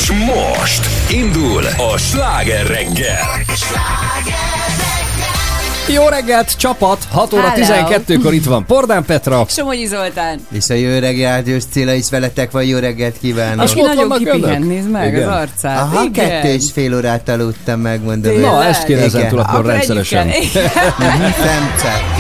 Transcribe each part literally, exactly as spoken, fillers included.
És most indul a Sláger reggel. Jó reggelt, csapat! hat óra tizenkettőkor itt van Pordán Petra. Somogyi Zoltán. És a jó reggelt, és Cilla is veletek van, jó reggelt kívánok. Aki nagyon kipihent, nézd meg igen. az arcát. Aha, igen. kettő és fél órát aludtam, megmondom. Na, ezt kéne ezentúl akkor rendszeresen. Szemcsak.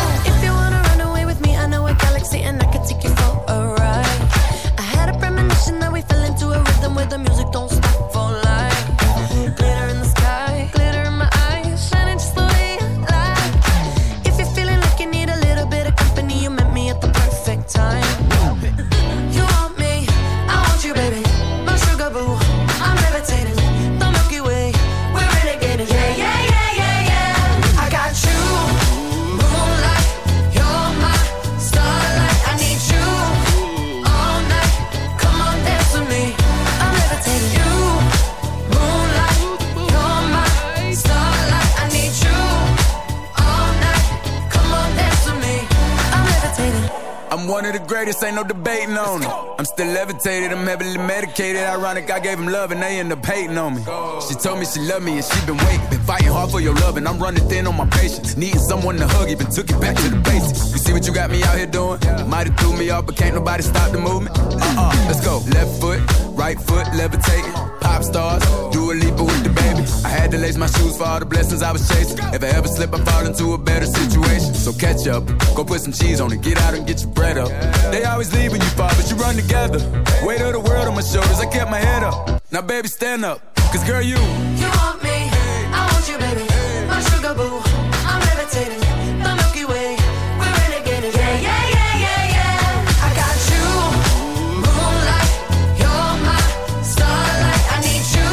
One of the greatest, ain't no debating on it. I'm still levitated, I'm heavily medicated. Ironic, I gave him love and they end up hating on me. She told me she loved me and she been waiting. Been fighting hard for your love and I'm running thin on my patience. Needing someone to hug, even took it back to the basics. You see what you got me out here doing? Might have threw me off, but can't nobody stop the movement. Uh-uh, let's go. Left foot, right foot, levitating. Pop stars, do a leap with the baby. I had to lace my shoes for all the blessings I was chasing. If I ever slip, I fall into a better situation. So catch up, go put some cheese on it, get out and get your bread up. They always leave when you fall, but you run together. Weight of the world on my shoulders, I kept my head up. Now baby, stand up, cause girl, you You want me, I want you, baby. My sugar boo, I'm levitating. The Milky Way, we're renegading. Yeah, yeah, yeah, yeah, yeah. I got you, moonlight. You're my starlight. I need you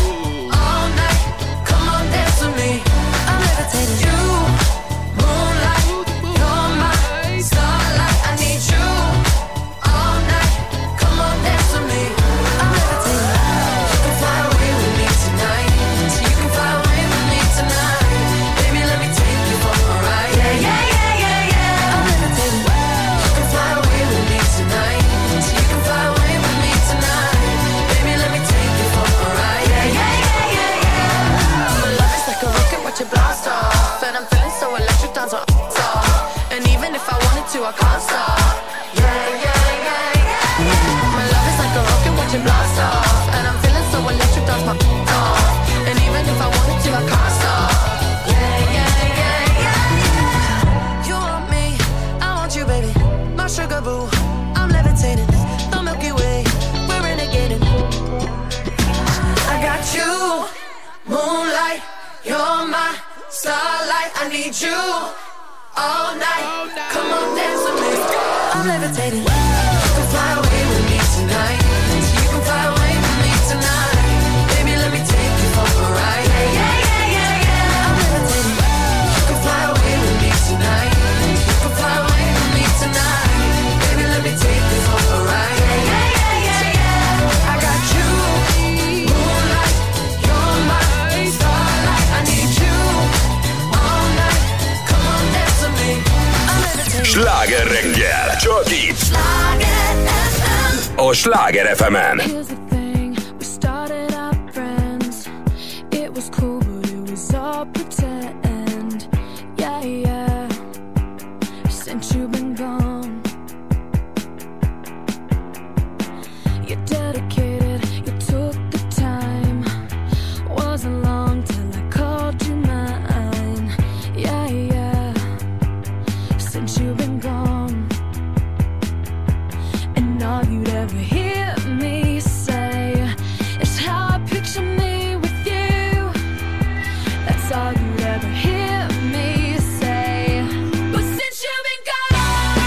all night. Come on, dance with me. I'm levitating. You, moonlight. You're my starlight. I need you all night. Come on, dance with me. I'm levitating. You can fly away with me tonight. You can fly away with me tonight. Baby, let me take you for a ride. Yeah, yeah, yeah, yeah, yeah. I'm levitating. You can fly away with me tonight. You can fly away with me tonight. Baby, let me take you for a ride. Yeah, yeah, yeah, yeah, yeah. My love is like a rocket, watch it blast off. And I'm feeling so electric, dance on off. And even if I wanted to, I can't stop. Yeah, yeah, yeah, yeah. My love is like a rocket, watch it blast off. And I'm feeling so electric, dance my off. And even if I wanted to, I can't stop. Yeah, yeah, yeah, yeah. You want me, I want you, baby. My sugar boo, I'm levitating. The Milky Way, we're renegading. I got you, moonlight. You're my starlight. I need you all night. Come on, dance with me. I'm levitating. You can fly away with me tonight. You can fly away with me tonight. Baby, let me take you for a ride. Yeah, yeah, yeah, yeah, yeah. I'm levitating. You can fly away with me tonight. You can fly away with me tonight. Baby, let me take you for a ride. Yeah, yeah, yeah, yeah, yeah. I got you, moonlight. You're my starlight. I need you all night. Come on, dance with me. I'm levitating. Sláger reggel, csak itt a Sláger ef emen. Here's the thing, we started out friends. It was cool, but it was all pretend. Yeah, yeah. Since you've been gone, you're dedicated, you took the time. Wasn't long till I called you mine. Yeah, yeah. Since you've been gone, and all you'd ever hear me say is how I picture me with you. That's all you'd ever hear me say. But since you've been gone,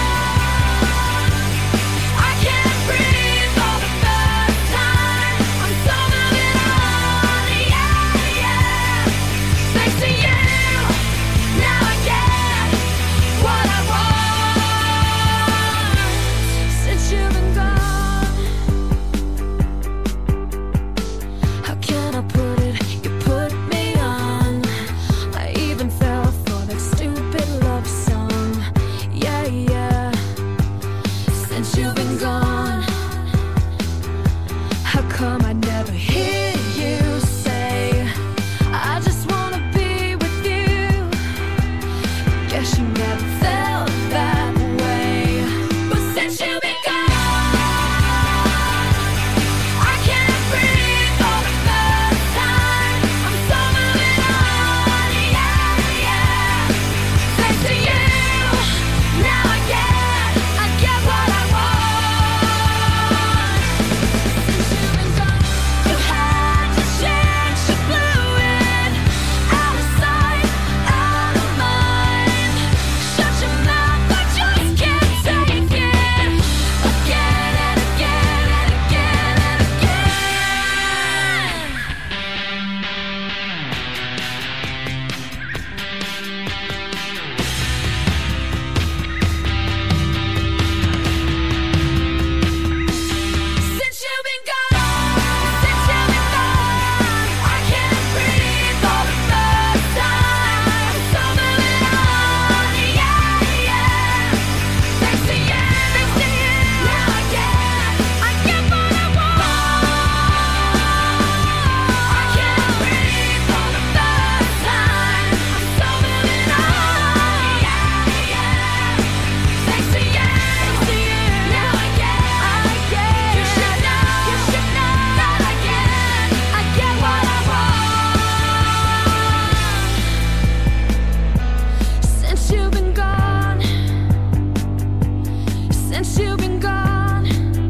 I can't breathe for the first time. I'm so moving on, yeah, yeah. Thanks to you, now I get what I want. Since you've been gone, how can I put it? You put me on. I even fell for that stupid love song. Yeah, yeah. Since you've been gone, how come I never ever hear you say, I just wanna be with you. Guess you never felt that way. But since you've been gone, I can't breathe for the first time. I'm so moving on, yeah, yeah. Thanks to you, now I get, I get what I want. Since you've been gone, you had to change, you blew it. Out of sight, out of mind. Shut your mouth, I just can't take it. Again and again and again and again. Since you've been gone, since you've been gone, I can't breathe for the first time. So moving on, yeah, yeah. Thanks to you, thanks to you, now I get, I get what I want. I can't breathe for the first time. I'm so moving on, yeah, yeah. Thanks to you, thanks to you, now I get, I get. You should know, you should know that I get, I get what I want. Since you've been gone, since you've been gone,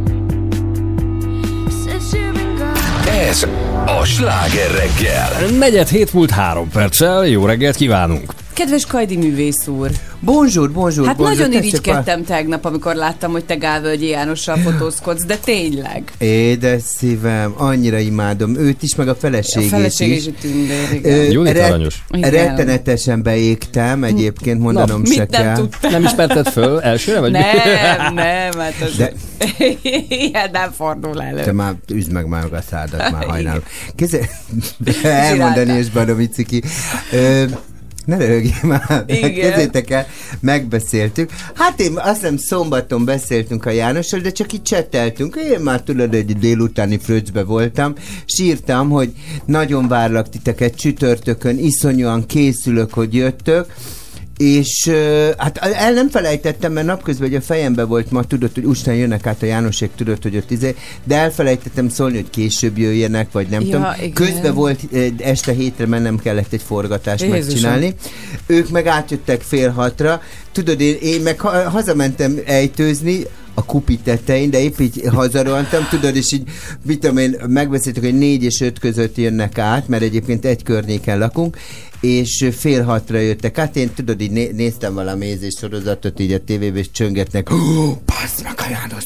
since you've been gone. Ez a Sláger reggel. Negyed hét múlt három perccel, jó reggelt kívánunk! Kedves Kajdi művész úr, Bonjour, bonjour, hát bonjour. nagyon Tessék, irigykedtem tegnap, amikor láttam, hogy te Gálvölgyi Jánossal fotózkodsz, de tényleg. Édes szívem, annyira imádom őt is, meg a A feleségét feleség is. is tündér, Ö, igen. Judit ret- aranyos. Igen. Rettenetesen beégtem, egyébként mondanom se Mit nem kell. tudtam? Nem ismerted föl elsőre, vagy mi? Nem, nem, hát az... De- Ilyen nem fordul elő. Te már üzd meg már a szádat, már hajnalom. Kézzel elmondani és Badomi ciki. Ö, Ne röhögjél már, Igen. kezdjétek el, megbeszéltük. Hát én azt hiszem szombaton beszéltünk a Jánossal, de csak így csetteltünk. Én már tudod, egy délutáni fröccbe voltam, sírtam, hogy nagyon várlak titeket csütörtökön, iszonyúan készülök, hogy jöttök, és uh, hát el nem felejtettem, mert napközben hogy a fejembe volt ma, tudod, hogy után jönnek át a Jánosék, tudod, hogy ott izé, de elfelejtettem szólni, hogy később jöjjenek, vagy nem Ja, tudom. igen. Közben volt eh, este hétre mennem kellett egy forgatást Jézusom. megcsinálni. Ők meg átjöttek fél hatra. Tudod, én, én meg ha, hazamentem ejtőzni a Kupi tetején, de épp így hazarohantam, tudod, és így, mit tudom én, megbeszéltük, hogy négy és öt között jönnek át, mert egyébként egy környéken lakunk, és fél hatra jöttek át, én tudod, így né- néztem valami ézés sorozatot így a tévébe, és csöngetnek, oh, passz meg a János,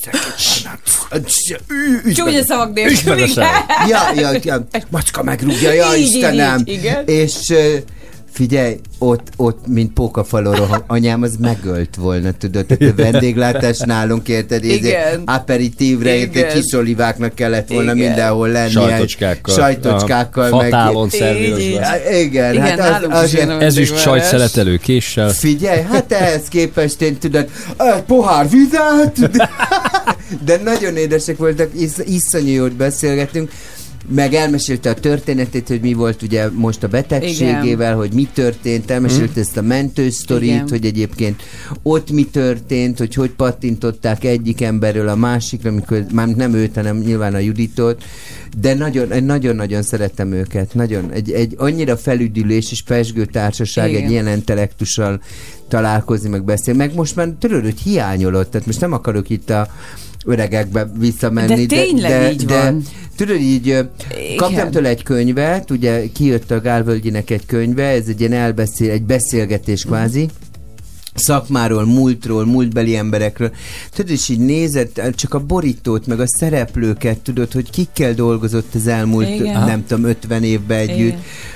Csúnya szavak nélkül. Üsd meg a száj. ja, ja, ja, macska megrúgja, ja, Így, így, Istenem! így, igen. És uh, figyelj, ott, ott, mint pókafalon roham, anyám az megölt volna, tudod, tehát a vendéglátás nálunk, érted, Igen. aperitívre, érted, Igen. kis oliváknak kellett volna Igen. mindenhol lenni. Sajtocskákkal. Sajtocskákkal. A meg- fatálon Így, szervírozva. így. Ja, igen, Igen, hát nálunk az, is az, ilyen a Ezüst vendégvárás. sajtszeletelő késsel. Figyelj, hát ehhez képest én tudod, egy pohár vizet, de, de nagyon édesek voltak, isz, iszonyú jót beszélgettünk, meg elmesélte a történetét, hogy mi volt ugye most a betegségével, igen. hogy mi történt, elmesélte hmm. ezt a mentősztorit, igen. hogy egyébként ott mi történt, hogy hogy pattintották egyik emberről a másikra, amikor már nem őt, hanem nyilván a Juditot, de nagyon, nagyon-nagyon szeretem őket, nagyon, egy, egy annyira felüdülés és pezsgő társaság, igen. egy ilyen intellektussal találkozni, meg beszélni, meg most már tudod, hogy hiányolod, tehát most nem akarok itt a öregekbe visszamenni. De tényleg de, így de, van. De, tudod, így kaptam tőle egy könyvet, ugye kijött a Gálvölgyinek egy könyve, ez egy ilyen elbeszél, egy beszélgetés kvázi, szakmáról, múltról, múltbeli emberekről. Tudod, és így nézed csak a borítót, meg a szereplőket, tudod, hogy kikkel dolgozott az elmúlt, igen. nem tudom, ötven évben együtt. Igen.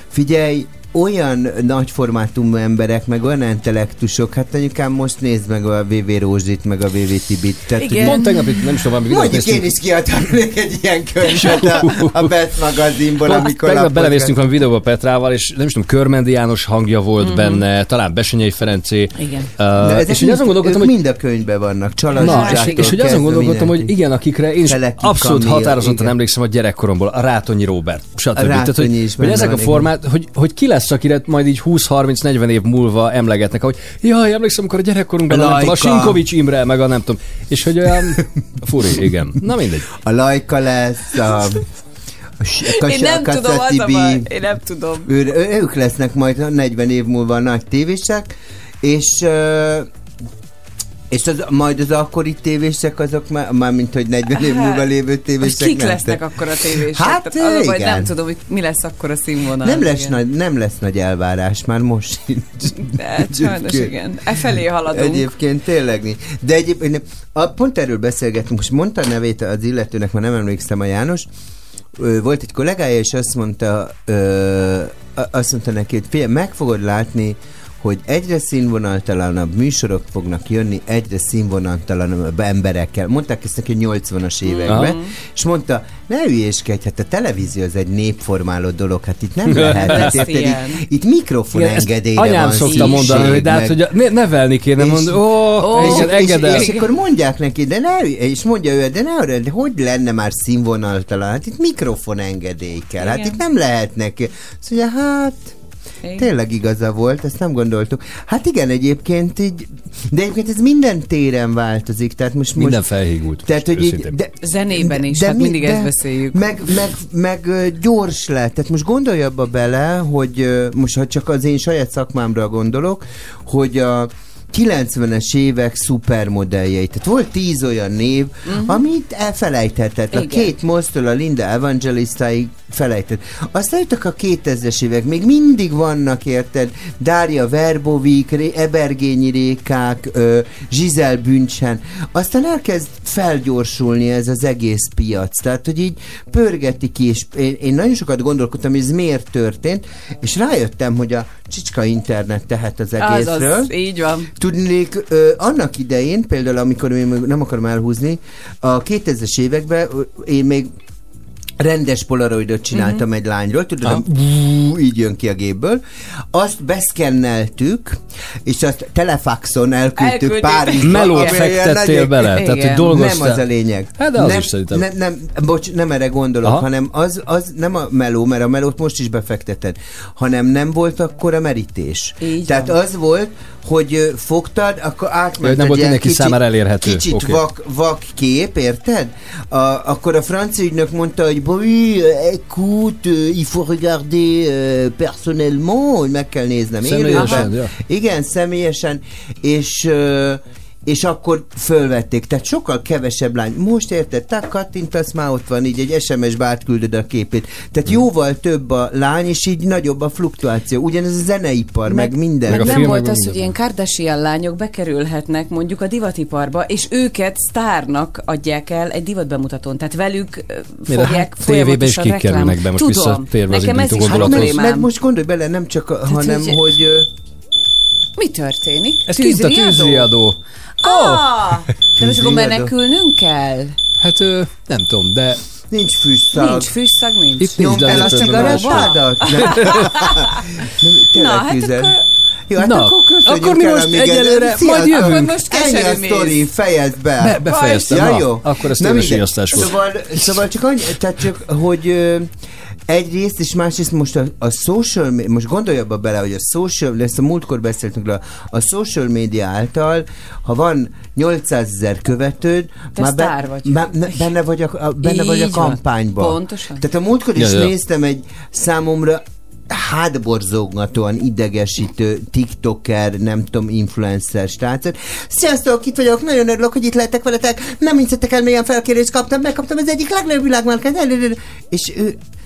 Figyelj, olyan nagyformátumú emberek, meg olyan intellektusok, hát anyukám most nézd meg a vé vé Rózsit, meg a vé vé Tibit. Igen. Pont tegnap itt nem is tudom, videót mondjuk én is kiadtam egy ilyen könyvet a, a Best magazinból, amikor tegnap belevésztünk a videóba Petrával, és nem is tudom, Körmendi János hangja volt mm-hmm. benne, talán Besenyei Ferencé. Igen. Uh, és mind, azon gondolkodtam, hogy mind a könyvben vannak, Csalas na, és, és hogy azon gondolkodtam, hogy igen, akikre én is Teleki abszolút Kamil, határozottan igen. emlékszem a gyerekkoromból, a Rátonyi Róbert, stb. A Tehát, hogy, is hogy ezek a formát, hogy, hogy ki lesz, akire majd így húsz harminc negyven év múlva emlegetnek, hogy jaj, emlékszem, amikor a gyerekkorunkban nem tudom, a Sinkovics Imre, meg a nem tudom, és hogy olyan furi, igen. Na mindegy. A Lajka lesz, a... a Én nem tudom, az a baj. Én nem tudom. Ő, ők lesznek majd negyven év múlva a nagy tévések, és... És az, majd az akkori tévések azok már, már mint hogy negyven év múlva lévő tévések. Kik lesznek akkor a tévések? Hát tehát az, igen. nem tudom, hogy mi lesz akkor a színvonal. Nem lesz, nagy, nem lesz nagy elvárás, már most sincs. De sajnos igen. E felé haladunk. Egyébként tényleg nincs. De egyébként a, pont erről beszélgettünk, most mondta a nevét az illetőnek, már nem emlékszem, a János. Ö, volt egy kollégája, és azt mondta, ö, azt mondta neki, hogy figyelj, meg fogod látni, hogy egyre színvonaltalanabb műsorok fognak jönni, egyre színvonaltalanabb emberekkel. Mondták ezt neki nyolcvanas években, uh-huh. és mondta, ne hülyéskedj, hát a televízió az egy népformáló dolog, hát itt nem lehet. Hát, érted, itt, itt mikrofon engedélyre van. Anyám szokta mondani, hogy de hát, hogy ne, nevelni kéne mondani, ó, oh, igen, engedd el. És, és akkor mondják neki, de ne, és mondja ő, de ne, de hogy lenne már színvonaltalan? Hát itt mikrofon engedély kell, hát itt nem lehet neki. Szóval, hát... Igen. Tényleg igaza volt, ezt nem gondoltuk. Hát igen, egyébként így, de egyébként ez minden téren változik, tehát most... Minden most, felhígult. Tehát, hogy így, de, zenében is, de, hát mi, mindig de, ezt beszéljük. Meg, meg, meg gyors lett, tehát most gondolj abba bele, hogy most ha csak az én saját szakmámra gondolok, hogy a kilencvenes évek szupermodelljei. Tehát volt tíz olyan név, uh-huh. amit elfelejthetetlen. A Kate Moss-től a Linda Evangelistáig felejtett. Aztán jöttek a kétezres évek, még mindig vannak, érted? Dária Verbovik, Ebergényi Rékák, Giselle Bündchen. Aztán elkezd felgyorsulni ez az egész piac. Tehát, hogy így pörgetik ki, és én, én nagyon sokat gondolkodtam, hogy ez miért történt, és rájöttem, hogy a csicska internet tehet az egészről. Azaz, így van. Tudnék, ö, annak idején, például amikor én nem akarom elhúzni, a kétezres években én még rendes polaroidot csináltam uh-huh. egy lányról, tudod, ah. bú, így jön ki a gépből. Azt beszkenneltük, és azt telefaxon elküldtük, elküldtük. Párizsba. Melót fektettél bele, igen. Tehát hogy dolgoztál. Nem az a lényeg. Hát de az nem, is szerintem. Nem, nem, bocs, nem erre gondolok, aha. hanem az, az nem a meló, mert a melót most is befekteted, hanem nem volt akkor a merítés. Így Tehát van. Az volt, hogy fogtad, akkor átment nem volt mindenki kicsit, számára elérhető. Kicsit okay. vak, vak kép, érted? A, akkor a francia ügynök mondta, hogy oui, écoute, il faut regarder euh, personnellement, hogy meg kell néznem élőben. Ja. Igen, személyesen, és uh, és akkor fölvették. Tehát sokkal kevesebb lány. Most érted, te kattintasz, már ott van, így egy es em es-be átküldöd a képét. Tehát jóval több a lány, és így nagyobb a fluktuáció. Ugyanez a zeneipar, meg, meg minden. Meg meg nem volt az, hogy ilyen Kardashian lányok bekerülhetnek mondjuk a divatiparba, és őket sztárnak adják el egy divatbemutatón. Tehát velük Mire, fogják hát, folyamatosan reklám. kikerülnek be, most visszatérve az indító gondolathoz. Hát meg, meg most gondolj bele, nem csak, a, hanem, hogy... hogy mi történik? Ez kint a tűzriadó. Ah, de most akkor menekülnünk kell? Hát ö, nem tudom, de... Nincs fűszag. Nincs fűszag, nincs. Itt nincs, de a cigarettádat? Na, hát akkor... Jó, hát Na, akkor köszönjük akkor mi el, most egyelőre, majd jövünk. Most ennyi a sztori, fejezd be. be befejeztem, ja, na, jó. akkor ez tényleg síasztás volt. Szóval, szóval csak annyi, tehát csak, hogy ö, egyrészt, és másrészt most a, a social, most gondolj abba bele, hogy a social, ezt a múltkor beszéltünk rá, a social media által, ha van nyolcszázezer követőd, te már be, vagy. Már benne vagy a, a, benne vagy a kampányban. Pontosan. Tehát a múltkor is ja, ja. néztem egy számomra hátborzógatóan idegesítő tiktoker, nem tudom, influencer srácot. Sziasztok, itt vagyok, nagyon örülök, hogy itt lehetek veletek, nem hisztek el, milyen felkérést kaptam, megkaptam az egyik legnagyobb világmárkát, és ő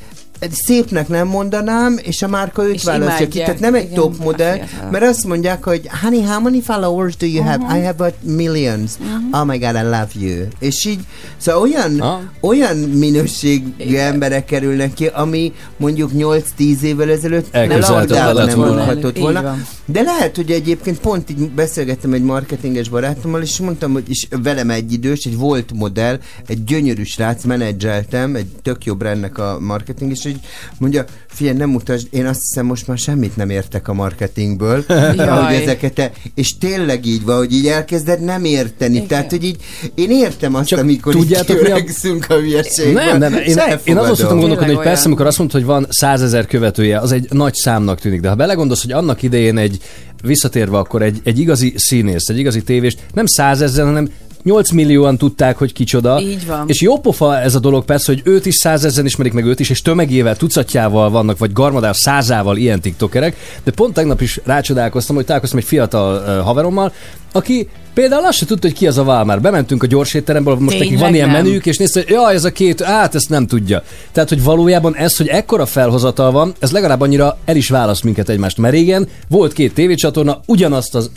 szépnek nem mondanám, és a márka őt És választja ki. imádják. Tehát nem egy Igen, top modell, a fiatalok. mert azt mondják, hogy honey, how many followers do you have? I have a millions. Oh my god, I love you. És így, szóval olyan, Ah. olyan minőségű emberek kerülnek ki, ami mondjuk nyolc-tíz évvel ezelőtt Elképzelhetetlen labdában lett nem volna. mondhatott Így volna. van. De lehet, hogy egyébként pont így beszélgettem egy marketinges barátommal, és mondtam, hogy is velem egy idős, egy volt modell, egy gyönyörű srác, menedzseltem, egy tök jó brandnek a marketing, és így mondja, figyelj, nem mutasd, én azt hiszem, most már semmit nem értek a marketingből, ahogy ezeket, te, és tényleg így van, hogy így elkezded nem érteni. Igen. Tehát, hogy így én értem azt, Csak amikor tudjátok, így mi a- kiöregszünk a hülyeségből. Nem, nem, én, és én azon szoktam elfogadom. gondolkodni, hogy Tényleg persze, olyan. amikor azt mondod, hogy van százezer követője, az egy nagy számnak tűnik, de ha belegondolsz, hogy annak idején egy, visszatérve akkor egy, egy igazi színész, egy igazi tévést, nem százezer, hanem nyolc millióan tudták, hogy kicsoda. Így van. És jó pofa ez a dolog persze, hogy őt is százezren ismerik meg őt is, és tömegével, tucatjával vannak, vagy garmadás százával ilyen tiktokerek, de pont tegnap is rácsodálkoztam, hogy találkoztam egy fiatal uh, haverommal, aki például azt se tudta, hogy ki az a Walmart. Bementünk a gyorsétteremből, most Tényleg nekik van ilyen nem. menük, és nézte, hogy jaj, ez a két, hát ezt nem tudja. Tehát, hogy valójában ez, hogy ekkora felhozatal van, ez legalább annyira el is választ minket egymást. Mert régen volt két tévécsatorna, ugyanazt az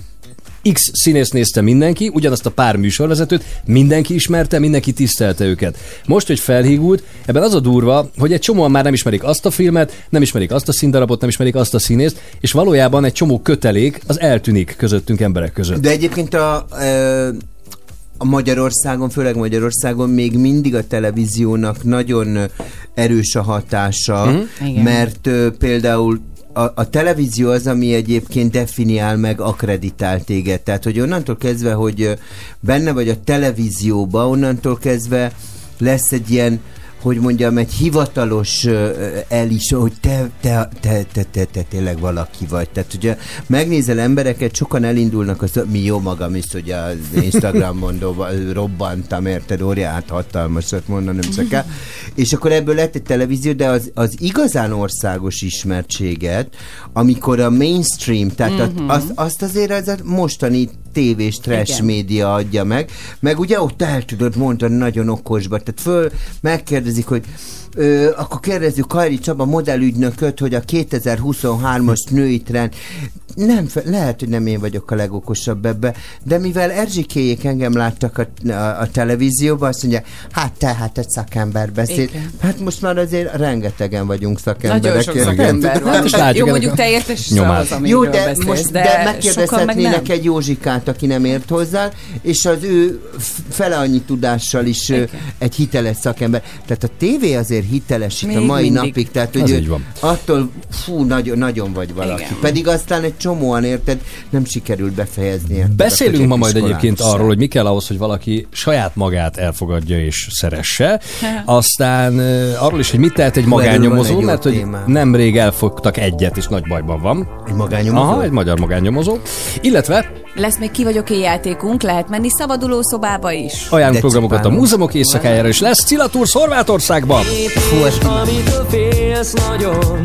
X színész nézte mindenki, ugyanazt a pár műsorvezetőt, mindenki ismerte, mindenki tisztelte őket. Most, hogy felhígult, ebben az a durva, hogy egy csomóan már nem ismerik azt a filmet, nem ismerik azt a színdarabot, nem ismerik azt a színészt, és valójában egy csomó kötelék az eltűnik közöttünk emberek között. De egyébként a, ö, a Magyarországon, főleg Magyarországon még mindig a televíziónak nagyon erős a hatása, Mhm. Igen. mert ö, például a, a televízió az, ami egyébként definiál meg, akkreditál téged. Tehát, hogy onnantól kezdve, hogy ö, benne vagy a televízióba, onnantól kezdve lesz egy ilyen, hogy mondjam, egy hivatalos uh, el is, hogy te, te, te, te, te, te tényleg valaki vagy. Tehát ugye megnézel embereket, sokan elindulnak, az, mi jó magam is, hogy az Instagramon dob- robbantam, érted, óriát hatalmasat mondanom csak el. És akkor ebből lett egy televízió, de az, az igazán országos ismertséget, amikor a mainstream, tehát a, azt, azt azért az a mostani tévés trash Igen. média adja meg, meg ugye ott el tudod mondani nagyon okosba, tehát föl megkérdezik, hogy ö, akkor kérdezzük Kajri Csaba modellügynököt, hogy a kétezer-huszonhármas női trend, nem, fe- lehet, hogy nem én vagyok a legokosabb ebbe, de mivel Erzsikéjék engem láttak a, a, a televízióban, azt mondja, hát te, hát egy szakember beszél. Igen. Hát most már azért rengetegen vagyunk szakemberek. Nagyon sok érted? szakember van. Hát most látjuk Jó, ennek mondjuk a te értesz is nyomát. ahhoz, amiről Jó, de beszélsz, most de, de sokan meg megkérdezhetnének nem. egy Józsikát, aki nem ért hozzá, és az ő f- fele annyi tudással is ö, egy hiteles szakember. Tehát a tévé azért hiteles itt a Még mai mindig. napig, tehát Az hogy ő így van. attól fú, nagyon, nagyon vagy valaki. Igen. Pedig aztán egy csomóan, érted, nem sikerült befejezni. Beszélünk ma majd egyébként sem. arról, hogy mi kell ahhoz, hogy valaki saját magát elfogadja és szeresse. Aztán uh, arról is, hogy mit tehet egy Hú, erről van magánnyomozó, egy jó mert hogy témám. nemrég elfogtak egyet, és nagy bajban van. Egy magánnyomozó? Aha, egy magyar magánnyomozó. Illetve Lesz még ki vagyok én játékunk, lehet menni szabaduló szobába is. ajánlunk De programokat a cipálom. múzeumok éjszakájára is lesz. Cilatúr Horvátországban. Kérdés, amitől félsz nagyon,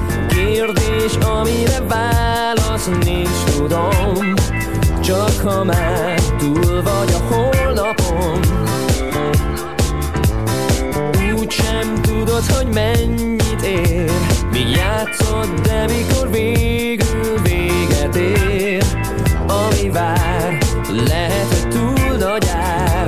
kérdés, amire válasz nincs, tudom. Csak ha már túl vagy a holnapon, úgysem tudod, hogy mennyit ér, míg játszod, de mikor végül véget ér, ami vár, lehet, hogy túl nagy ár.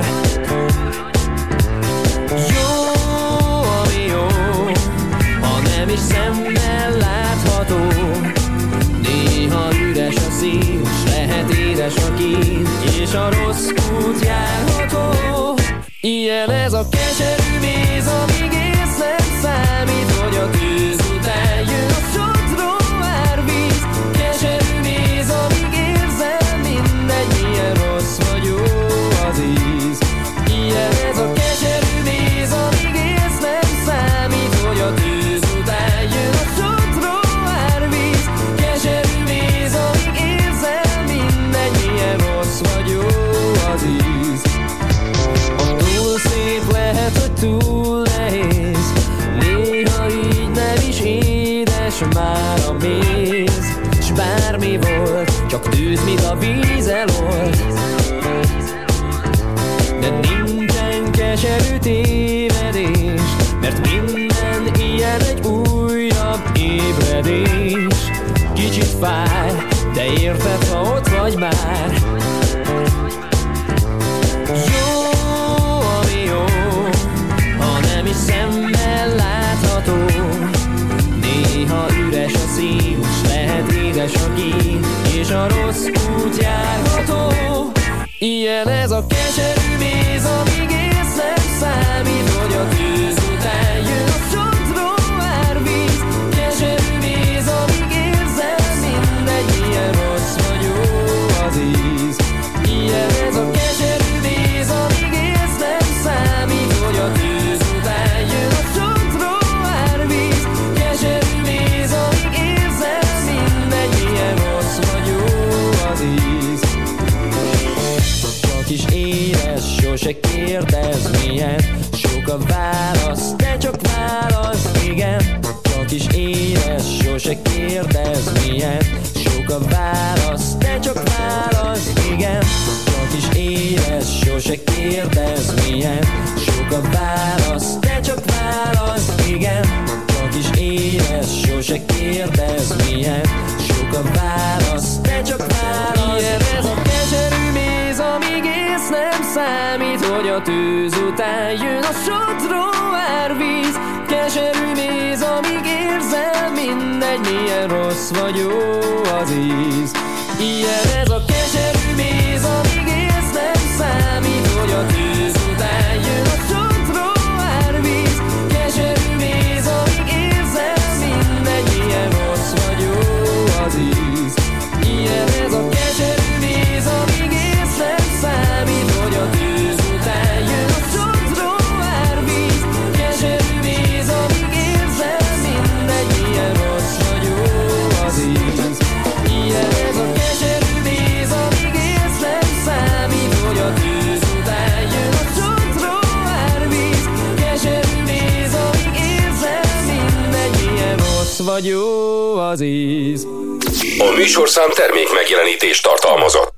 Jó, ami jó, ha nem is szemmel látható, néha üres a szív, s lehet édes a kín, és a rossz út járható. Ilyen ez a keserű méz, amíg ész nem számít, hogy a tűz után jön a sodró árvíz. Keserű méz, amíg érzel, mindegy, milyen rossz vagy jó az íz. Ilyen ez a keserű méz, amíg ész nem számít, hogy a tűz után jön a sodró árvíz. Keserű méz, amíg érzel, mindegy, milyen rossz vagy jó az íz. A túl szép lehet, hogy túl nehéz, néha így nem is édes már a méz. S bármi volt, csak tűz, mint a víz elolt, de nincsen keserű tévedés, mert minden ilyen egy új érted, ha ott vagy már. Jó, ami jó, ha nem is szemmel látható. Néha üres a szív, s lehet édes a kín, és a rossz út járható. Ilyen ez a keserű méz, amíg ész nem számít, hogy a tűz után jön a csontró árvíz. Keserű méz, amíg érzel, mindegy, milyen rossz vagy jó az íz. Ilyen ez a keserű méz, amíg ész nem számít, hogy a tűz után jön a csontró árvíz. Keserű méz, amíg érzel, mindegy, milyen rossz vagy jó az íz. Csak is édes, sose kérdezz milyen, sok a válasz, te csak válasz, igen. Csak is édes, sose kérdezz milyen, sok a válasz, te csak válasz, igen. Csak is édes, sose kérdezz milyen, sok a válasz, te csak válasz, igen. Csak is édes, sose kérdezz milyen, sok a válasz, te csak válasz. Ilyen ez a keserű méz, amíg ész nem számít, hogy a tűz után jön a sodró árvíz. Keserű méz, amíg érzel, mindegy, milyen rossz vagy jó az íz. Ilyen ez a keserű méz, amíg ész nem számít, hogy a tűz után jön a sodró árvíz. Keserű méz, amíg érzel, mindegy, milyen rossz vagy jó az íz. Ilyen ez a keserű méz, amíg ész nem számít, hogy a tűz után jön a sodró árvíz. Keserű méz, amíg érzel, mindegy, milyen rossz vagy jó az íz. Ilyen ez a keserű méz, amíg ész nem számít, hogy a tűz után jön a sodró árvíz. Keserű méz, amíg érzel, mindegy, milyen rossz vagy jó az íz. A műsorszám termék megjelenítést tartalmazott.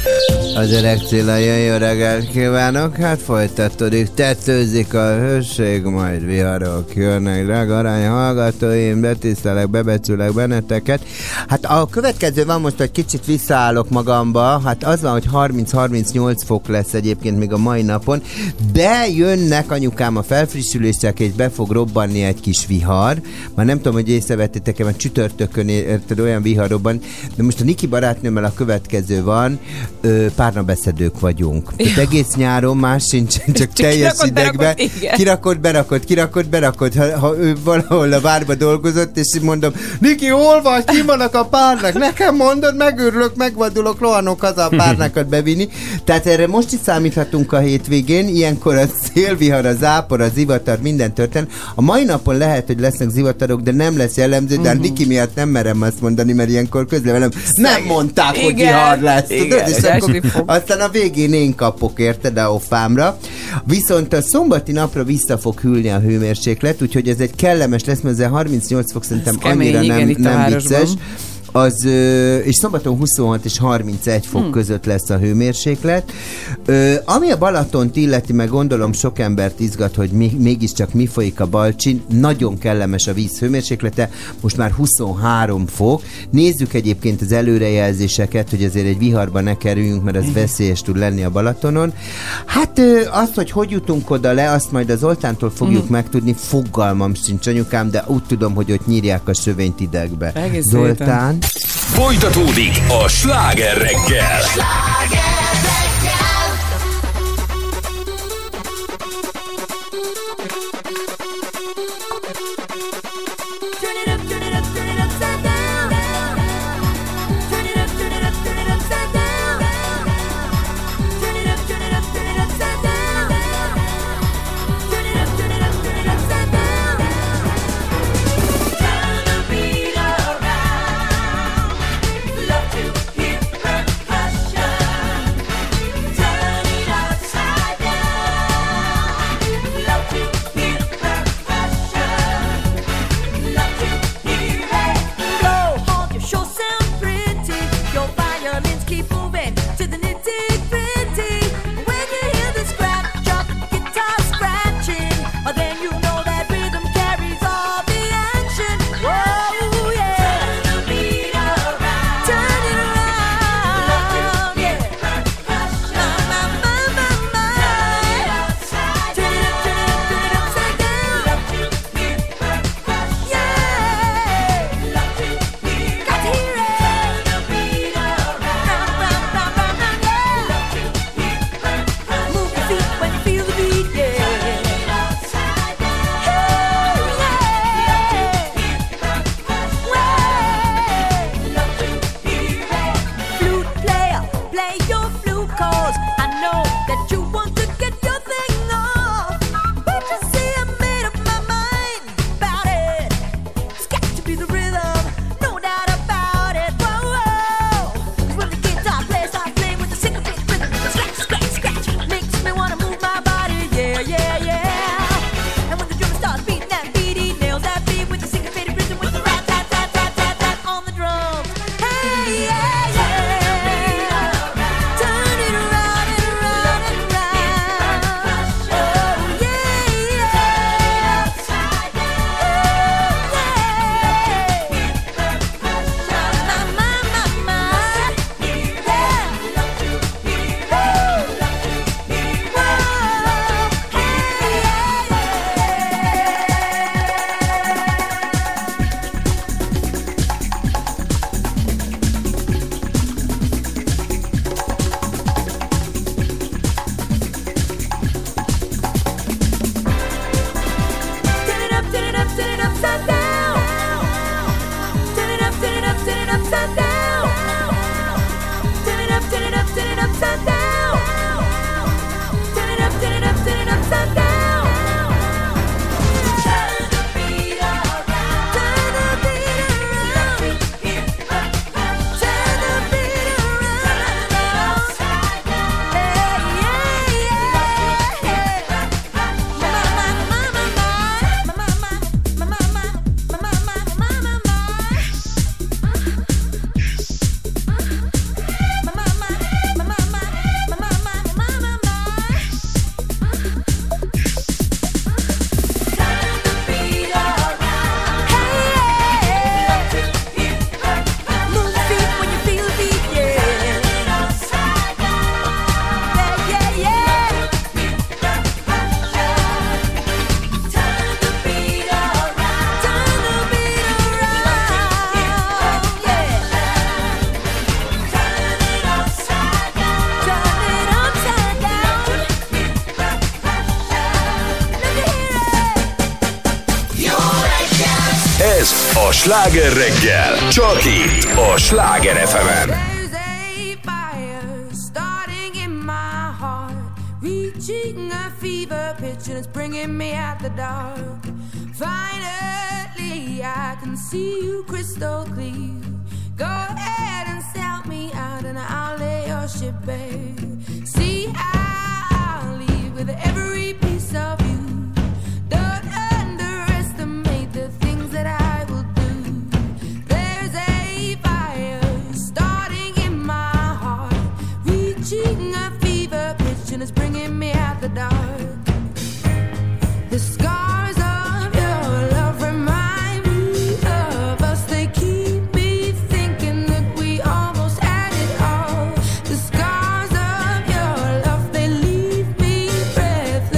Az Öreg Cilla, jó reggelt kívánok, hát folytatódik, tetőzik a hőség, majd viharok jönnek, drága arány hallgatóim, betisztelek, bebecsülek benneteket. Hát a következő van most, hogy kicsit visszaállok magamba, hát az van, hogy harminc-harmincnyolc fok lesz egyébként még a mai napon, de jönnek anyukám a felfrissülések, és be fog robbanni egy kis vihar. Már nem tudom, hogy észrevettétek-e, mert csütörtökön érted, olyan vihar robban, de most a Niki barátnőmmel a következő van, ö, párnabeszedők vagyunk. Tehát egész nyáron más sincsen, csak teljes kirakod, idegben. berakod, Kirakod, berakod, kirakod, berakod. Ha, ha ő valahol a várba dolgozott, és mondom, Niki, hol vagy? Ki vannak a párnak? Nekem mondod, megőrülök, megvadulok, rohanok haza a párnákat bevinni. Tehát erre most is számíthatunk a hétvégén. Ilyenkor a szélvihar, a zápor, a zivatar, minden történt. A mai napon lehet, hogy lesznek zivatarok, de nem lesz jellemző, de a Niki miatt nem merem azt mondani, mert ilyenkor közle velem nem mondták, hogy vihar lesz. Igen, és akkor, aztán a végén én kapok, érted, a offámra. Viszont a szombati napra vissza fog hűlni a hőmérséklet, úgyhogy ez egy kellemes lesz, mert ez harmincnyolc fok szerintem annyira nem, nem vicces. Az, és szombaton huszonhat és harmincegy fok hmm. között lesz a hőmérséklet. Ö, ami a Balatont illeti, meg gondolom sok embert izgat, hogy mi, mégiscsak mi folyik a Balcsin. Nagyon kellemes a víz hőmérséklete, most már huszonhárom fok. Nézzük egyébként az előrejelzéseket, hogy azért egy viharba ne kerüljünk, mert az veszélyes tud lenni a Balatonon. Hát ö, azt, hogy hogy jutunk oda le, azt majd az Zoltántól fogjuk hmm. megtudni. Fogalmam sincs, anyukám, de úgy tudom, hogy ott nyírják a sövényt idegbe. Egész Zoltán. Folytatódik a Sláger reggel. Love to hear percussion. upside down. Turn it up, turn it up, turn it upside down. Turn it up, turn it up, turn it upside down. Turn it up, turn it up, turn it upside down. Turn the beat around. Turn the beat around. Turn the beat around. Hey, yeah, yeah. Mama, mama, mama, mama, mama, mama, mama, Ez a Sláger reggel, csak itt a Sláger ef emen. There's a fire starting in my heart, reaching a fever pitch and it's bringing me out the dark. Finally, I can see you crystal clear. Go ahead and sell me out and I'll lay your ship bare. See, I'll leave with every piece of you. Don't underestimate the things that I will do. There's a fire starting in my heart, reaching a fever pitch and it's bringing me out the dark. The scars of your love remind me of us. They keep me thinking that we almost had it all. The scars of your love, they leave me breathless.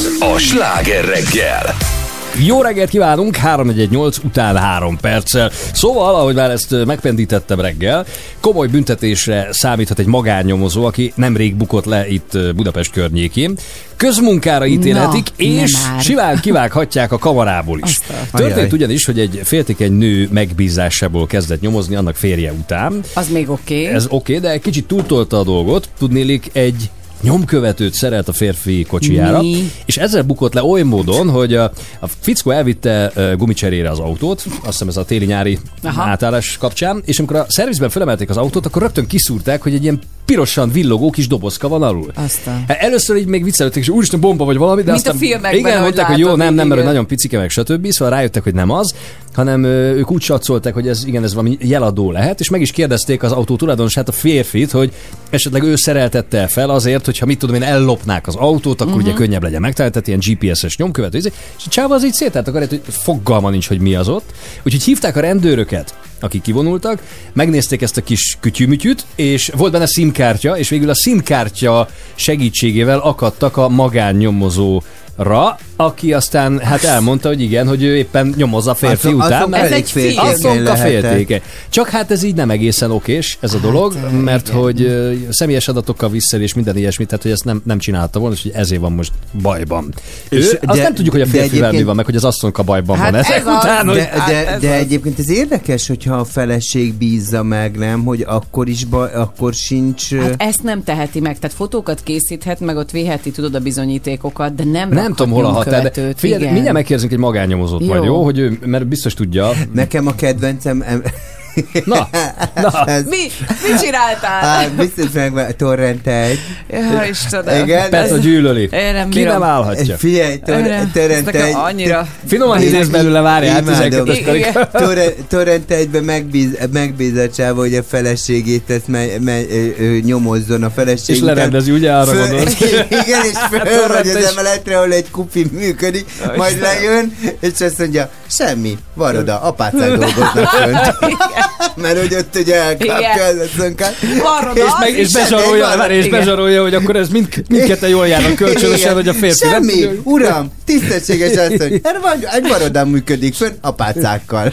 Ez a Sláger reggel. Jó reggelt kívánunk, három egy nyolc után három perccel. Szóval, ahogy már ezt megpendítettem reggel, komoly büntetésre számíthat egy magánnyomozó, aki nemrég bukott le itt Budapest környékén. Közmunkára ítélhetik, Na, és nem simán kivághatják a kamarából is. Történt Ajaj. ugyanis, hogy egy féltékeny nő megbízásából kezdett nyomozni annak férje után. Az még oké. Okay. Ez oké, okay, de kicsit túltolta a dolgot. Tudnélik, egy nyomkövetőt szerelt a férfi kocsijára, Mi? és ezzel bukott le oly módon, hogy a, a fickó elvitte uh, gumicserére az autót, azt hiszem ez a téli-nyári Aha. átállás kapcsán, és amikor a szervizben felemelték az autót, akkor rögtön kiszúrták, hogy egy ilyen pirosan villogó kis dobozka van alul. Aztán. Először így még viccelődtek, és úristen bomba vagy valami, de Mint a aztán filmekben, igen, ahogy mondták, hogy jó, látod, nem, nem, mert igen. nagyon picike meg stb. Szóval rájöttek, hogy nem az, hanem ö, ők úgy satszolták, hogy ez igen, ez valami jeladó lehet, és meg is kérdezték az autó tulajdonosát, a férfit, hogy esetleg ő szereltette fel azért, hogyha mit tudom én, ellopnák az autót, akkor uh-huh. ugye könnyebb legyen megtalálni, tehát ilyen gé pé es-es nyomkövető, és a csáva az így szétállt akarett, hogy fogalma nincs, hogy mi az ott. Úgyhogy hívták a rendőröket, akik kivonultak, megnézték ezt a kis kütyümütyüt, és volt benne SIM-kártya, és végül a SIM-kártya segítségével akadtak a magánnyomozóra, aki aztán hát elmondta, hogy igen, hogy ő éppen nyomozza a férfi Azon- után. azon mert Ez elég egy film. féltékeny Asszonka lehetett. féltékeny. Csak hát ez így nem egészen okés, ez a dolog, Hát, mert igen. hogy ö, személyes adatokkal vissza és minden ilyesmit, tehát hogy ezt nem, nem csinálta volna, és hogy ezért van most bajban. Ő, És azt de- nem tudjuk, hogy a de férfivel mi egyébként- van, meg hogy az asszonka bajban Hát van ezek ez az. után, hogy De, Hát de, ez de az. egyébként ez érdekes, hogyha a feleség bízza meg, nem? Hogy akkor is baj, akkor sincs... Hát ezt nem teheti meg, tehát fotókat készíthet, meg ott véheti, tudod, a bizonyítékokat, de nem nem rakhat tudom, hol a határ, de nyomkövetőt, figyelj, igen. mindjárt megkérdezünk egy magánnyomozót majd, Jó. jó? Hogy ő, mert biztos tudja. Nekem a kedvencem... em- Na, na. Ez- Mi? Mit csináltál? Hát, biztos meg Torrent egy. Ja, Istenem. Igen, Persze, ez- gyűlöli. Én nem Ki bírom. nem állhatja. Figyelj, Erre, Torrent ez nekem egy... annyira... Finoman idéz belőle, várjál, Imádom. tizenkettes karika. Igen. Torrent egyben megbíz, megbízott Csávó, hogy a feleségét ezt me, me, ö, ö, nyomozzon a feleség És után. lerendezi, ugye arra Föl- gondolsz? Igen, és föl Torrent vagy az is. emeletre, ahol egy kupi működik, majd lejön, és azt mondja, semmi, van oda, apácák dolgoznak fönt. Mert hogy ott ugye elkapja Igen. az önkát. Van oda, És, az meg, és is bezsarolja, van. várj, és Igen. bezsarolja, hogy akkor ez mind, mindketten jól járnak kölcsönösen, Igen. hogy a férfi nem Semmi, tudja, hogy- uram, tisztességes asszony. Erre van, egy varodán működik fönn, apácákkal.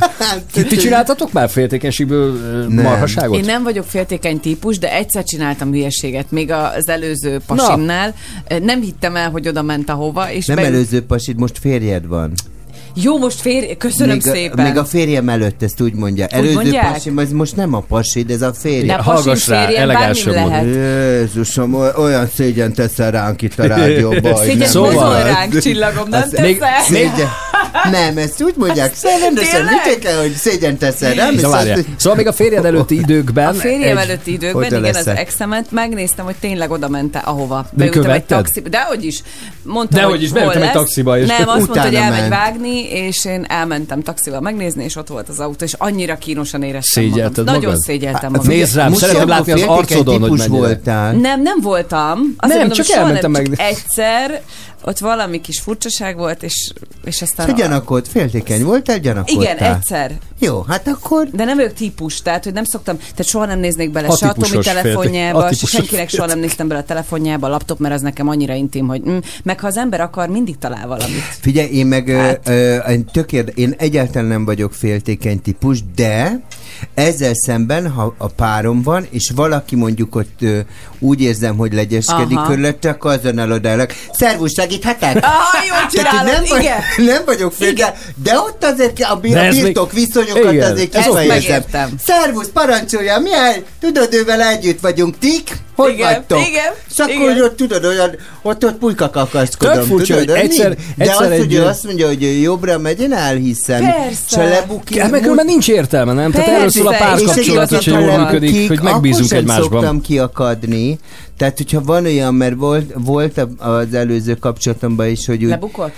Ti, ti csináltatok már féltékenységből ö, Nem. marhaságot? Én nem vagyok féltékeny típus, de egyszer csináltam hülyeséget, még az előző pasimnál. Nem hittem el, hogy oda ment ahova, és Nem be... előző pasid, most férjed van. Jó, most férj, köszönöm még a, szépen. Még a férjem előtt ezt úgy mondja. Előző mondják? pasim, ez most nem a pasid, ez a De férje. a pasim hallgass rá, férjem elegánsabb bármi módon. lehet. Jézusom, oly- olyan szégyen teszel ránk itt a rádióban. hogy Szégyen nem Szóval- hozol ránk, csillagom, nem Azt- még- teszel? Szégyen. Nem, ezt úgy mondják, rendesen, tényleg? mit kell, hogy szégyen teszel, nem? Na, És várjál. azt- Szóval még a férjed előtti időkben... A férjem egy- előtti időkben, Oda igen, az leszek. exemet, megnéztem, hogy tényleg oda mente ahova. De Beültem egy követted? taxiba, dehogy is. Mondta, Dehogy hogy is, hol beültem egy lesz. taxiba, és Nem, azt mondta, hogy utána elmegy ment. vágni, és én elmentem taxival megnézni, és ott volt az autó, és annyira kínosan éreztem Szégyelted magam. Nagyon magad? szégyeltem Hát magam. nézd rám, Musi, szeretném abból látni az féltékeny arcodon, hogy típus mennyire. voltál. Nem, nem voltam. Azt Nem, mondom, csak soha elmentem nem, csak meg. egyszer ott valami kis furcsaság volt, és, és aztán... Te gyanakod, féltékeny voltál, gyanakodtál? Igen, egyszer. Jó, hát akkor... De nem ők típus, tehát hogy nem szoktam, tehát soha nem néznék bele se a Tomi Atípusos telefonjába, se félték. senkinek soha nem néztem bele a telefonjába, a laptop, mert az nekem annyira intim, hogy mm, meg ha az ember akar, mindig talál valamit. Figyelj, én meg Hát. ö, ö, én tök érde, én egyáltalán nem vagyok féltékeny típus, de ezzel szemben, ha a párom van, és valaki mondjuk ott ö, úgy érzem, hogy legyeskedik Aha. körülötte, akkor azonnal odaállok. Szervusz, segíthetek? Ah, jól csinálod, nem, vagy- igen. nem vagyok féltékeny, de ott azért a, bir- De a ez még- birtok viszonyokat Igen, azért ez kifejezem. megértem. Szervusz, parancsolja, milyen? Tudod, ővel együtt vagyunk, tik? Hogy Igen, vagytok? igen, És akkor igen. hogy ott tudod, olyan, ott, ott pulyka kakaszkodom. Tök furcsa, tudod, hogy mi? egyszer- De egyszer azt, egy- hogy ő azt mondja, hogy jobbra megy, én elhiszem. Persze. Se lebukik. Hát meg különben nincs értelme, nem? Tehát erről szól a Persze, párskapcsolat, és hogyha egy jól igazat működik, Kik, hogy megbízunk akkor sem egymásban. szoktam kiakadni. Tehát, hogyha van olyan, mert volt, volt az előző kapcsolatomban is, hogy úgy, Lebukott?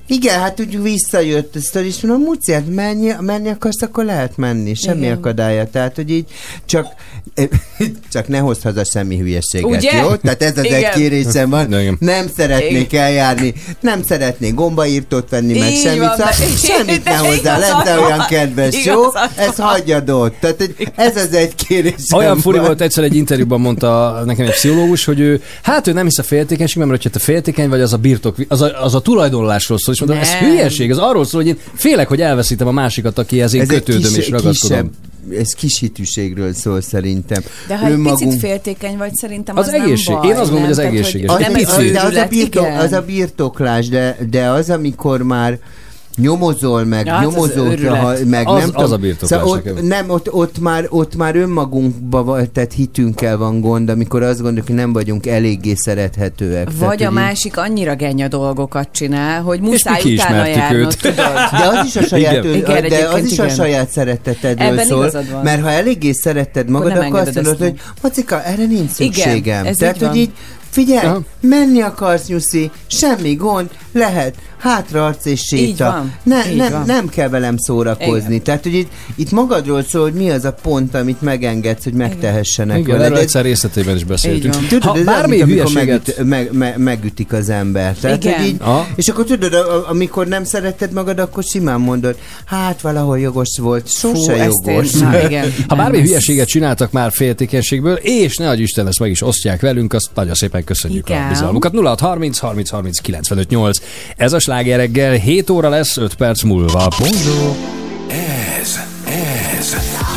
Igen, hát úgy visszajött ezt, és mondom, Muci, hát menni, menni akarsz, akkor lehet menni, semmi Igen. akadálya, tehát, hogy így csak, csak ne hozd haza semmi hülyeséget, Ugye? jó? Tehát ez az Igen. egy kérésem van, Igen. nem szeretnék eljárni, nem szeretnék gombaírtót venni, meg Így semmit, van, szóval de- semmit de ne hozzá, igazad lesz van. olyan kedves, jó? Igazad van. Ezt hagyjad ott. Tehát hogy ez az egy kérésem Olyan furi van. volt, egyszer egy interjúban mondta nekem egy pszichológus, hogy ő, hát ő nem hisz a féltékenységben, mert hogyha te féltékeny vagy, az a birtok, az a, az a tulajdonlásról szól. És mondom, ez Nem. hülyeség, ez arról szól, hogy én félek, hogy elveszítem a másikat, akihez én Ez egy kötődöm kis- és ragaszkodom. kisebb- ez kis hitűségről szól szerintem. De ha egy Önmagunk- picit féltékeny vagy, szerintem az, Az egészség. nem baj. Én azt gondolom, hogy az nem? Tehát, egészséges. hogy Egy nem picit. egy de az a, őrület, birtok, igen. az a birtoklás, de, de az, amikor már nyomozol meg, Ja, hát az nyomozol, őrület. ha, meg Az- nem az tudom. a birtoklás Szóval ott, nekem. nem, ott, ott, már, ott már önmagunkba van, tehát hitünkkel van gond, amikor azt gondoljuk, hogy nem vagyunk eléggé szerethetőek. Vagy tehát, a hogy másik annyira genya dolgokat csinál, hogy mi muszáj utána kiismertük járnod, őt. tudod? De az is a saját, Igen. ön, Igen, de az egyébként is a igen. saját szeretetedről Ebben szól, igazad van. mert ha eléggé szereted magad, nem akkor azt engeded mondod, ezt hogy Macika, erre nincs Igen, szükségem. ez Tehát, így hogy van. így figyelj, Aha. menni akarsz, Nyuszi, semmi gond, lehet, hátra arc és séta. Így van, Ne, így nem, van. nem kell velem szórakozni. Igen. Tehát, hogy itt, itt magadról szól, hogy mi az a pont, amit megengedsz, hogy megtehessenek Igen, veled. erről Ez- egyszer részletében is beszéltünk. Így van. Tudod, Ha ez bármi az, mint amikor hülyeséget... megüt, meg, meg, megütik az ember. Tehát, Igen. hogy így, Aha. és akkor tudod, a- a- amikor nem szeretted magad, akkor simán mondod, hát valahol jogos volt, sose ezt jogos. én- Na, igen. Ha Nem, bármi ez- hülyeséget csináltak már féltékenységből, és ne adj Isten, ezt meg is osztják velünk, azt nagyon szépen köszönjük Igen. a bizalmukat. nulla hat harminc harminc harminc kilencvenöt nyolc. Ez a Sláger reggel, hét óra lesz, öt perc múlva. Bonjour! Ez, ez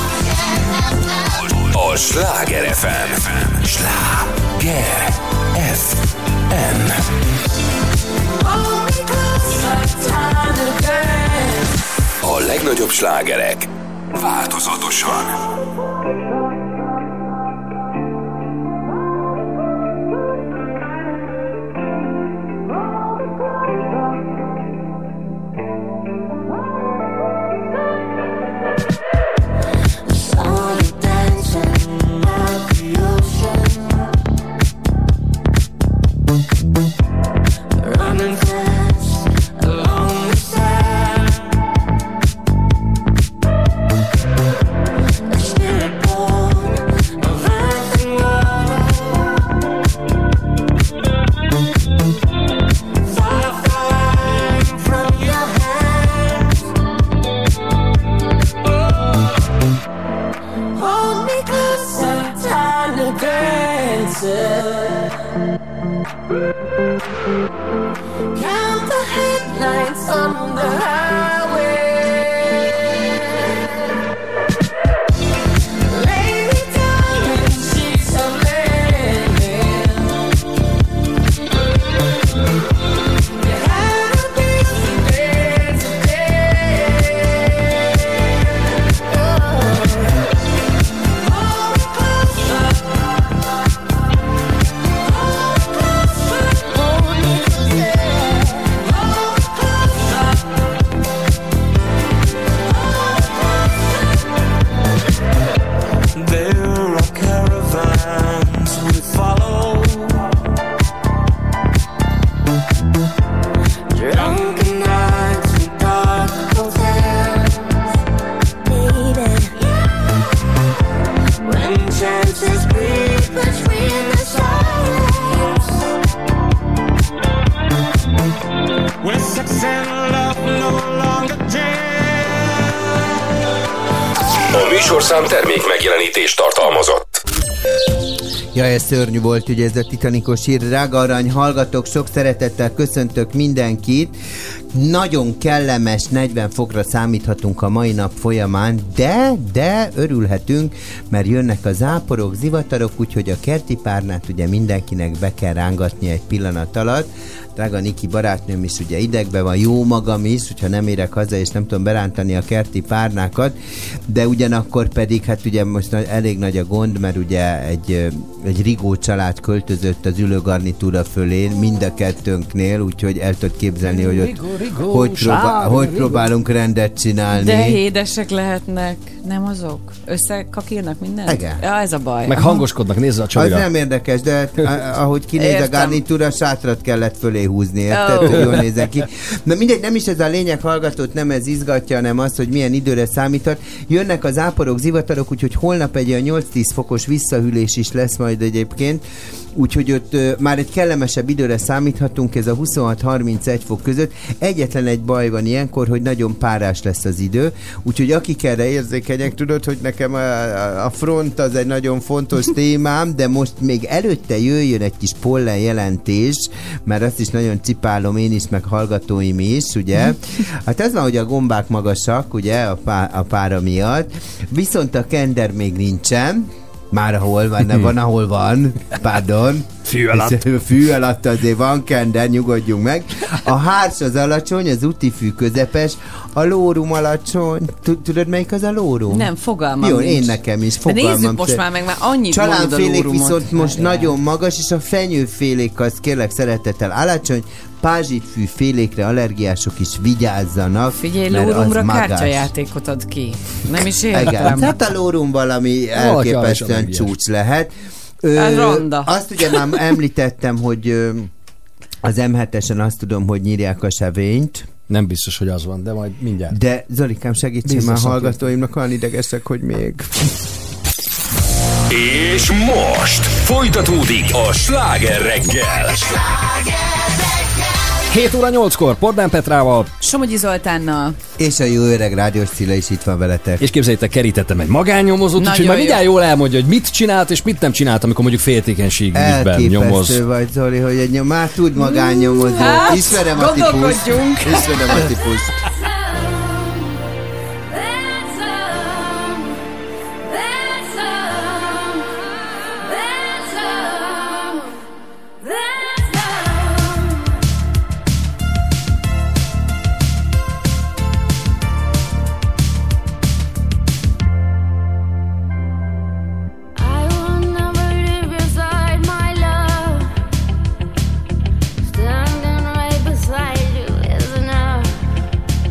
a Sláger ef em. Sláger ef em. A legnagyobb slágerek változatosan. Running fast along the sand. A spirit born of earth and water. Fire flying from your hands. Hold me closer, time to dance. Count the headlights on the highway. Lay me down in sheets of linen. You had a beautiful day today. Oh. Hold me closer. There are caravans we follow. Drunken nights and dark hotels, baby. When chances breathe between the silence. Where sex and love no longer dare. A műsorszám termék megjelenítést tartalmazott. Ja, ez szörnyű volt, ugye ez a titanikos hír. Drága arany, hallgatok, sok szeretettel köszöntök mindenkit. Nagyon kellemes negyven fokra számíthatunk a mai nap folyamán, de, de örülhetünk, mert jönnek a záporok, zivatarok, úgyhogy a kerti párnát ugye mindenkinek be kell rángatni egy pillanat alatt. Drága Niki barátnőm is ugye idegben van, jó magam is, hogyha nem érek haza, és nem tudom berántani a kerti párnákat, de ugyanakkor pedig, hát ugye most elég nagy a gond, mert ugye egy, egy Rigó család költözött az ülőgarnitúra fölé, mind a kettőnknél, úgyhogy el tudod képzelni, hogy ott Rigó, rigó, hogy, próbál, sár, hogy rigó. próbálunk rendet csinálni. De édesek lehetnek, nem azok? Összekakírnak mindent? Igen. Ja, ez a baj. Meg Aha. hangoskodnak, nézze a Az csavira. nem érdekes, de a- ahogy kinéz a Értem. garnitúra, sátrat kellett fölé húzni, érted, Oh. hogy jól nézzen ki. Na mindegy, nem is ez a lényeg, hallgatót nem ez izgatja, hanem az, hogy milyen időre számíthat. Jönnek az záporok, zivatarok, úgyhogy holnap egy olyan nyolc-tíz fokos visszahűlés is lesz majd egyébként, úgyhogy ott ö, már egy kellemesebb időre számíthatunk, ez a huszonhat-harmincegy fok között. Egyetlen egy baj van ilyenkor, hogy nagyon párás lesz az idő, úgyhogy akik erre érzékenyek, tudod, hogy nekem a, a front az egy nagyon fontos témám, de most még előtte jöjjön egy kis pollen jelentés, mert azt is nagyon cipálom én is, meg hallgatóim is, ugye? Hát ez van, hogy a gombák magasak, ugye, a, pá, a pára miatt, viszont a kender még nincsen, már ahol van, nem van, ahol van, pardon. Fű alatt. Fű alatt azért van kender, nyugodjunk meg. A hárs az alacsony, az útifű közepes, a lórum alacsony. Tudod, melyik az a lórum? Nem, fogalmam Jó, nincs. én nekem is, De fogalmam. nézzük most már meg, már annyit mondod a Csalánfélék lórumot. viszont most Várjál. nagyon magas, és a fenyőfélék az kérlek szeretettel alacsony, pázsitfű félékre allergiások is vigyázzanak. Figyelj, mert az lórumra magas. kártyajátékot ad ki. Nem is Igen, értem. hát a lórum valami is elképesztően allergiás. csúcs lehet. Ö, A ronda. Azt ugye már említettem, hogy ö, az em hetesen azt tudom, hogy nyírják a sevényt, Nem biztos, hogy az van, de majd mindjárt. de Zolikám, segítsél Biztos, már hogy- hallgatóimnak, olyan idegesek, hogy még. És most folytatódik a Sláger reggel. hét óra nyolckor Pordán Petrával, Somogyi Zoltánnal. És a jó öreg rádiós Cilla is itt van veletek. és képzeljétek, kerítettem egy magánnyomozót, Nagyon úgyhogy már jó. mindjárt jól elmondja, hogy mit csinált és mit nem csinált, amikor mondjuk féltékenységügyben nyomoz. Elképesztő vagy, Zoli, hogy egy nyom, már tud magánnyomozó. Hát, Ismerem a típust. gondolkodjunk. Ismerem a típust. I will never leave your side, my love. Standing right beside you is enough.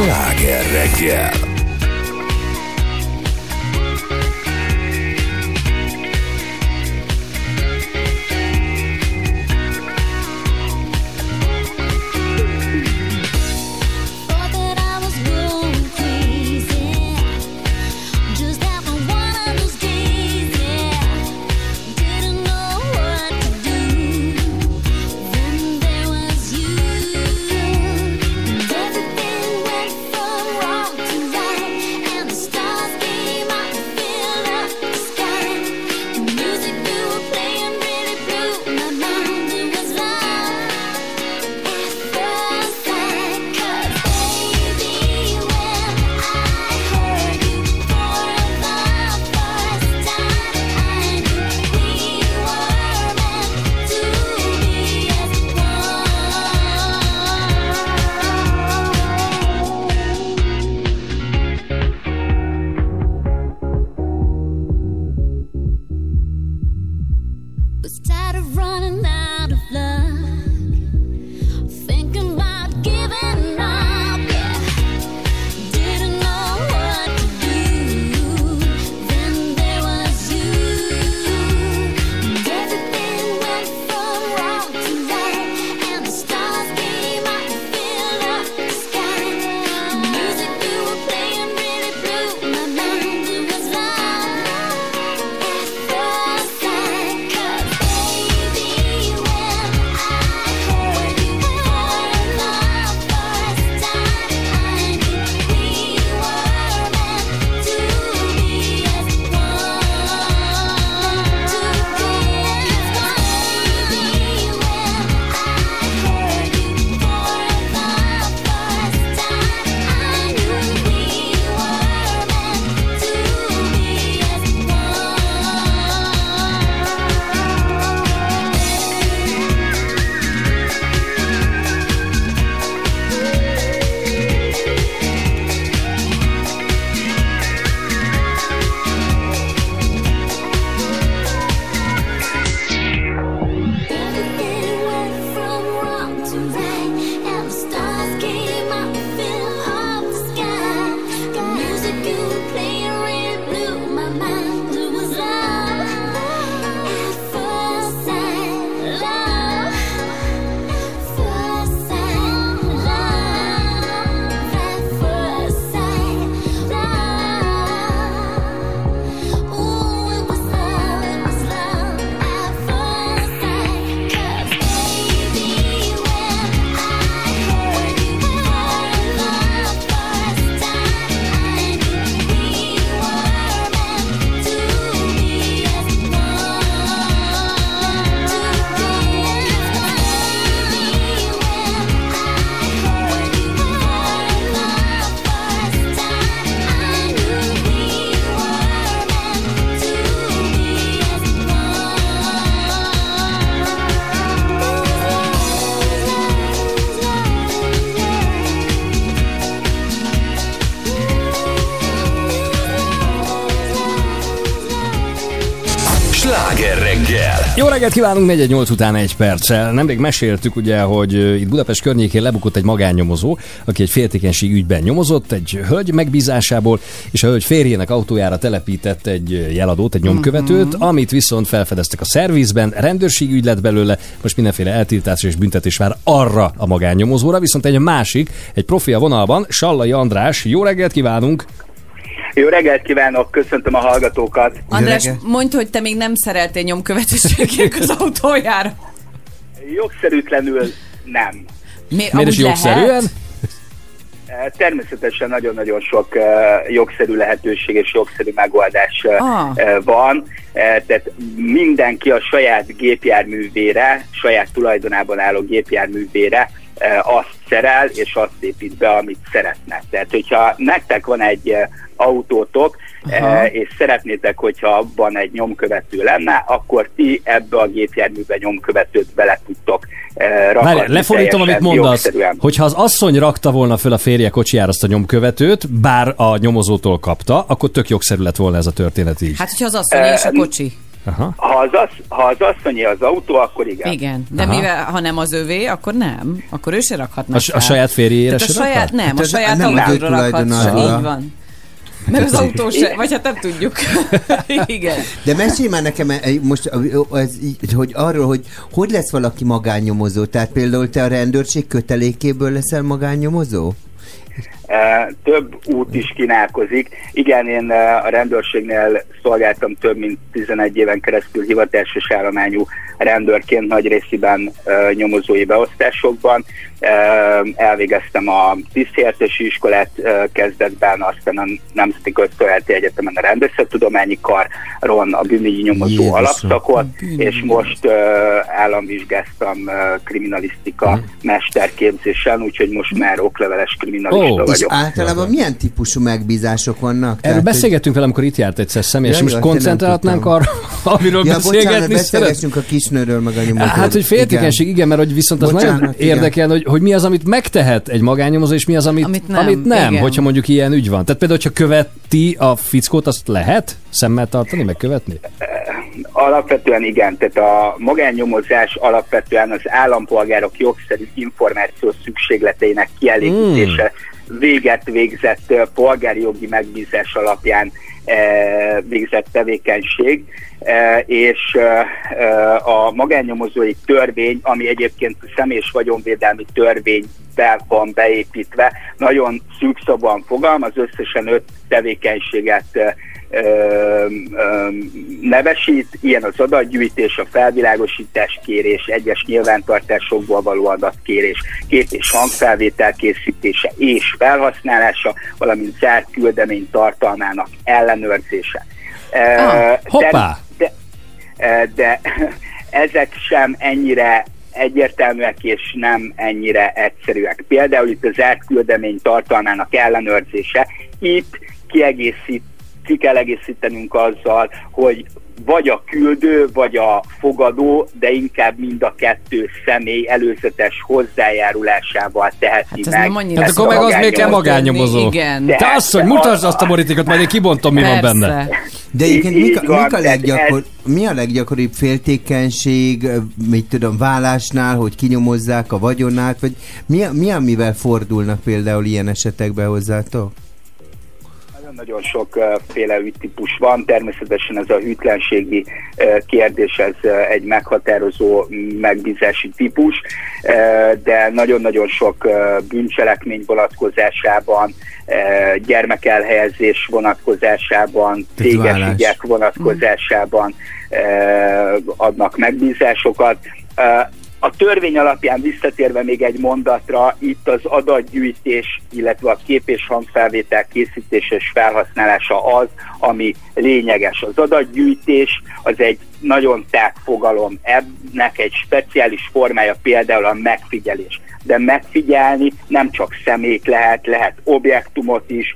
Sláger reggel. Sláger reggel. Jó reggelt kívánunk, negyven nyolc után egy perccel. Nemrég meséltük ugye, hogy itt Budapest környékén lebukott egy magánnyomozó, aki egy féltékenység ügyben nyomozott egy hölgy megbízásából, és a hölgy férjének autójára telepített egy jeladót, egy nyomkövetőt, mm-hmm. amit viszont felfedeztek a szervizben, rendőrségi ügy lett belőle, most mindenféle eltiltás és büntetés vár arra a magánnyomozóra, viszont egy másik, egy profi a vonalban, Sallai András. Jó reggelt kívánunk! Jó reggelt kívánok, köszöntöm a hallgatókat. András, mondd, hogy te még nem szereltél nyomkövetőségek az autójára. Jogszerűtlenül nem. Mi, Miért is jogszerűen? Természetesen nagyon-nagyon sok uh, jogszerű lehetőség és jogszerű megoldás uh, ah. uh, van. Uh, tehát mindenki a saját gépjárművére, saját tulajdonában álló gépjárművére uh, azt szerel és azt épít be, amit szeretne. Tehát, hogyha nektek van egy uh, autótok, uh, és szeretnétek, hogyha abban egy nyomkövető lenne, akkor ti ebbe a gépjárműbe nyomkövetőt bele tudtok uh, rakni. Várj, lefordítom, amit mondasz, hogyha az asszony rakta volna föl a férje kocsijára azt a nyomkövetőt, bár a nyomozótól kapta, akkor tök jogszerű lett volna ez a történet így. Hát, hogyha az asszony és a kocsi. Aha. Ha az, az, ha az asszonyé az autó, akkor igen. Igen, de Aha. mivel, ha nem az övé, akkor nem. Akkor ő se rakhatna A, fel. a saját férjére Tehát a se saját, rakhat? nem, Hát a ez saját nem az ő autóra rakhat. tulajdonalja. Így van. Meg az autó se, vagy hát nem tudjuk. Igen. De mesélj már nekem eh, most, az, így, hogy arról, hogy hogy lesz valaki magánnyomozó? Tehát például te a rendőrség kötelékéből leszel magánnyomozó? Uh, több út is kínálkozik. Igen, én uh, a rendőrségnél szolgáltam több mint tizenegy éven keresztül hivatásos állományú rendőrként, nagy részében uh, nyomozói beosztásokban. Uh, elvégeztem a tiszthelyettesi iskolát uh, kezdetben, aztán a Nemzeti Közszolgálati Egyetemen a rendészettudományi karon a bűnügyi nyomozó Jézusom. alapszakot, és most uh, államvizsgáztam uh, kriminalisztika Hmm. mesterképzésen, úgyhogy most már okleveles kriminalista Ó, vagyok. És általában milyen típusú megbízások vannak? Erről Tehát, beszélgettünk vele, amikor itt járt egyszer személy, és Ja, most jó, azt én nem koncentrálhatnánk tudtam. arra, amiről Ja, bocsánat, beszélgetni szeret. beszélgessünk a kisnőről, meg a nyomozóról. Hát, hogy féltékenység, igen, mert hogy viszont az Bocsánat, nagyon igen. érdekel, hogy, hogy mi az, amit megtehet egy magánnyomozó, és mi az, amit, Amit nem, amit nem igen. hogyha mondjuk ilyen ügy van. Tehát például, hogyha követi a fickót, azt lehet szemmel tartani, meg követni? Alapvetően igen, tehát a magánnyomozás alapvetően az állampolgárok jogszerű információs szükségleteinek kielégítése véget végzett ö, polgári jogi megbízás alapján e, végzett tevékenység, e, és e, a magánnyomozói törvény, ami egyébként a személyes vagyonvédelmi törvénybe van beépítve, nagyon szűkszabban fogalmaz, összesen öt tevékenységet e, Ö, ö, nevesít, ilyen az adatgyűjtés, a felvilágosítás kérés, egyes nyilvántartásokból való adatkérés, kép- és hangfelvétel készítése és felhasználása, valamint zárt küldemény tartalmának ellenőrzése. Ah, hoppá! De, de, de ezek sem ennyire egyértelműek és nem ennyire egyszerűek. Például itt az zárt küldemény tartalmának ellenőrzése, itt kiegészít ki kell egészítenünk azzal, hogy vagy a küldő, vagy a fogadó, de inkább mind a kettő személy előzetes hozzájárulásával teheti Hát ez meg. nem annyira Hát ezt akkor a meg az még kell magánnyomozót. magánnyomozó. Igen. De- Te asszony, mutasd azt a borítékot, majd én kibontom, mi van Persze. benne. De egyébként Így mik, a- van, mik, a tehát leggyakor, mi a leggyakoribb féltékenység, mit tudom, vállásnál, hogy kinyomozzák a vagyonát, vagy mi, mi amivel fordulnak például ilyen esetekben hozzátok? Nagyon sokféle ügytípus van, természetesen ez a hűtlenségi eh, kérdés, ez eh, egy meghatározó megbízási típus, eh, de nagyon-nagyon sok eh, bűncselekmény vonatkozásában, eh, gyermekelhelyezés vonatkozásában, céges vállás. ügyek vonatkozásában eh, adnak megbízásokat. Eh, A törvény alapján visszatérve még egy mondatra, itt az adatgyűjtés, illetve a kép- és hangfelvétel készítése és felhasználása az, ami lényeges. Az adatgyűjtés az egy nagyon tág fogalom, ennek egy speciális formája például a megfigyelés. De megfigyelni nem csak szemét lehet, lehet objektumot is,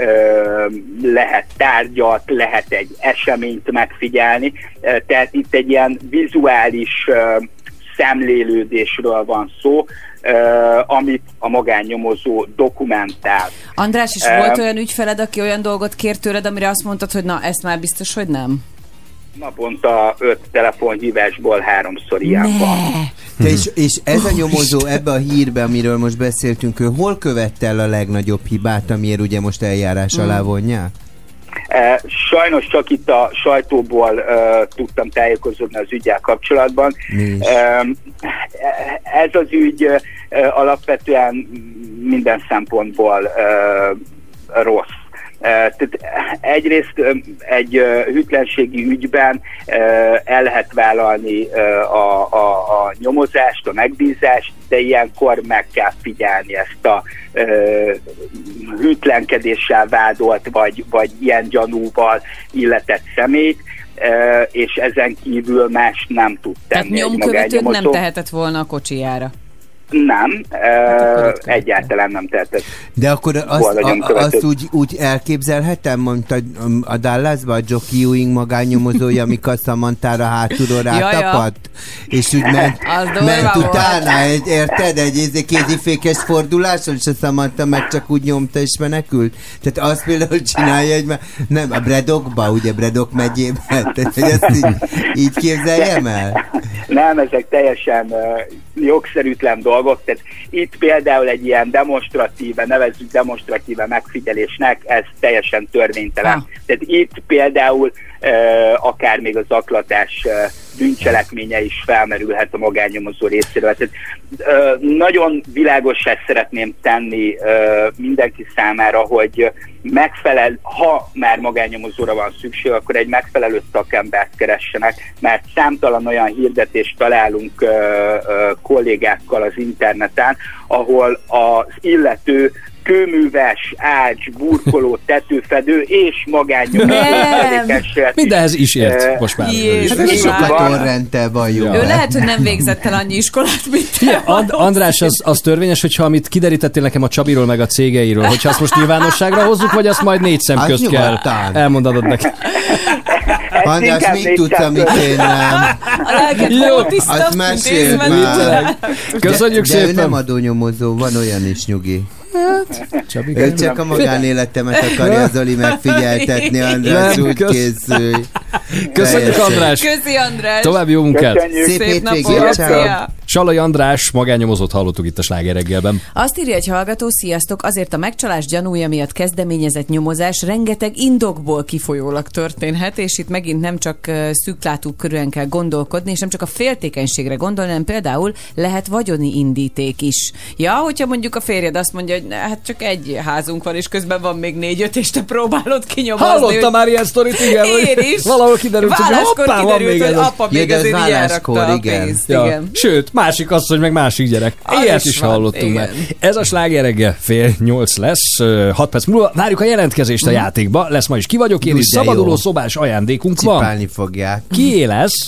lehet tárgyat, lehet egy eseményt megfigyelni, tehát itt egy ilyen vizuális szemlélődésről van szó, uh, amit a magánnyomozó dokumentál. András, és Um, volt olyan ügyfeled, aki olyan dolgot kért tőled, amire azt mondtad, hogy na, ezt már biztos, hogy nem? Naponta öt telefonhívásból háromszor ilyen van. Te és, és ez a nyomozó ebbe a hírbe, amiről most beszéltünk, ő hol követte el a legnagyobb hibát, amiért ugye most eljárás alá vonják? Uh, sajnos csak itt a sajtóból uh, tudtam tájékozódni az üggyel kapcsolatban. Uh, ez az ügy uh, alapvetően minden szempontból uh, rossz. Uh, tehát egyrészt uh, egy uh, hűtlenségi ügyben uh, el lehet vállalni uh, a, a, a nyomozást, a megbízást, de ilyenkor meg kell figyelni ezt a uh, hűtlenkedéssel vádolt, vagy, vagy ilyen gyanúval illetett személyt, uh, és ezen kívül más nem tud tenni. Tehát egy nyomkövetőd nem magánnyomozó. tehetett volna a kocsijára. Nem, uh, egyáltalán nem, tehát ez De akkor azt, volna a, nyomkövető. azt úgy, úgy elképzelhetem, mondta a Dallasban a Jockey Ewing magánnyomozója, amik a Samanthára hátulról rátapadt, és úgy ment, Az durva ment volt. utána, egy, érted, egy egy kézifékes forduláson, és a Samantha meg csak úgy nyomta és menekült. Tehát azt például csinálja, hogy már, nem, a Braddockba, ugye Braddock megyében, tehát hogy ezt így, így képzeljem el? Nem, ezek teljesen uh, jogszerűtlen dolgok, tehát itt például egy ilyen demonstratíve, nevezzük demonstratíve megfigyelésnek, ez teljesen törvénytelen. Ha. Tehát itt például uh, akár még a zaklatás uh, bűncselekménye is felmerülhet a magánnyomozó részéről. Tehát, uh, nagyon világossá szeretném tenni uh, mindenki számára, hogy megfelel, ha már magánnyomozóra van szükség, akkor egy megfelelő szakembert keressenek, mert számtalan olyan hirdetést találunk uh, uh, kollégákkal az interneten, ahol az illető kőműves, ágy, burkoló, tetőfedő és magánnyomozó tevékenységet. Mindenhez is ért Eh, most már. Jézus. Ő Hát is. sokat Van. orrendtel van jó. Ő lehet, hogy nem végzett el annyi iskolát, mint te. And- András, az, az törvényes, hogyha amit kiderítettél nekem a Csabiról meg a cégeiről, hogyha azt most nyilvánosságra hozzuk, vagy azt majd négy szem Az közt kell nyugodtan. elmondanod neki. Ezt András, inkább mit négy tudsz, szem amit közt. én nem? A lelked Jó, holtiszta, azt meséld intézmény. már. Köszönjük de, de ő szépen. nem adónyomozó, van olyan is, nyugi. Csabi, Ő csak a magánéletemet akarja Zoli megfigyeltetni, András, Nem, úgy kösz- készülj. Köszönjük, Teljesen. András. Köszi, András. További jó munkát. Köszönjük. Szép Szép hétvégét, napot. ciao. Szia. Salai András magánnyomozót hallottuk itt a Sláger reggelben. Azt írja egy hallgató, sziasztok, azért a megcsalás gyanúja miatt kezdeményezett nyomozás rengeteg indokból kifolyólag történhet, és itt megint nem csak uh, szűklátókörűen kell gondolkodni, és nem csak a féltékenységre gondolni, hanem például lehet vagyoni indíték is. Ja, hogyha mondjuk a férjed azt mondja, hogy ne, hát csak egy házunk van, és közben van még négy-öt, és te próbálod kinyomozni. Hallottam hogy- már ilyen sztorit, igen. Én hogy is. Valahol kiderült, hogy Váláskor hoppá, van még kiderült, hogy ez. apa Ja, még de ez azért így váláskor, elrakta a igen. pénzt. Ja. Igen. Sőt, másik asszony, meg másik gyerek. Az Ilyet is is van, hallottunk igen. már. Ez a Sláger reggel fél nyolc lesz, ö, hat perc múlva. Várjuk a jelentkezést a játékba. Lesz ma is Ki vagyok én, Úgy, és de jó. szabaduló szobás ajándékunk van. Cipálni fogják. Kié lesz?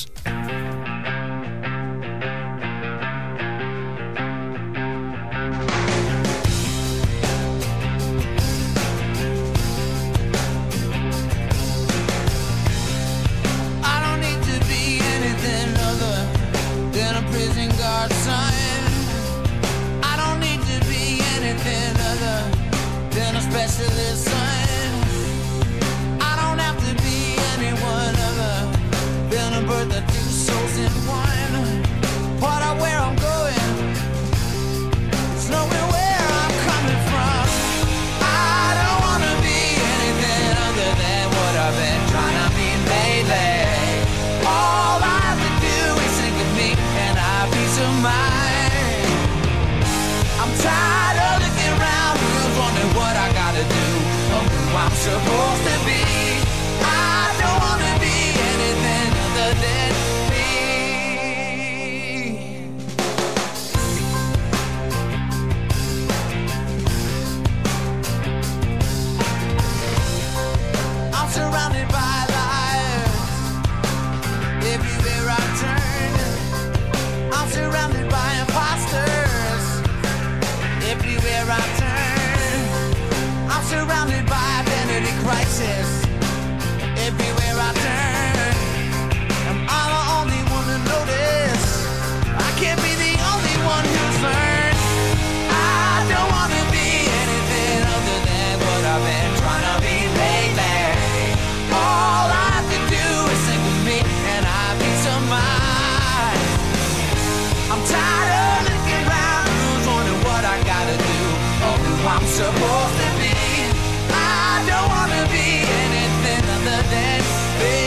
I don't need to be anything other than a prison guard son. I don't need to be anything other than a specialist son. I don't have to be anyone other than a bird that two souls in one. Part of where I'm going, it's knowing where I'm coming from. I don't wanna be anything other than what I've been trying to be lately. All I have to do is think of me and have peace of mind. I'm tired of looking around, who's wondering what I gotta do, or who I'm supposed to be. I don't wanna be anything other than me. I'm surrounded by lies everywhere I turn. I'm surrounded by imposters everywhere I turn. I'm surrounded by identity crisis everywhere I turn. Am I the only one to notice? I can't be the only one who's learned. I don't wanna be anything other than what I've been trying to be lately. All I have to do is think of me and have peace of mind. I'm tired of looking around, who's wondering what I gotta do, or who I'm supposed to be. I don't wanna be anything other than me.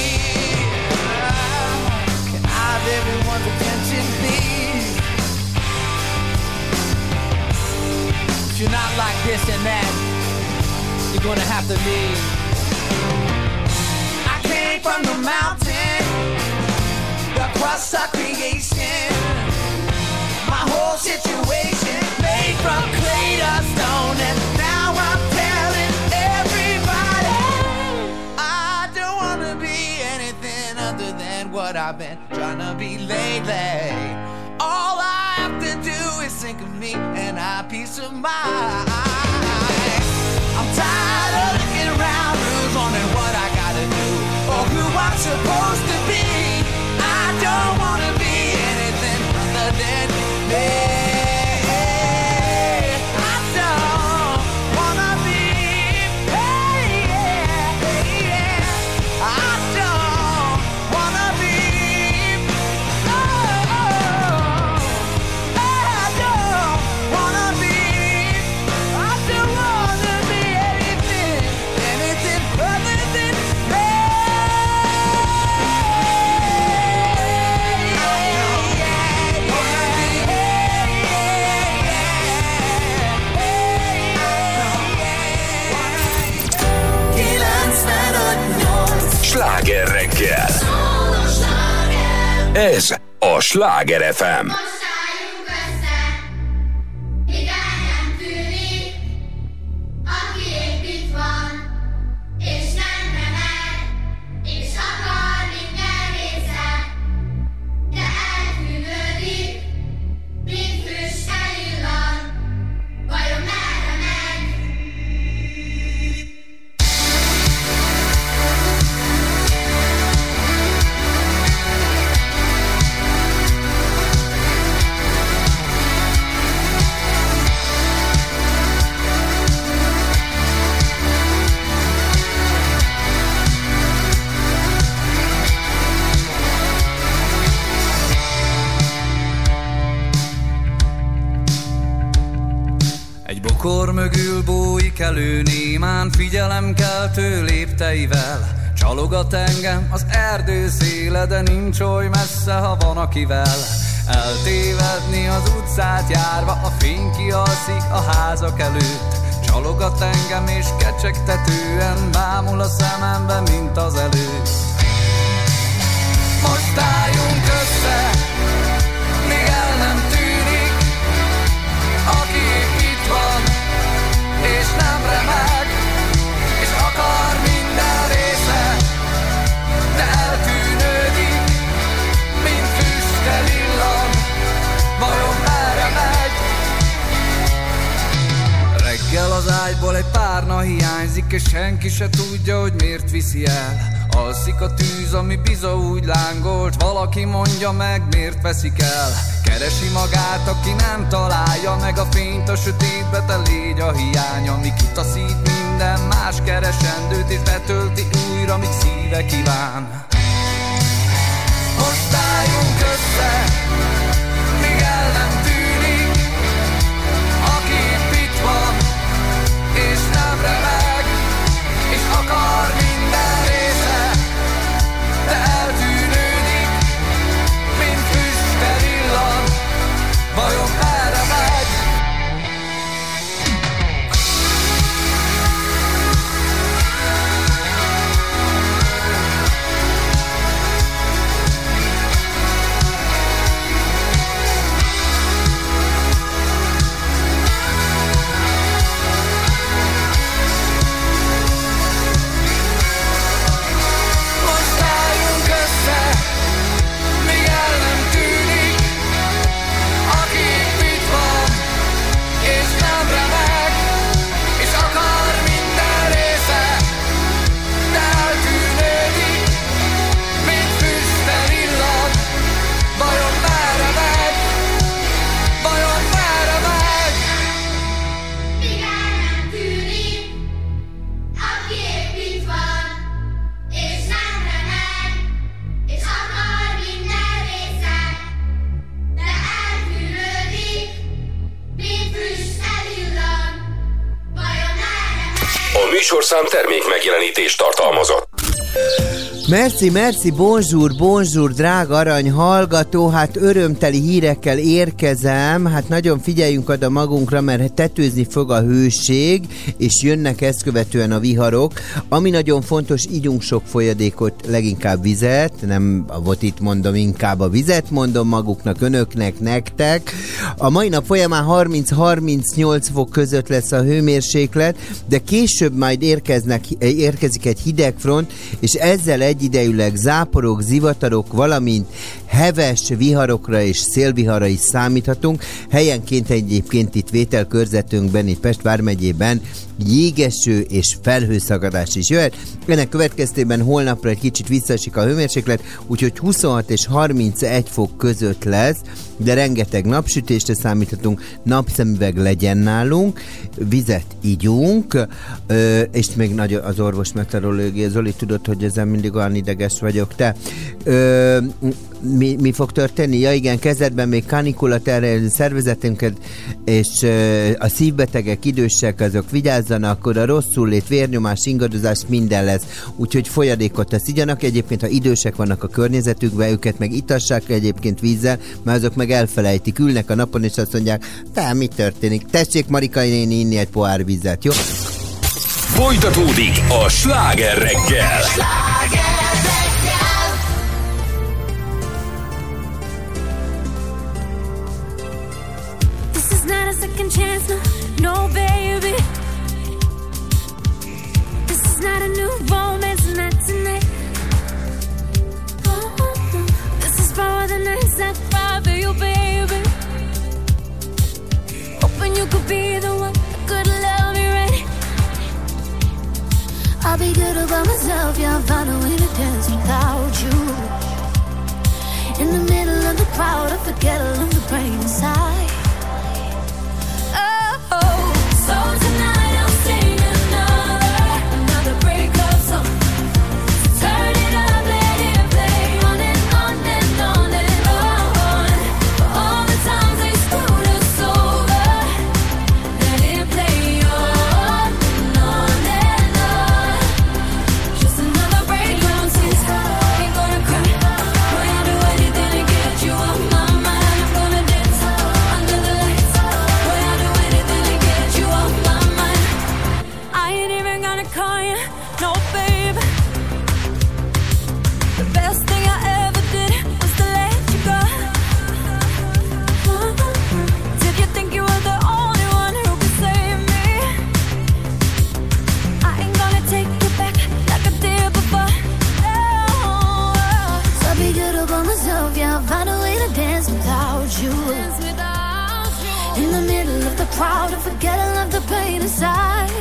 Can I have everyone's attention, please? If you're not like this and that, you're gonna have to leave. I came from the mountain, the crust of creation. My whole situation made from clay to stone, and now I'm telling everybody I don't wanna be anything other than what I've been trying to be lately. All I have to do is think of me and our peace of mind. I'm tired of looking around, who's wondering what I gotta do or who I'm supposed to be. I don't wanna be anything other than me. Sláger reggel. Ez a Sláger ef em. Bokor mögül bújik elő némán, figyelemkeltő lépteivel. Csalogat engem az erdő széle, de nincs oly messze, ha van akivel. Eltévedni az utcát járva, a fény kialszik a házak előtt. Csalogat engem és kecsegtetően bámul a szemembe, mint az előtt. Most álljunk össze, még el nem tűnik, aki itt van, és nem remeg, és akar minden része, de eltűnődik, mint füstel illan, vajon merre megy? Reggel az ágyból egy párna hiányzik, és senki se tudja, hogy miért viszi el. Alszik a tűz, ami biza úgy lángolt, valaki mondja meg, miért veszik el. Keresi magát, aki nem találja meg a fényt, a sötétbe, te légy a hiány, ami kitaszít minden más keresendőt, és betölti újra, míg szíve kíván. Most álljunk össze, míg el nem tűnik, aki itt van, és nem remeg, és akar minden része, de eltűnődik, mint füstel illan, vajon merre megy? Műsorszám termék megjelenítést tartalmazott. Merci, merci, bonjour, bonjour, drága arany hallgató, hát örömteli hírekkel érkezem, hát nagyon figyeljünk oda magunkra, mert tetőzni fog a hőség, és jönnek ezt követően a viharok. Ami nagyon fontos, ígyunk sok folyadékot, leginkább vizet, nem a votit mondom, inkább a vizet mondom maguknak, önöknek, nektek. A mai nap folyamán harminc-harmincnyolc fok között lesz a hőmérséklet, de később majd érkeznek, érkezik egy hidegfront, és ezzel egyidejűleg záporok, zivatarok, valamint heves viharokra és szélviharra is számíthatunk. Helyenként egyébként itt vételkörzetünkben, itt Pest vármegyében jégeső és felhőszagadás is jöhet. Ennek következtében holnapra egy kicsit visszaesik a hőmérséklet, úgyhogy huszonhat és harmincegy fok között lesz, de rengeteg napsütésre számíthatunk, napszemüveg legyen nálunk, vizet igyunk, ö, és még nagyon az orvos meteorológia, Zoli, tudod, hogy ezen mindig olyan ideges vagyok, te. Ö, mi, mi fog történni? Ja igen, kezdetben még kanikula terhelő szervezetünket, és ö, a szívbetegek, idősek, azok vigyázzanak, akkor a rosszul-lét, vérnyomás, ingadozás, minden lesz. Úgyhogy folyadékot teszigyanak. Egyébként, ha idősek vannak a környezetükben, őket meg itassák egyébként vízzel, mert azok meg elfelejtik, ülnek a napon, és azt mondják, te, mi történik? Tessék, Marika néni inni egy pohár vizet, jó? Folytatódik a Sláger reggel. This is not a second chance, no, no baby. This is not a new romance, not tonight. Oh, oh, oh. This is for the nights I cry for you, baby. Hoping you could be the one that could love me right. I'll be good about myself, yeah, I'll find a way to dance without you. In the middle of the crowd, I forget all of the pain inside. Oh, oh. So tonight I'll sing another, another breakup song. Turn it up, let it play on and on and on and on. For all the times they screwed us over, let it play on and on and on. Just another breakup song. Ain't gonna cry, boy, I'll do anything to get you off my mind. I'm gonna dance under the lights, boy, I'll do anything to get you off my mind. I ain't even gonna call you, no babe. The best thing I ever did was to let you go. Did you think you were the only one who could save me? I ain't gonna take you back like I did before. Oh, so I'll be good about myself, yeah, I'll find a way to dance without you. In the middle of the crowd, I forget all of the pain inside.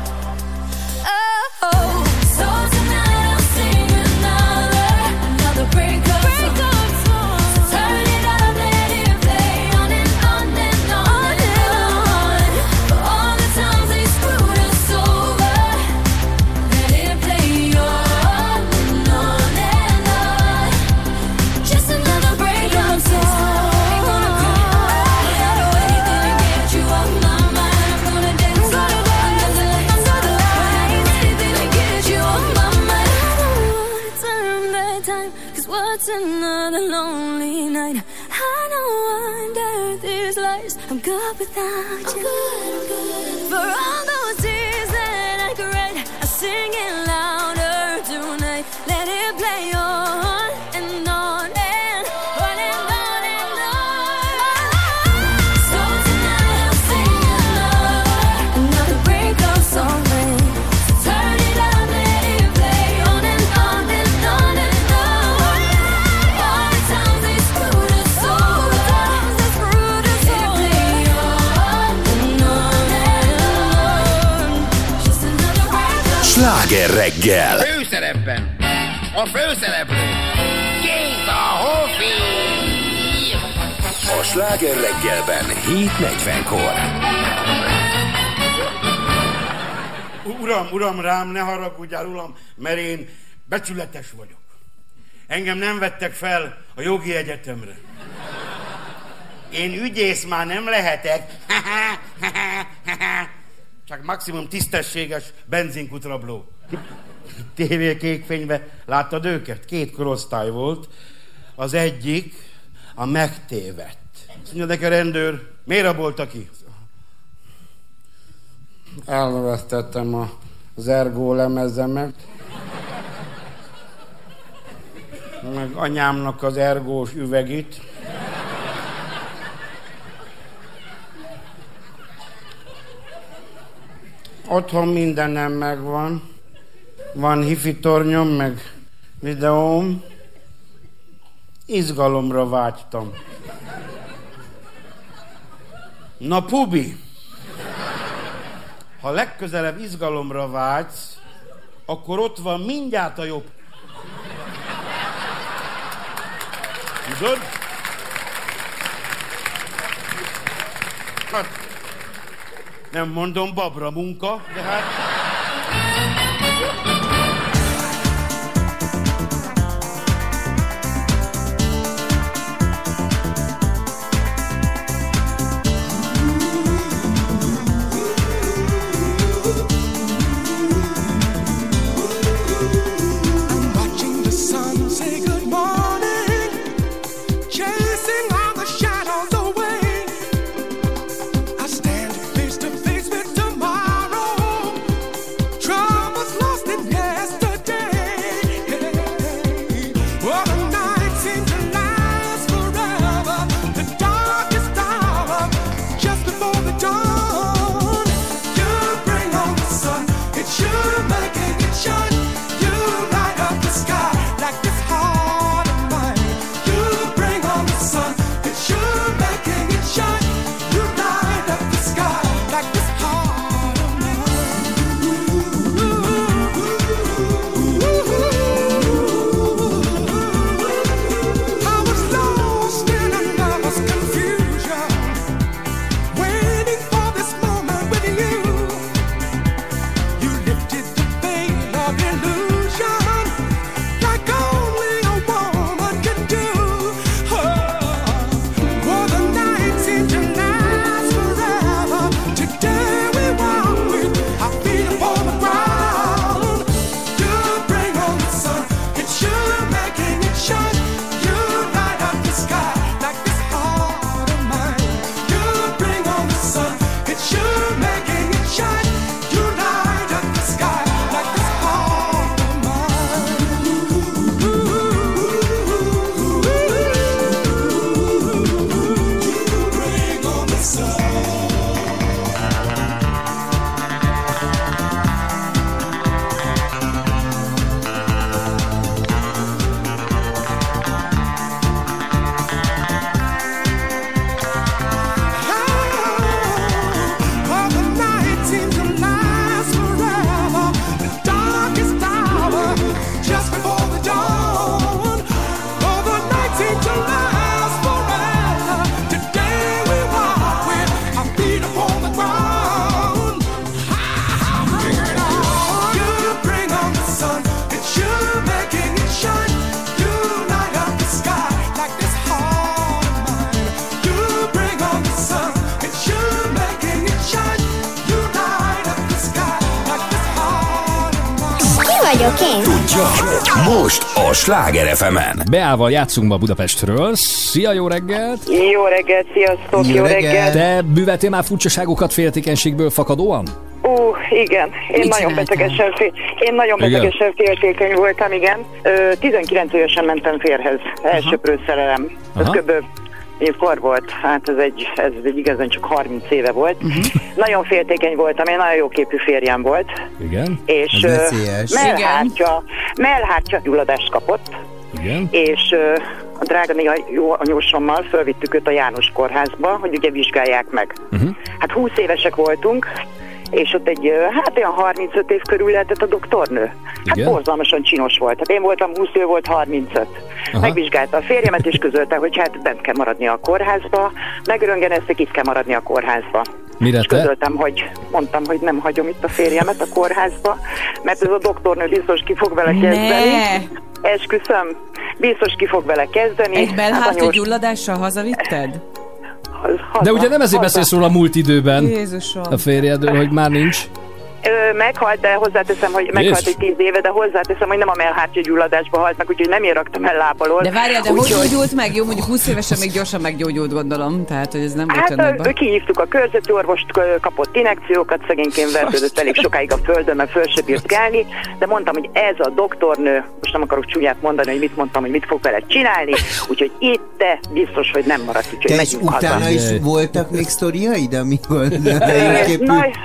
Oh, oh. So tonight I'll sing another, another breakup song. So turn it up, let it play on and on and on and on. For all the times they screwed us over, let it play on and on and on. Just another breakup song. Ain't gonna cry, I'll do anything to get you off my mind. I'm gonna dance under the lights, anything to get you off my mind. I don't wanna turn back time, 'cause what's another lonely night? I know under these lights I'm good without you. For all those tears that I cried, I'm singing louder tonight. Let it play on and on and on and on and on. So tonight I'll sing another, another breakup song. Turn it up, let it play on and on and on and on. All the times they screwed us over, they screwed us over. Let it play on and on and on. Just another breakup. Sláger reggel. Főszerepben a főszereplő Két a Hofi. A Sláger reggelben hét negyvenkor. Uram, uram, rám ne haragudjál, uram, mert én becsületes vagyok. Engem nem vettek fel a jogi egyetemre. Én ügyész már nem lehetek. Csak maximum tisztességes benzinkutrabló. té vé kékfénybe láttad őket? Két korosztály volt. Az egyik a megtévedt. Azt mondja neki a rendőr, miért rabolta ki? Elvesztettem a, az ergó lemezemet. Meg anyámnak az ergós üvegit. Otthon mindenem megvan. Van hifi tornyom, meg videóm. Izgalomra vágytam. Na, Pubi, ha legközelebb izgalomra vágysz, akkor ott van mindjárt a jobb. Tudod? Hát, nem mondom babra munka, de hát... vagyok én. Tudja, most a Sláger ef emen. Beával játszunk ma Budapestről. Szia, jó reggelt! Jó reggelt, sziasztok, jó, jó reggelt! reggelt. Te bűveltél már furcsaságokat féltékenységből fakadóan? Ó, uh, igen. Én Mit nagyon betegesen, fél, én nagyon betegesen féltékeny voltam, igen. Ö, tizenkilenc évesen mentem férhez. Elsöprő szerelem. Ez kb. Évkor volt, hát ez egy, ez egy igazán csak harminc éve volt. Uh-huh. Nagyon féltékeny voltam, én nagyon jó képű férjem volt. Igen. És mellhártya, mellhártya gyulladást kapott. Igen. És uh, a drága néha jó anyósommal fölvittük őt a János kórházba, hogy ugye vizsgálják meg. Uh-huh. Hát húsz évesek voltunk, és ott egy, hát olyan harmincöt év körül lehetett a doktornő. Hát igen? Borzalmasan csinos volt. Hát én voltam húsz, ő volt harmincöt. Aha. Megvizsgálta a férjemet, és közölte, hogy hát bent kell maradni a kórházba, megröntgenezték, itt kell maradni a kórházba. Mire és te? Közöltem, hogy mondtam, hogy nem hagyom itt a férjemet a kórházba, mert ez a doktornő biztos ki fog vele kezdeni. Ne. Esküszöm, biztos ki fog vele kezdeni. Egy mellhártya hát gyulladással hazavitted? Haza, De ugye nem ezért beszélsz róla a múlt időben, Jézusom. A férjedről, hogy már nincs. Ö, meghalt, de hozzáteszem, hogy meghalt egy tíz éve, de hozzáteszem, hogy nem a mellhártya gyulladásba halt meg, úgyhogy nem én raktam el lábalól. De várjál, de hogy gyógyult meg? Jó, mondjuk húsz évesen még gyorsan meggyógyult, gondolom, tehát hogy ez nem volt olyan nagyban. Hát kihívtuk a körzeti orvost, kapott injekciókat, szegényként vergődött elég sokáig a földön, mert föl se bírt kelni, de mondtam, hogy ez a doktornő, most nem akarok csúnyát mondani, hogy mit mondtam, hogy mit fog vele csinálni, úgyhogy itt te biztos, hogy nem maradsz, úgyhogy megyünk haza. És utána is voltak még sztoriaid, amikor nagyon képű?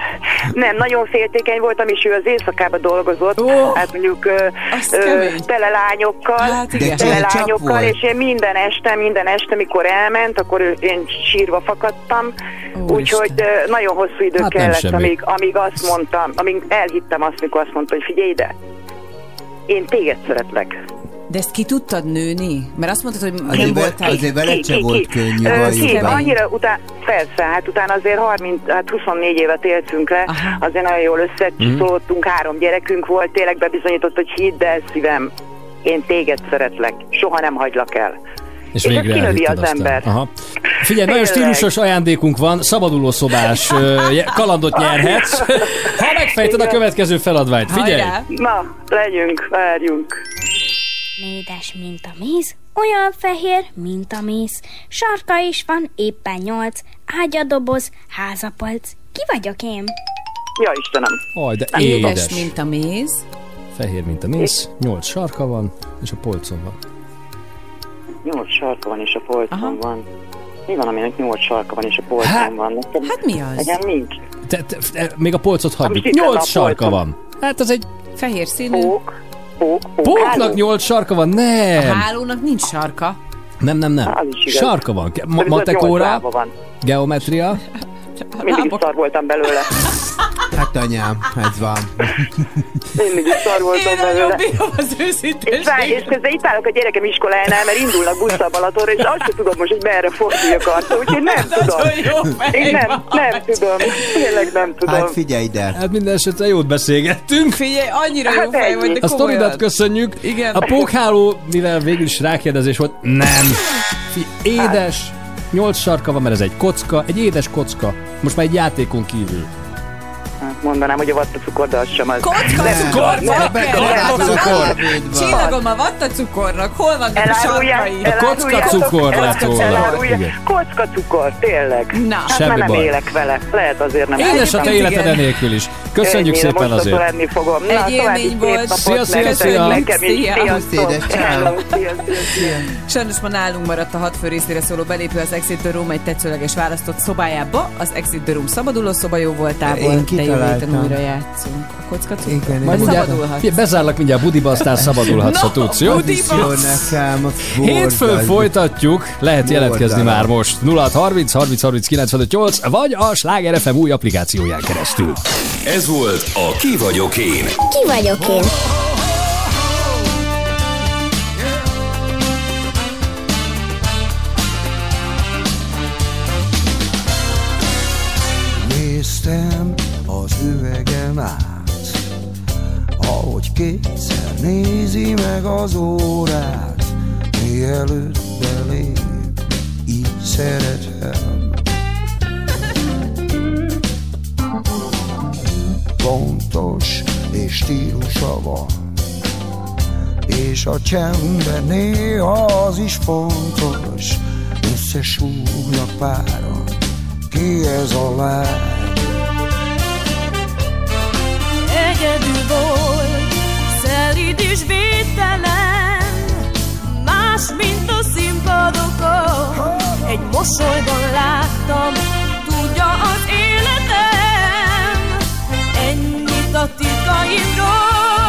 Nem, nagyon féltékeny voltam, és ő az éjszakában dolgozott, oh, hát mondjuk ö, ö, tele lányokkal, hát tele lányokkal, és én minden este, minden este, mikor elment, akkor ő, én sírva fakadtam, úgyhogy ö, nagyon hosszú idő hát kellett, amíg, amíg azt mondtam, amíg elhittem azt, mikor azt mondta, hogy figyelj ide, én téged szeretlek. De ezt ki tudtad nőni? Mert azt mondtad, hogy azért nem voltál... Azért veled se volt könnyű Ki, annyira után, persze, hát utána azért harminc, hát huszonnégy évet éltünk le, aha, azért nagyon jól összecsiszolódtunk, mm. három gyerekünk volt, tényleg bebizonyított, hogy hidd el szívem, én téged szeretlek, soha nem hagylak el. És, és végre kinövi az aztán. ember. Aha. Figyelj, nagyon stílusos ajándékunk van, szabadulószobás kalandot nyerhetsz, ha megfejted a következő feladványt. Figyelj! Hajrá. Na, legyünk, várjunk. Édes, mint a méz, olyan fehér, mint a méz. Sarka is van, éppen nyolc, ágyadoboz, házapolc. Ki vagyok én? Ja, Istenem. Aj, de édes. édes. mint a méz. Fehér, mint a méz, nyolc sarka van, és a polcon van. Nyolc sarka van, és a polcon aha, van. Mi van, aminek nyolc sarka van, és a polcon hát, van? Nekem, hát mi az? Nekem nincs. Te, te, te, még a polcot hagyjuk. Nyolc sarka van. Hát az egy... Fehér színű. Pók. Pók, pók, Póknak nyolc sarka van? Nem! A hálónak nincs sarka. Nem, nem, nem. Sarka van. Ma- matekóra, geometria. Mindig szar voltam belőle. Hát anyám, ez van. Mindig is szar voltam belőle. Én nagyon az őszinteség. És, vár, és közben itt állok a gyerekem iskolájánál, mert indulnak busszal Balatonra, és azt sem tudom most, hogy merre forduljak arca, úgyhogy nem tudom. Én nem, nem tudom. Tényleg nem tudom. Hát figyelj ide. Hát minden esetre jót beszélgettünk. Figyelj, annyira hát jó fej vagy, de a sztoridat köszönjük. Igen. A pókháló, mivel végül is rákérdezés volt, nem. Figyelj, édes. Nyolc sarka van, mert ez egy kocka, egy édes kocka. Most már egy játékon kívül. Hát mondanám, hogy a vattacukor, de az sem az. Kocka cukor! Csillagom, a vattacukornak. Hol van a sarkai? A kocka cukor lett volna. Kocka cukor, tényleg. Na, hát már nem baj. Élek vele. Lehet azért nem. Édes a te életed enélkül is. Köszönjük ennyire, szépen azért. Most lenni fogom. Na, egy élmény volt. Szia, szia, szia. Nekem is. Sziasztok. Sajnos ma nálunk maradt a hat fő részére szóló belépő az Exit the Room egy tetszőleges választott szobájába. Az Exit the Room szabaduló szoba jó voltából. De jövő héten újra játszunk. A kocka cukor. Majd mindjárt, bezárlak mindjárt budiba, aztán szabadulhatsz, ha tudsz, jó? Hétfőn folytatjuk, lehet jelentkezni már most. nulla hat harminc harminc harminc kilencvenöt nyolc, vagy a Sláger ef em új applikációján keresztül. Ez volt a Ki vagyok én. Ki vagyok én? Néztem az üvegem át, ahogy kétszer nézi meg az órát, mielőtt belép, így szeretem. Pontos és stílusa van, és a csendben néha az is fontos, összesúgnak páran, ki ez a lány. Egyedül volt, szelíd és védtelen, más, mint a színpadokon. Egy mosolyban láttam, tudja az életem, ennyit a titkaimról.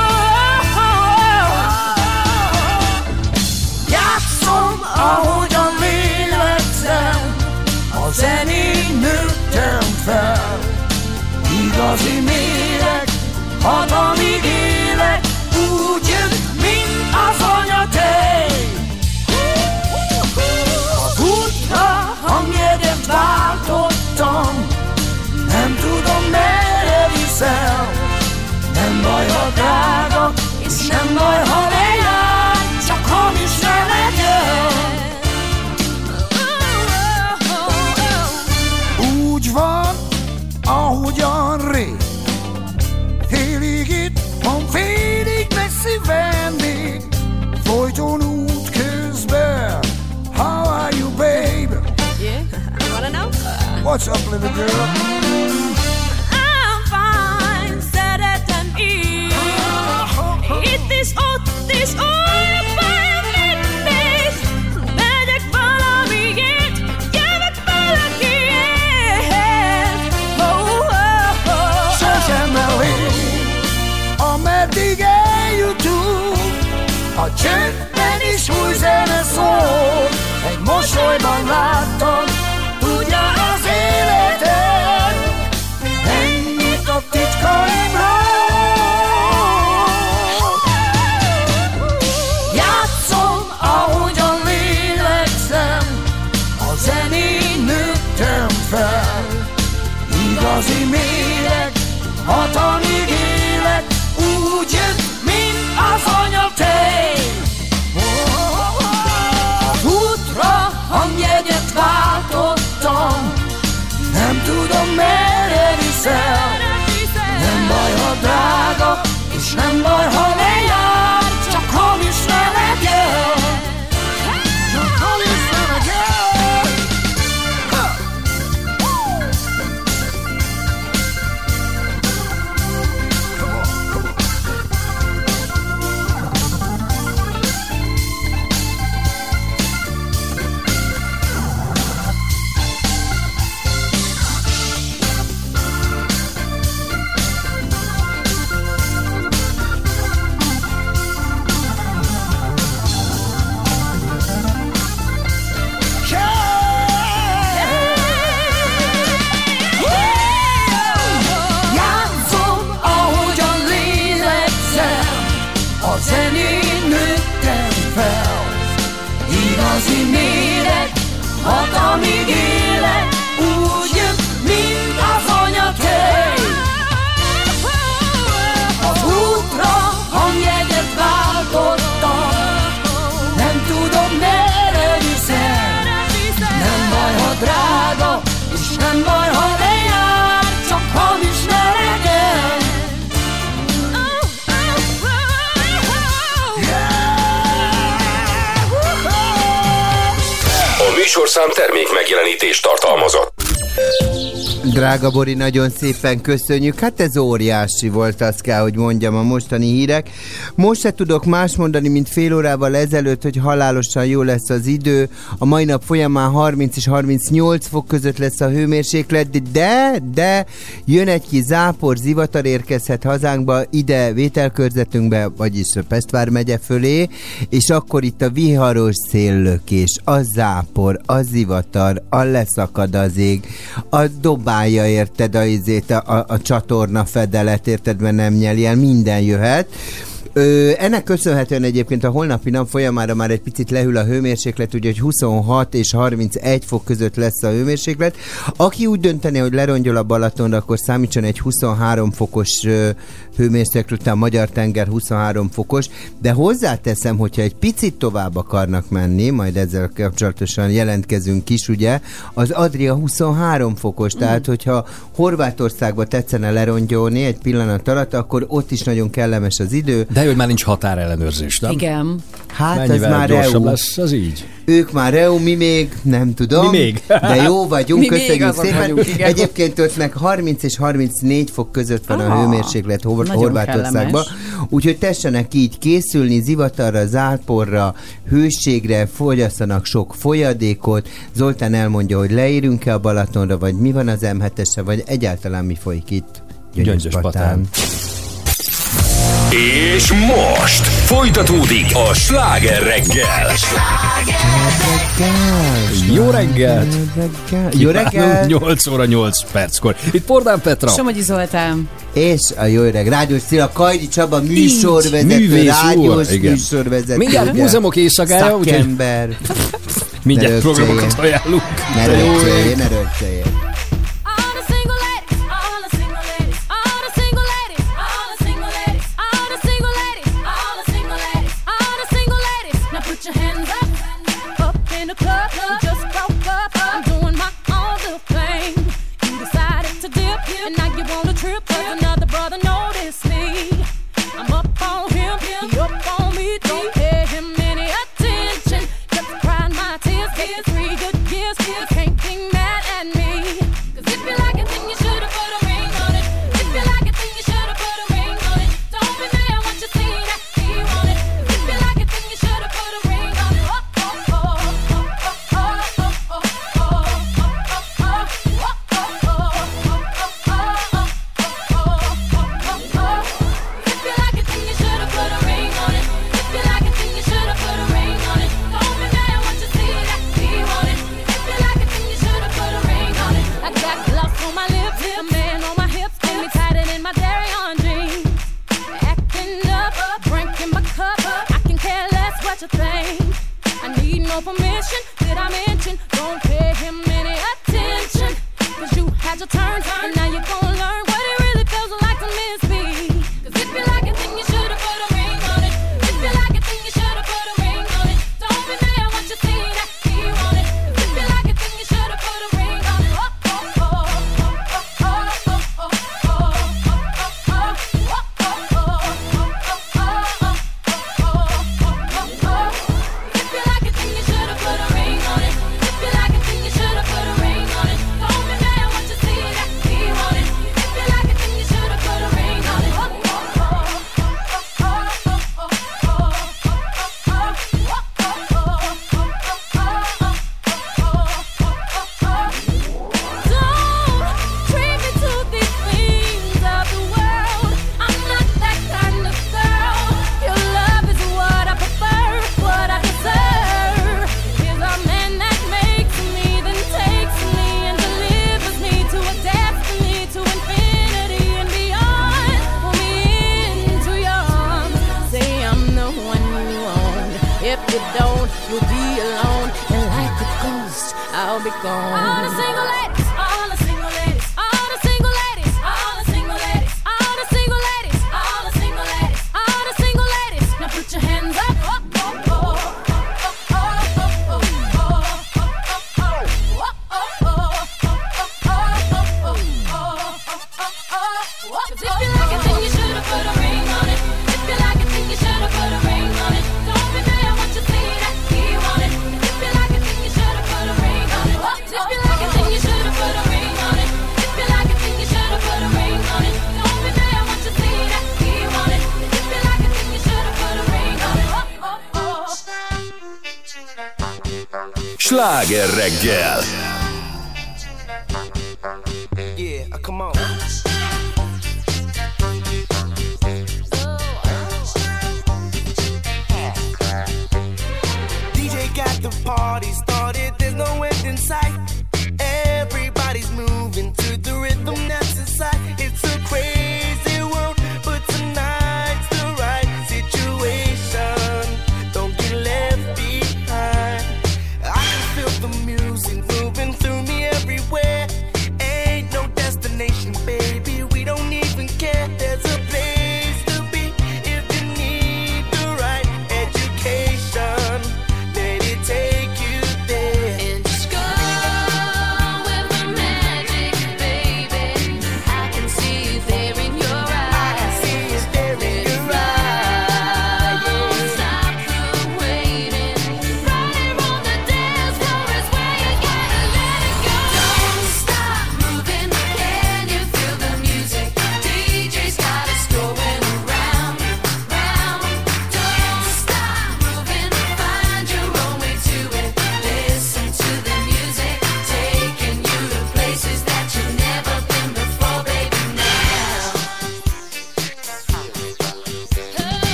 Játszom, ahogyan lélegzem, a zenén nőttem fel. Igazi méreg, hat amíg élek, úgy jön, mint az anyatej. Az útra hangjegyet váltottam, nem tudom merre viszel. Nem baj, ha drága, és nem baj, ha lejárt, csak hamis ne legyen. Úgy van, ahogyan rég, félig itt van, félig messzi vendég, folyton út közben. How are you, babe? Yeah, you wanna know? What's up, little girl? I'm fine, szeretem így. Itt is, ott is, olyan mindig. Megyek valamiért, jövök valakiért. Oh, oh, oh. csöndben is új zene szól, egy mosolyban láttam, tudja az életet, ennyit a titkaimról. Játszom, ahogyan lélegzem, a zenén nőttem fel, igazi méreg, hatalmig élek, úgy jött, mint az anyatej. Az útra hangjegyet váltottam, nem tudom merre viszel. Nem baj, ha drága, és nem baj, ha lejár, csak hamis ne legyen. Csak hamis ne legyen. Ha! Játszom, ahogyan lélegzem, a zenén nőttem fel. Igazi méreg, hatalmig élek, úgy jött, mint az anyatej. Az útra hangjegyet váltottam, nem tudom merre viszel. Nem baj, ha drága, és nem baj, ha lejár, csak hamis ne legyen. A műsorszám termék megjelenítést tartalmazott. Drága Bori, nagyon szépen köszönjük. Hát ez óriási volt, azt kell, hogy mondjam, a mostani hírek. Most se tudok más mondani, mint fél órával ezelőtt, hogy halálosan jó lesz az idő. A mai nap folyamán harminc és harmincnyolc fok között lesz a hőmérséklet, de, de jön egy kis zápor, zivatar érkezhet hazánkba, ide vételkörzetünkbe, vagyis Pest vármegye fölé, és akkor itt a viharos széllökés, a zápor, a zivatar, a leszakad az ég, a dobálja, érted, a, izét, a, a, a csatorna fedelet, érted, mert nem nyeli el, minden jöhet. Ö, ennek köszönhetően egyébként a holnapi nap folyamára már egy picit lehűl a hőmérséklet, úgyhogy huszonhat és harmincegy fok között lesz a hőmérséklet. Aki úgy dönteni, hogy lerongyol a Balatonra, akkor számítson egy huszonhárom fokos ö, hőmérséklet, a Magyar-tenger huszonhárom fokos, de hozzáteszem, hogyha egy picit tovább akarnak menni, majd ezzel kapcsolatosan jelentkezünk is, ugye, az Adria huszonhárom fokos, mm. tehát hogyha Horvátországba tetszene lerongyolni egy pillanat alatt, akkor ott is nagyon kellemes az idő. De hogy már nincs határellenőrzés, nem? Igen. Hát mennyivel ez már gyorsabb é u. lesz, az így. Ők már é u, mi még, nem tudom. Mi még? De jó vagyunk, Mi köszönjük még szépen. vagyunk, igen. Egyébként ott meg harminc és harmincnégy fok között van Ah, a hőmérséklet Hor- Horvátországban. Úgyhogy tessenek így készülni zivatarra, záporra, hőségre, fogyasszanak sok folyadékot. Zoltán elmondja, hogy leírünk-e a Balatonra, vagy mi van az em hetesre, vagy egyáltalán mi folyik itt Gyöngyöspatán. És most folytatódik a Sláger reggel. Jó reggelt! Jó reggelt! nyolc óra nyolc perckor. Itt Pordán Petra. Somogyi Zoltán. És a jó öreg Rádiós Szila, Kajdi Csaba műsorvezető, Művész rádiós úr, igen. műsorvezető. Mindjárt ugye? múzeumok éjszakája, úgyhogy Szakember. mindjárt Ne programokat rögcséljél. ajánlunk. Ne rögcséljél, ne rögcséljél. your permission, did I mention? Don't pay him any attention. Cause you had your turn, and now you're gonna learn what it really feels like to miss me. Cause if you like it, then you should've put a ring on it. If you like it, then you should've put a ring on it. Don't be mad what you see that he want it. Cause if you like it, then you should've put a ring on it. Oh, oh, oh, oh, oh, oh, oh, oh, oh, oh, oh, oh. If you like it, then you should've put a ring on it. If you like it, then you should've put a ring on it. Don't be mad what you see that he want it. If you like it, then you should've put a ring on it. Oh, oh, oh, oh, oh, oh, oh, Don't treat me to these things of the world. I'm not that kind of girl. Your love is what I prefer, what I deserve. Is a man that makes me, then takes me and delivers me to a destiny, to infinity and beyond. Pull me into your arms, say I'm the one you want. If you don't, you'll be alone, and like a ghost, I'll be gone. All the single ladies, all the single ladies, all the single ladies, all the single ladies, all the single ladies, all the single ladies, all the single ladies. Now put your hands up. Oh, oh, oh, oh, oh, oh, oh, oh, oh. 'Cause if you like it, then you should've put a ring on it. If you like it, then you should've put a ring on it. Don't be mad what you see that he want it. If you like it, then you should've put a ring on it. If you like it, then you should've put a ring on it. If you like it, then you should've put a ring on it. Don't be mad what you see that he want it. If you like it, then you should've put a ring on it. Oh, oh, oh. Sláger reggel! Yeah, uh, come on. D J got the party started, there's no end in sight. Everybody's moving to the rhythm that's inside. It's a crazy world, but tonight's the right situation. Don't get left behind. I can feel the music moving through me everywhere. Ain't no destination, baby.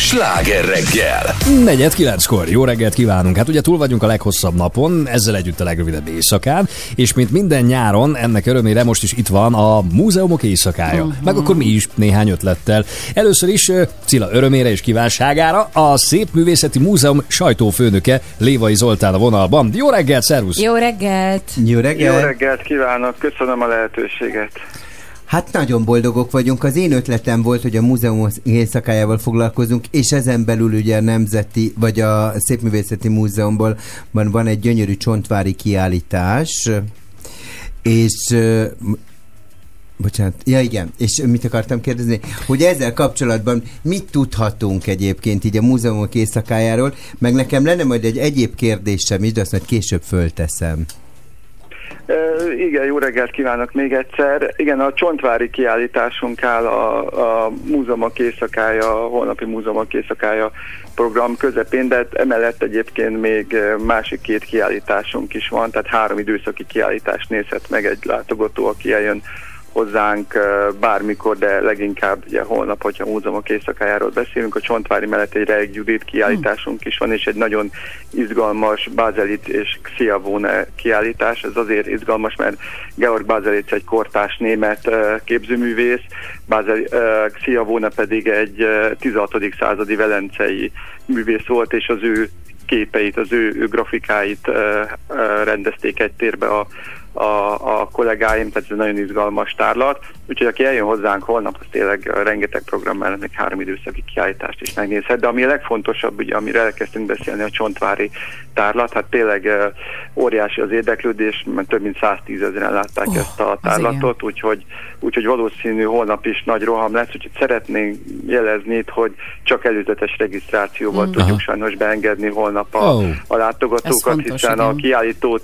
Sláger reggel. Negyed kilenckor. Jó reggelt kívánunk. Hát ugye túl vagyunk a leghosszabb napon, ezzel együtt a legrövidebb éjszakán, és mint minden nyáron, ennek örömére most is itt van a múzeumok éjszakája. Uh-huh. Meg akkor mi is néhány ötlettel. Először is Cilla örömére és kívánságára a Szépművészeti Múzeum sajtófőnöke Lévai Zoltán a vonalban. Jó reggelt, szervusz! Jó reggelt! Jó reggelt! Jó reggelt kívánok, köszönöm a lehetőséget. Hát nagyon boldogok vagyunk. Az én ötletem volt, hogy a múzeum éjszakájával foglalkozunk, és ezen belül ugye a Nemzeti, vagy a Szépművészeti Múzeumban van egy gyönyörű csontvári kiállítás, és... Bocsánat, ja igen, és mit akartam kérdezni, hogy ezzel kapcsolatban mit tudhatunk egyébként így a múzeumok éjszakájáról, meg nekem lenne majd egy egyéb kérdésem is, de azt majd később fölteszem. Uh, igen, jó reggelt kívánok még egyszer. Igen, a csontvári kiállításunk áll a, a Múzeumok éjszakája, a holnapi Múzeumok éjszakája program közepén, de emellett egyébként még másik két kiállításunk is van, tehát három időszaki kiállítást nézhet meg egy látogató, aki eljön hozzánk bármikor, de leginkább ugye holnap, hogyha a múzeumok éjszakájáról beszélünk. A Csontvári mellett egy Reik Judit kiállításunk is van, és egy nagyon izgalmas Bázelitz és Xiavone kiállítás. Ez azért izgalmas, mert Georg Bázelitz egy kortárs német képzőművész, Xiavone pedig egy tizenhatodik századi velencei művész volt, és az ő képeit, az ő, ő grafikáit rendezték egy térbe a A, a kollégáim, tehát ez nagyon izgalmas tárlat. Úgyhogy aki eljön hozzánk holnap, az tényleg rengeteg program mellett még három időszaki kiállítást is megnézhet. De ami a legfontosabb, ugye, amire elkezdtünk beszélni, a csontvári tárlat, hát tényleg uh, óriási az érdeklődés, mert több mint száztízezren látták oh, ezt a tárlatot, úgyhogy, úgyhogy valószínű holnap is nagy roham lesz, úgyhogy szeretnénk jelezni itt, hogy csak előzetes regisztrációval mm. tudjuk sajnos beengedni holnap a, oh. a látogatókat, fontos, hiszen igen. A kiállító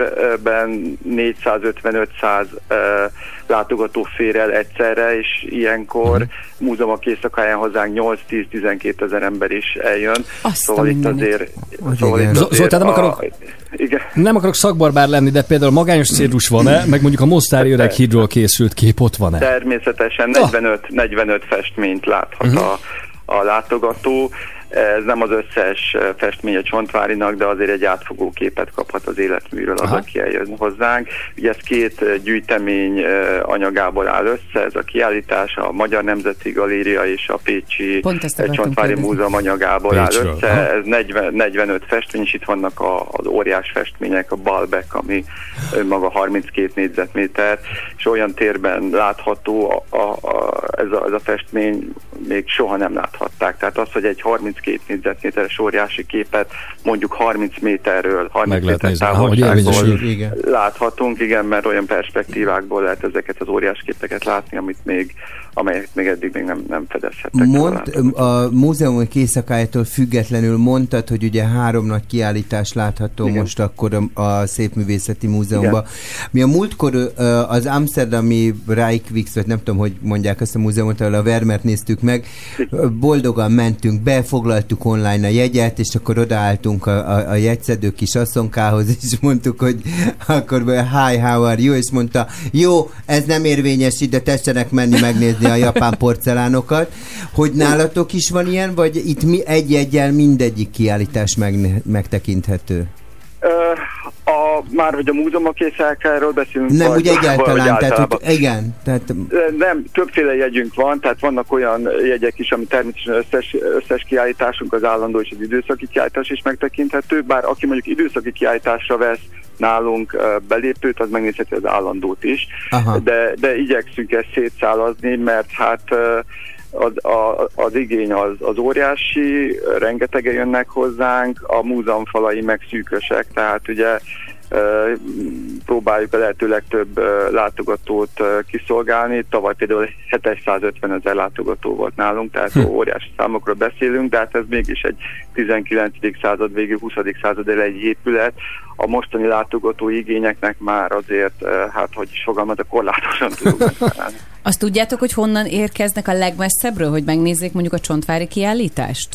térben négyszázötven-ötszáz uh, látogató fér el egyszerre, és ilyenkor uh-huh. múzeumok éjszakáján hozzánk nyolc-tíz-tizenkét ezer ember is eljön. Azt szóval itt azért... Szóval itt azért Zoltán, nem akarok, igen. nem akarok szakbarbár lenni, de például magányos cédus van-e, meg mondjuk a mostári öreg hídról készült kép ott van-e? Természetesen negyvenöt, negyvenöt festményt láthat uh-huh. a, a látogató. Ez nem az összes festmény a Csontvárinak, de azért egy átfogó képet kaphat az életműről az, aki eljön hozzánk. Ugye ez két gyűjtemény anyagából áll össze, ez a kiállítás, a Magyar Nemzeti Galéria és a Pécsi Csontvári Múzeum anyagából Pécsről. áll össze. Aha. Ez negyven, negyvenöt festmény, és itt vannak a, az óriás festmények, a Balbek, ami önmaga harminckét négyzetméter, és olyan térben látható a, a, a, ez, a, ez a festmény még soha nem láthatták. Tehát az, hogy egy harminckét négyzetméteres óriási képet mondjuk harminc méterről, harminc méter távolságból láthatunk, igen, mert olyan perspektívákból lehet ezeket az óriás képeket látni, amit még, amelyeket még eddig még nem, nem fedezhettek. Mond, a múzeumok éjszakájától függetlenül mondtad, hogy ugye három nagy kiállítás látható igen. most akkor a, a Szépművészeti Múzeumban. Mi a múltkor az amsterdami Rijkswijk, vagy nem tudom, hogy mondják ezt a múzeumot, ahol a Vermeert néztük meg, boldogan mentünk be, foglaltuk online a jegyet, és akkor odaálltunk a, a, a jegyszedő kis asszonkához, és mondtuk, hogy akkor hi, how are you? És mondta, jó, ez nem érvényes, ide tessenek menni megnézni a japán porcelánokat. Hogy nálatok is van ilyen, vagy itt mi egy-egyel mindegyik kiállítás meg, megtekinthető? Uh, a, már hogy a múzeumok éjszakájáról beszélünk? Nem, vagy, úgy egyáltalán, vagy tehát, hogy igen. Tehát... Nem, többféle jegyünk van, tehát vannak olyan jegyek is, ami természetesen összes, összes kiállításunk, az állandó és az időszaki kiállítás is megtekinthető, bár aki mondjuk időszaki kiállításra vesz nálunk uh, belépőt, az megnézheti az állandót is, de, de igyekszünk ezt szétszálazni, mert hát uh, Az, a, az igény az, az óriási, rengetegen jönnek hozzánk, a múzeum falai meg szűkösek, tehát ugye próbáljuk a lehető legtöbb látogatót kiszolgálni. Tavaly például hétszázötvenezer látogató volt nálunk, tehát hm. óriási számokról beszélünk, de hát ez mégis egy tizenkilencedik század végül huszadik század elejé épület. A mostani látogató igényeknek már azért, hát hogy is fogalmazok, korlátosan tudunk megfelelni. Azt tudjátok, hogy honnan érkeznek a legmesszebbről, hogy megnézzék mondjuk a Csontvári kiállítást?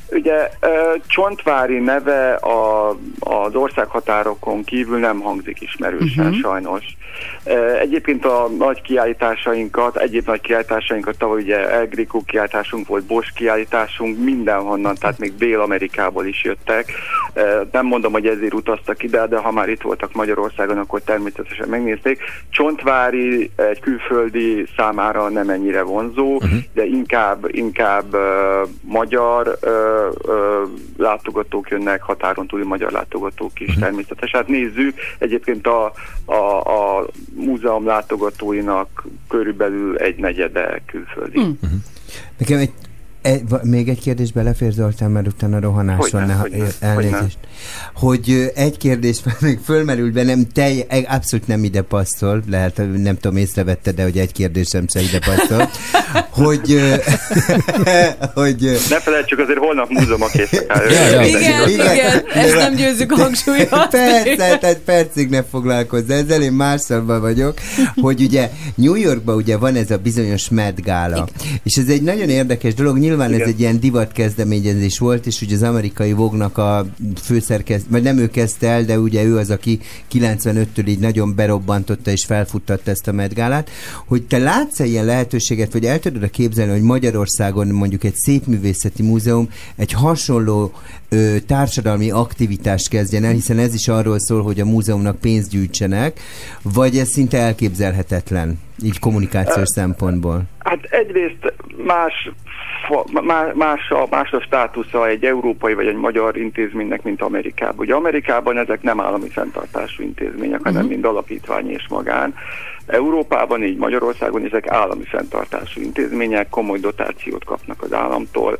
Ugye Csontvári neve a, az országhatárokon kívül nem hangzik ismerősen, uh-huh. sajnos. Egyébként a nagy kiállításainkat, egyéb nagy kiállításainkat, tavaly ugye El Greco kiállításunk volt, Bosch kiállításunk, mindenhonnan, tehát még Dél-Amerikából is jöttek. Nem mondom, hogy ezért utaztak ide, de ha már itt voltak Magyarországon, akkor természetesen megnézték. Csontvári egy külföldi számára nem ennyire vonzó, uh-huh. de inkább, inkább uh, magyar uh, uh, látogatók jönnek, határon túli magyar látogatók is uh-huh. természetesen. Hát nézzük, egyébként a, a, a múzeum látogatóinak körülbelül egy negyede külföldi. Uh-huh. Nekem egy E, még egy kérdés belefér, Zoltán, mert utána rohanás van, elnézést. Hogy egy kérdés még fölmerült bennem, telj, abszolút nem ide passzol, lehet, nem tudom, észrevette, de hogy egy kérdésem se ide passzol, hogy, hogy... Ne felejtsük, azért holnap múzeumok éjszakára. Igen, igen, igen, ezt nem győzzük hangsúlyoztatni. Persze, tehát percig ne foglalkozz ezzel, én másszalban vagyok, hogy ugye New Yorkban ugye van ez a bizonyos Met Gala, és ez egy nagyon érdekes dolog, nyilván igen. ez egy ilyen divat kezdeményezés volt, és ugye az amerikai Vogue-nak a főszerkesztő, vagy nem ő kezdte el, de ugye ő az, aki kilencvenöttől így nagyon berobbantotta és felfuttatta ezt a Met Gálát, hogy te látsz-e ilyen lehetőséget, vagy el tudod képzelni, hogy Magyarországon mondjuk egy szépművészeti múzeum egy hasonló ö, társadalmi aktivitást kezdjen el, hiszen ez is arról szól, hogy a múzeumnak pénzt gyűjtsenek, vagy ez szinte elképzelhetetlen, így kommunikációs szempontból? Hát egyrészt más Más a, más a státusza egy európai vagy egy magyar intézménynek, mint Amerikában. Ugye Amerikában ezek nem állami fenntartású intézmények, hanem uh-huh. mind alapítvány és magán. Európában, így Magyarországon ezek állami fenntartású intézmények, komoly dotációt kapnak az államtól,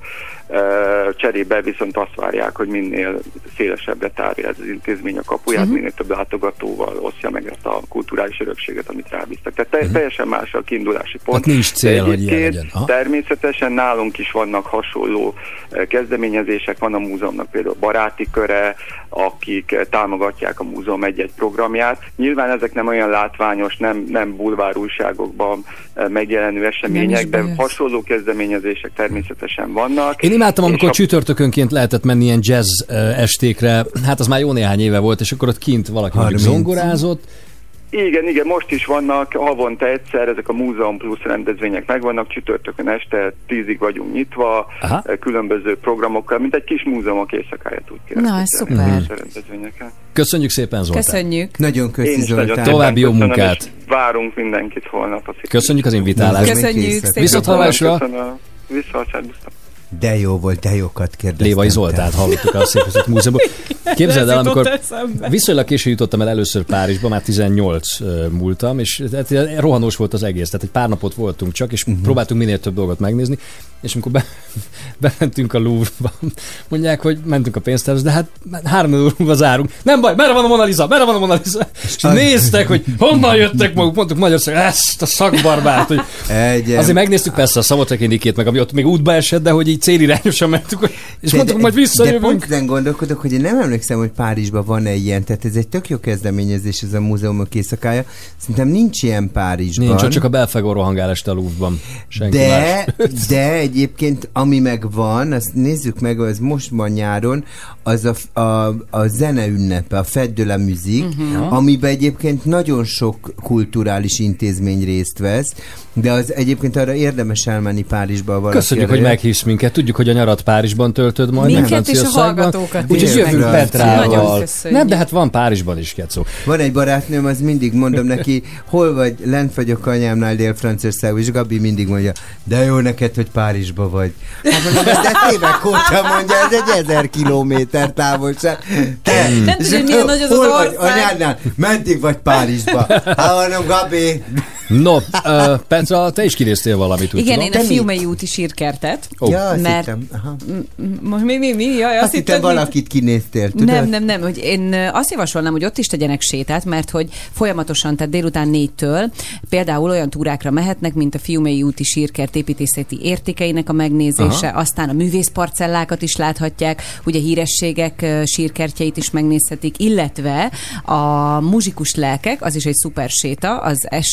cserébe viszont azt várják, hogy minél szélesebbre tárja ez az intézmény a kapuját, uh-huh. minél több látogatóval osztja meg ezt a kulturális örökséget, amit rábíztak. Tehát te, uh-huh. teljesen más a kiindulási pont. Hát nincs cél, hogy ilyen legyen. Természetesen nálunk is vannak hasonló kezdeményezések, van a múzeumnak például baráti köre, akik támogatják a múzeum egy-egy programját. Nyilván ezek nem olyan látványos, nem, nem bulvárújságokban megjelenő események, de hasonló kezdeményezések természetesen vannak. Én imádtam, amikor a... csütörtökönként lehetett menni ilyen jazz estékre, hát az már jó néhány éve volt, és akkor ott kint valaki zongorázott. Igen, igen, most is vannak havonta egyszer, ezek a Múzeum Plus rendezvények megvannak, csütörtökön este tízig vagyunk nyitva, aha. különböző programokkal, mint egy kis múzeumok éjszakáját úgy kérem. Na, ez szuper. Köszönjük szépen, Zoltán. Köszönjük. Nagyon köszi, Zoltán. További jó munkát. Várunk mindenkit holnap. Köszönjük az invitálást. Köszönjük. Viszonthallásra. Viszonthallásra. De jó volt, de jókat kérdeztem. Lévai Zoltát hallottuk a Szépművészeti Múzeumban. Képzeld el, amikor viszonylag későn jutottam el először Párizsba, már tizennyolc uh, múltam, és tehát, rohanós volt az egész, tehát egy pár napot voltunk csak, és uh-huh. próbáltunk minél több dolgot megnézni, és amikor be, bementünk a Louvre-ba, mondják, hogy mentünk a pénztárhoz, de hát három óra zárunk. Nem baj, merre van a Mona Lisa? Merre van a Mona Lisa? És néztek, hogy honnan jöttek maguk, mondtuk Magyarországon, ezt a szakbarbát, hogy Egyen. Azért megnéztük persze a Szabadság-Indikét, meg ami ott még útba esett, de hogy így célirányosan mentünk, és de, mondtuk, majd visszajövünk. De pont ezen gondolkodok, hogy én nem emlékszem, hogy Párizsban van-e ilyen, tehát ez egy tök jó kezdeményezés, ez a múzeumok éjszakája. Szerintem nincs ilyen Párizsban. Nincs, csak a Belfegor rohangál este a Louvre-ban. Senki de, de egyébként, ami meg van, azt nézzük meg, az most van nyáron, az a, a, a zene ünnepe, a Fête de la Musique, uh-huh. amiben egyébként nagyon sok kulturális intézmény részt vesz, de az egyébként arra érdemes elmenni Párizsba valaki. Köszönjük, hogy meghívsz minket. Tudjuk, hogy a nyarat Párizsban töltöd majd. Minket és a hallgatókat. Úgyhogy jövünk Petrával. Nem, de hát van Párizsban is, Kecó. Van egy barátnőm, az mindig mondom neki, hol vagy, lent vagyok anyámnál Dél-Franciaországban, és Gabi mindig mondja, de jó neked, hogy Párizsba vagy. Hát mondom, ezt évek óta mondja, ez egy ezer kilométer távolság. Te, nem tudom, hogy milyen nagy az az ország. Anyádnál? Mentig vagy Párizsba. Hát mondom, Gabi. No, uh, Petra, te is kinéztél valamit, úgy igen, tudom. én a Fiumei úti sírkertet. Oh. Ja, azt mert... hittem. Aha. Most mi, mi, mi? Jaj, azt, azt hittem, hittem, valakit kinéztél, tudod? Nem, nem, nem, hogy én azt javasolnám, hogy ott is tegyenek sétát, mert hogy folyamatosan, tehát délután négytől például olyan túrákra mehetnek, mint a Fiumei úti sírkert építészeti értékeinek a megnézése, aha. aztán a művészparcellákat is láthatják, ugye hírességek sírkertjeit is megnézhetik, illetve a muzsikus lelkek, az is egy szuper séta, az este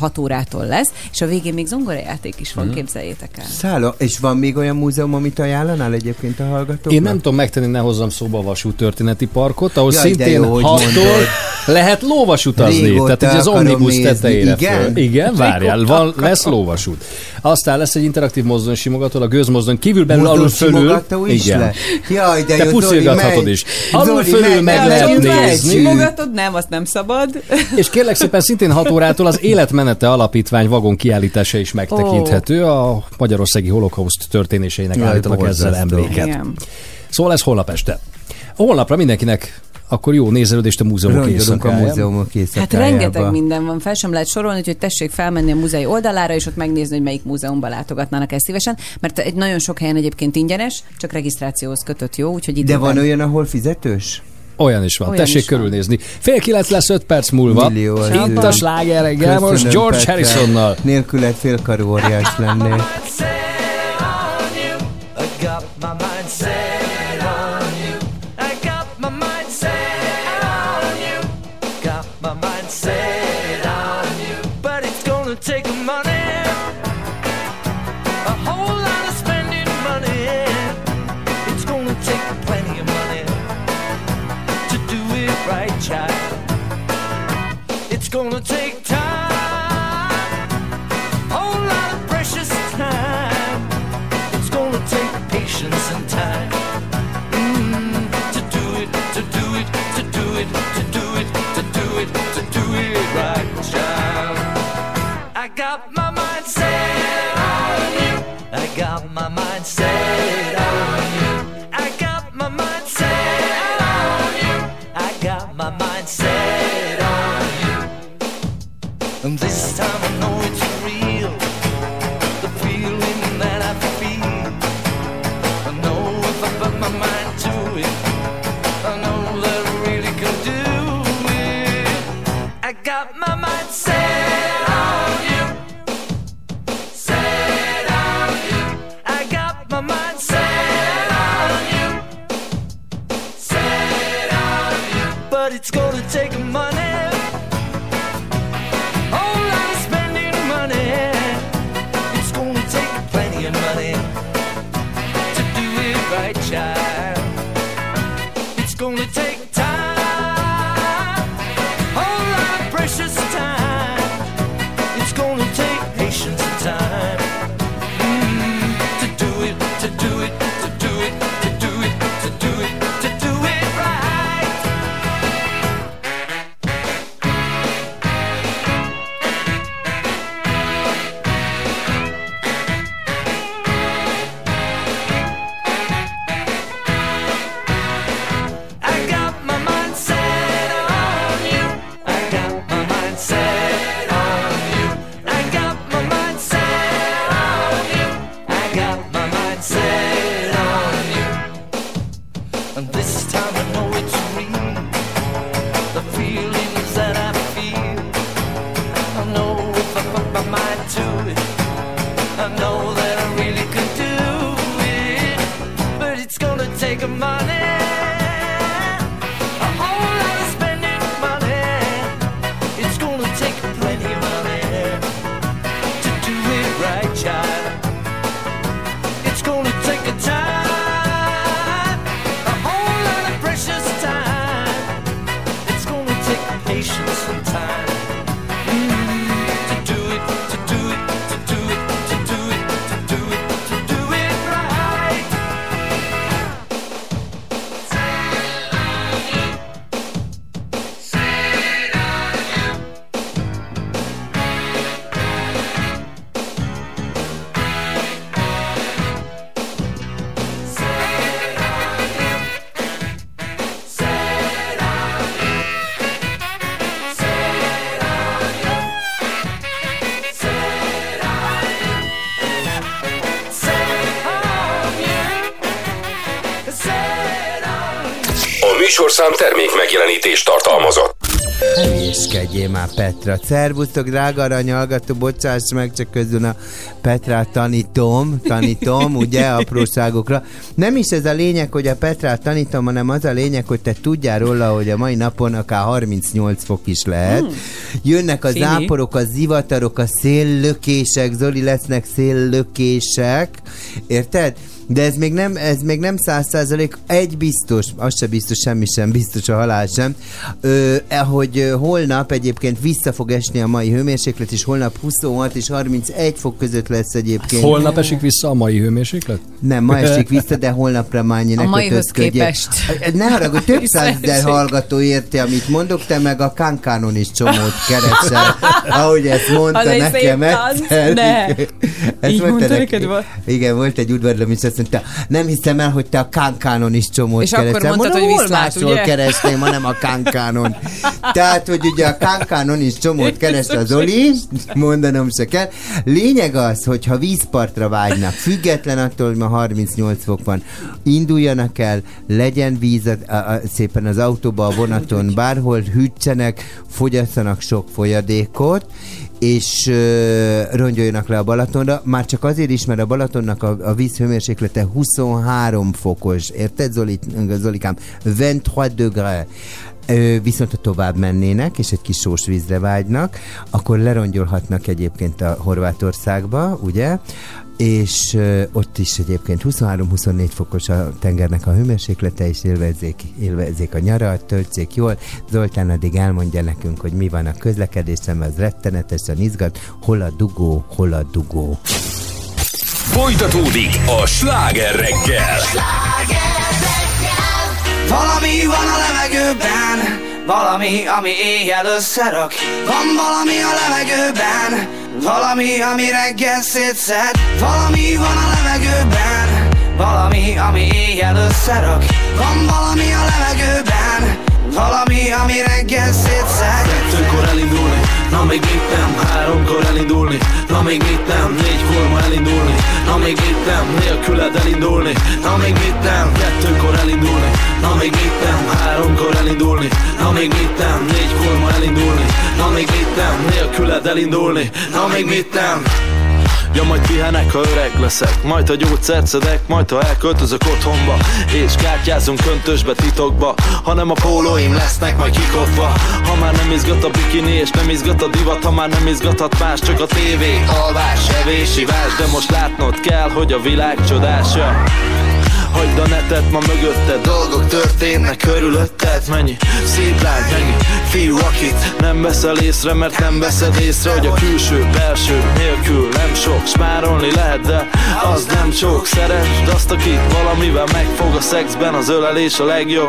hat órától lesz, és a végén még zongorajáték is van, mm. képzeljétek el. Szálló, és van még olyan múzeum, amit ajánlanál egyébként a hallgatóknak? Én nem tudom megtenni, ne hozzam szóba a vasúttörténeti parkot, ahol Jaj, szintén jó, hogy hattól lehet lóvasutazni. Régóta Tehát ugye az omnibus nézni. tetejére Igen? föl. Igen, várjál, Régóta van, lesz lóvasút. Aztán lesz egy interaktív mozdonysimogató, a gőzmozdony kívül belül alul fölül. Mozdonysimogató is Igen. le? Jaj, de Te jó, puszilgathatod Zoli, is. megy. Alul Zoli, fölül megy, meg megy, lehet megy. nézni. Simogatod? Nem, azt nem szabad. És kérlek szépen szintén hat órától az Életmenete Alapítvány vagon kiállítása is megtekinthető. A magyarországi holokauszt történéseinek Jaj, állítanak ezzel borzasztó. emléket. Igen. Szóval ez holnap este. A holnapra mindenkinek akkor jó nézelődést a múzeumok Rongyorunk a éjszakáján. múzeumok Hát éjszakájába. rengeteg minden van, fel sem lehet sorolni, úgyhogy tessék felmenni a múzeum oldalára, és ott megnézni, hogy melyik múzeumban látogatnának ezt szívesen, mert egy nagyon sok helyen egyébként ingyenes, csak regisztrációhoz kötött, jó? Úgyhogy De időben... van olyan, ahol fizetős? Olyan is van. Olyan Tessék is van. körülnézni. Fél kilenc lesz öt perc múlva. Millió az Itt idő. a Sláger reggel most Köszönöm, George Petre. Harrisonnal. Nélküled félkarú óriás lennél. I got my mind set on you. I got my mind set on you. Got my mind set on you. But it's gonna take money. A whole lot of spending money. It's gonna take plenty of money to do it right, child. It's gonna take time. Whole lot of precious time. It's gonna take patience and time mm, to do it, to do it, to do it, to do it, to do it, to do it right, child. I got my mind set on you. I got my mind set on you. I got my mind set on you. I got my mind set on you. And this time I know it's real. The feeling that I feel. I know if I put my mind to it, I know that I really can do it. I got my mind set on you. Set on you. I got my mind set on you. Set on you. But it's gonna take money. Whole lot of spending money. It's gonna take plenty of money to do it right, child. It's gonna take time, whole lot of precious time. It's gonna take patience and time mm, to do it, to do it, to do it, to do it, to do it, to do it right. I got my mind set on you. I got my mind set on you. I got my mind set on you. I got my mind set on you. And this time I know it's real. The feelings that I feel. I know if I put my mind to it, I know that I really can do it. But it's gonna take a money. A whole lot of spending money. It's gonna take plenty of money to do it right, child. It's gonna take a time, a whole lot of precious time. It's gonna take patience and time mm, to do it, to do it, to do it, to do it, to do it, to do it right. A műsorszám termék megjelenítést tartalmazott. hülyéskedjél már, Petra. Szervusztok, drága aranyhallgató, bocsáss meg, csak közül a Petrát tanítom, tanítom, ugye, apróságokra. Nem is ez a lényeg, hogy a Petrát tanítom, hanem az a lényeg, hogy te tudjál róla, hogy a mai napon akár harmincnyolc fok is lehet. Hmm. Jönnek a záporok, a zivatarok, a széllökések, Zoli, lesznek széllökések, érted? De ez még nem, ez még nem száz százalék, egy biztos, az sem biztos, semmi sem biztos, a halál sem, ö, hogy holnap egyébként vissza fog esni a mai hőmérséklet, és holnap huszonhat és harmincegy fok között lesz egyébként. Holnap esik vissza a mai hőmérséklet? Nem, ma esik vissza, de holnapra már annyi ne a maihoz képest. Ne haragudj, több százezer hallgató érti, amit mondok, te meg a Kánkánon is csomót keresel, ahogy ezt mondta az nekem egyszer. Ne. Így mondta neked volt? Igen, volt egy udvarlom, és azt mondta, nem hiszem el, hogy te a Kánkánon is csomót és keresel. És akkor mondtad, mondom, hogy viszlát, ugye? keresném, hanem a Kánkánon. Tehát, hogy ugye a Kánkánon is csomót keres az Zoli, mondanom se kell. Lényeg az, hogyha vízpartra vágynak, független attól, hogy ma harmincnyolc fok van, induljanak el, legyen víz a, a, a, szépen az autóba, a vonaton, bárhol hűtsenek, fogyasszanak sok folyadékot, és uh, rongyoljanak le a Balatonra, már csak azért is, mert a Balatonnak a, a víz hőmérséklete huszonhárom fokos, érted, Zoli, Zolikám? huszonhárom degré. Ö, viszont ha tovább mennének, és egy kis sós vízre vágynak, akkor lerongyolhatnak egyébként a Horvátországba, ugye? És ö, ott is egyébként huszonhárom-huszonnégy fokos a tengernek a hőmérséklete, és élvezzék, élvezzék a nyarat, töltsék jól. Zoltán addig elmondja nekünk, hogy mi van a közlekedésem, az rettenetesen izgat, hol a dugó, hol a dugó. Folytatódik a Sláger reggel. Valami van a levegőben, valami, ami éjjel összerak. Van valami a levegőben, valami, ami reggel szétszed. Valami van a levegőben, valami, ami éjjel összerak. Van valami a levegőben, valami, ami reggel szétszed. Kettőkor elindulni, na még mit nem. Háromkor elindulni, na még mit nem. Négykor ma elindulni, na még mit nem. Nélküled elindulni, na még mit nem. Kettőkor elindulni, na még mit nem. Háromkor elindulni, na még mit nem. Négykor ma elindulni, na még mit nem. Nélküled elindulni, na még mit nem. Ja, majd pihenek, ha öreg leszek, majd ha gyógyszert szedek, majd ha elköltözök otthonba, és kártyázunk köntösbe titokba, hanem a pólóim lesznek majd kikopva. Ha már nem izgat a bikini és nem izgat a divat, ha már nem izgathat más, csak a tévé, alvás, evés, ivás, de most látnod kell, hogy a világ csodása. Hagyd a netet, ma mögötted dolgok történnek körülötted. Mennyi szép lány, mennyi fiú, akit nem veszel észre, mert nem veszed észre, hogy a külső, belső nélkül nem sok. Spárolni lehet, de az nem sok. Szeresd azt, akit valamivel megfog a szexben, az ölelés a legjobb.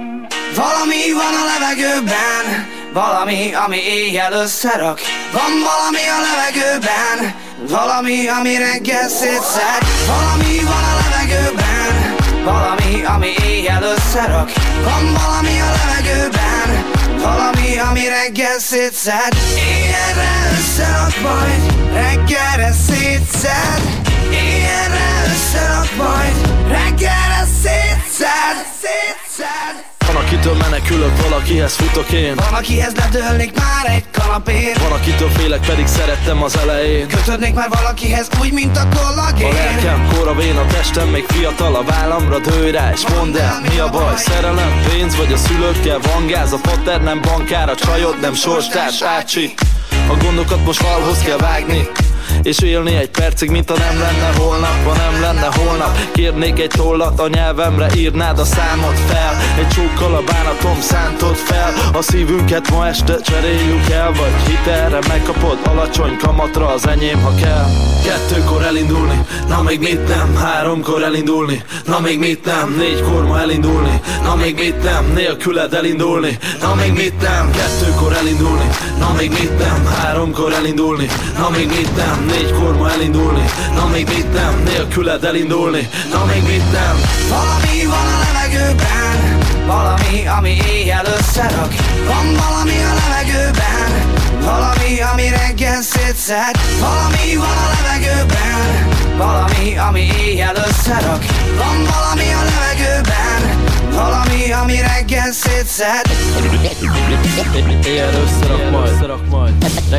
Valami van a levegőben, valami, ami éjjel összerak. Van valami a levegőben, valami, ami reggel szétszed. Valami van a levegőben, valami, ami éjjel összerak. Van valami a levegőben, valami, ami reggel szétszed. Éjjelre összerak majd, reggelre szétszed. Éjjelre összerak majd, reggelre szétszed. Szétszed. Van, akitől menekülök, valakihez futok én. Van, akihez ledőlnék már egy kanapén. Van, akitől félek, pedig szerettem az elején. Kötődnék már valakihez úgy, mint a kollagén. A lelkem koravén, a testem még fiatal, a vállamra dőj rá, és mondd el, mi a baj? Szerelem, pénz, vagy a szülőkkel van gáz? A pater nem bankár, a csajod nem sorstárs, ácsi. A gondokat most valhoz kell vágni, és élni egy percig, mint ha nem lenne holnap. Ha nem lenne holnap, kérnék egy tollat, a nyelvemre írnád a számot fel. Egy csókkal a bánatom szántod fel. A szívünket ma este cseréljük el, vagy hitelre megkapod alacsony kamatra az enyém, ha kell. Kettőkor elindulni, na még mit nem. Háromkor elindulni, na még mit nem. Négykor ma elindulni, na még mit nem. Nélküled elindulni, na még mit nem. Kettőkor elindulni, na még mit nem. Háromkor elindulni, na még mit nem. Négykor ma elindulni, na még mit nem. Nélküled elindulni, na még mit nem. Valami van a levegőben, valami, ami éjjel összerak. Van valami a levegőben, valami, ami reggel szétszed. Valami van a levegőben, valami, ami éjjel összerak. Van valami a levegőben, valami, ami reggel szétszed. Éjjel összerak majd, összerak majd.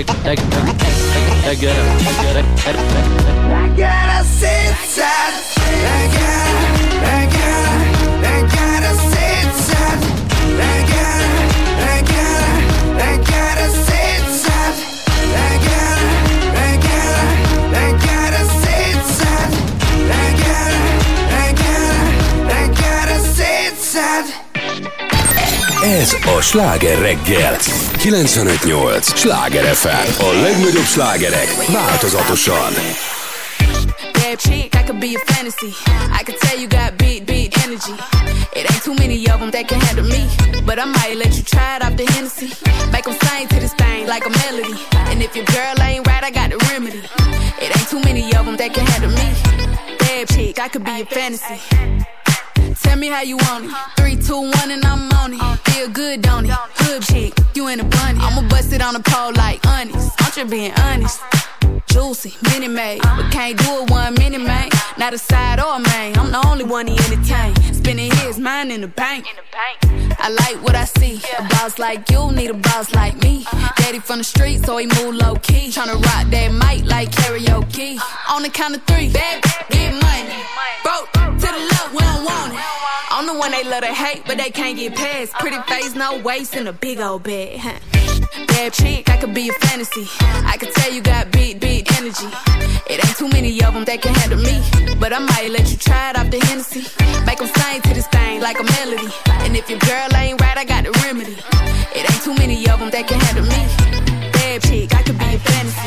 Reggelre szétszed. Reggel, reggel, reggelre szétszed. Reggel, reggel, reggelre szétszed. Reggel, reggel, reggelre szétszed. Reggel, reggel, reggelre szétszed. Ez a Sláger reggel. kilencvenöt nyolc Sláger ef em. A legnagyobb slágerek változatosan. Bad chick, I could be a fantasy. I could tell you got big, big energy. It ain't too many of them that can handle me. But I might let you try it off the Hennessy. Make them sing to this thing like a melody. And if your girl ain't right, I got the remedy. It ain't too many of them that can handle me. Bad chick, I could be a fantasy. Tell me how you want it. Three, two, one, and I'm on it. Feel good, don't it? Good chick, you in a bunny. I'ma bust it on the pole like honest. I'm just being honest. Juicy, mini made, but can't do it one minute, man. Not a side or a main. I'm the only one he entertain. Spending his mind in the bank. I like what I see. A boss like you need a boss like me. Daddy from the street, so he move low key. Tryna rock that mic like karaoke. On the count of three, bad, get money. Broke to the left, we don't want it. I'm the one they love to hate, but they can't get past. Pretty face, no waist, and a big old bed. Huh? Bad chick, I could be a fantasy. I could tell you got big, big energy. It ain't too many of them that can handle me. But I might let you try it off the Hennessy. Make them sing to this thing like a melody. And if your girl ain't right, I got the remedy. It ain't too many of them that can handle me. Bad chick, I could be a fantasy.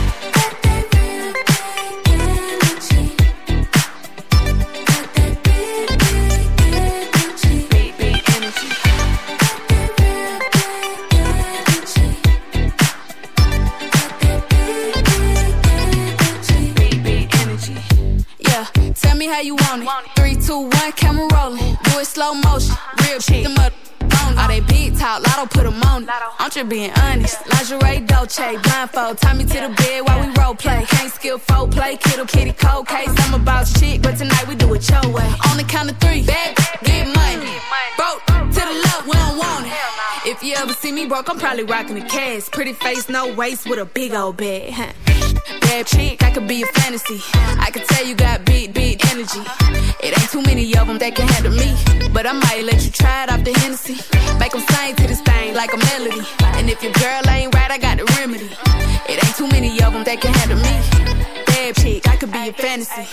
Tell me how you want it. Three, two, one, camera rolling. Do it slow motion. Real chick. Them up all they big talk, lotto put them on it. I'm just being honest. Lingerie, Dolce, blindfold. Tie me to the bed while we role play. Can't skill folk play. Kiddo, kitty, cold case. I'm about shit, but tonight we do it your way. On the count of three, bad, get money. Broke to the left, we don't want it. If you ever see me broke, I'm probably rocking the cash. Pretty face, no waist, with a big old bag. Huh? Bad chick, I could be a fantasy. I could tell you got big, big energy. It ain't too many of them that can handle me. But I might let you try it off the Hennessy. Make them sing to this thing like a melody. And if your girl ain't right, I got the remedy. It ain't too many of them that can handle me. Bad chick, I could be a fantasy.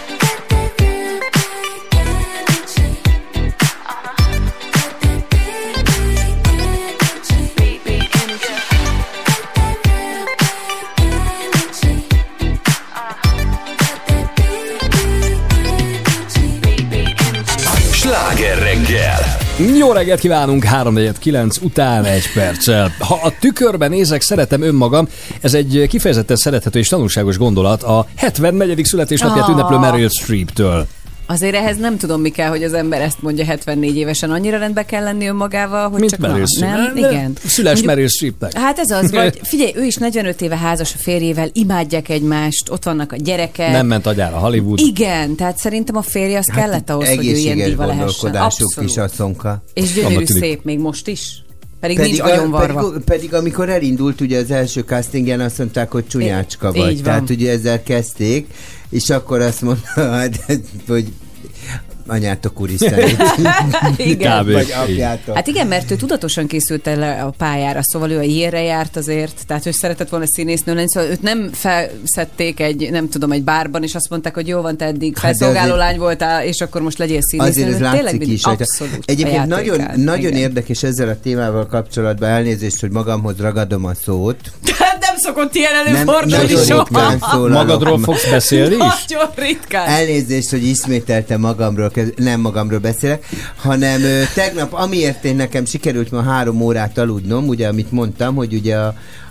Sláger reggel. Jó reggelt kívánunk, három negyven kilenc után egy perccel. Ha a tükörben nézek, szeretem önmagam. Ez egy kifejezetten szerethető és tanulságos gondolat a hetvennegyedik születésnapját Ah. ünneplő Meryl Streep-től. Azért ehhez nem tudom, mi kell, hogy az ember ezt mondja hetvennégy évesen. Annyira rendben kell lenni önmagával, hogy Mint csak Meryl na, Streep. nem? De Igen. Szüles Mondjuk- Meryl Streepnek. Hát ez az, vagy figyelj, ő is negyvenöt éve házas a férjével, imádják egymást, ott vannak a gyerekek. Nem ment agyára Hollywood. Igen, tehát szerintem a férje az kellett ahhoz, hogy ő ilyen Egészséges diva lehessen. gondolkodású Abszolút. kis asszonka. És gyönyörű Annak tűnik. szép még most is. Pedig, pedig nincs a- agyonvarva. pedig, pedig amikor elindult ugye az első castingen, azt mondták, hogy csúnyácska Így- vagy. így van. Tehát ugye ezzel kezdték, és akkor azt mondta, hát, hogy anyátok úristenét. Igen. Vagy apjátok. Hát igen, mert ő tudatosan készült el a pályára, szóval ő a Yale-re járt azért, tehát ő szeretett volna színésznő lenni, szóval őt nem felszedték egy, nem tudom, egy bárban, és azt mondták, hogy jó van, te eddig Hát de felszolgáló azért- lány voltál, és akkor most legyél színésznő. Azért ez Tényleg látszik mindig is. Hogy abszolút a egyébként nagyon, játékát. nagyon Igen. érdekes ezzel a témával kapcsolatban, elnézést, hogy magamhoz ragadom a szót. Nem szokott ilyen Nem, előfordulni nagyon soha. ritkán szólalok. Magadról fogsz beszélni is? Nagyon ritkán. Elnézést, hogy ismételtem magamról, kez- nem magamról beszélek, hanem ö, tegnap, amiért én nekem sikerült ma három órát aludnom, ugye, amit mondtam, hogy ugye a,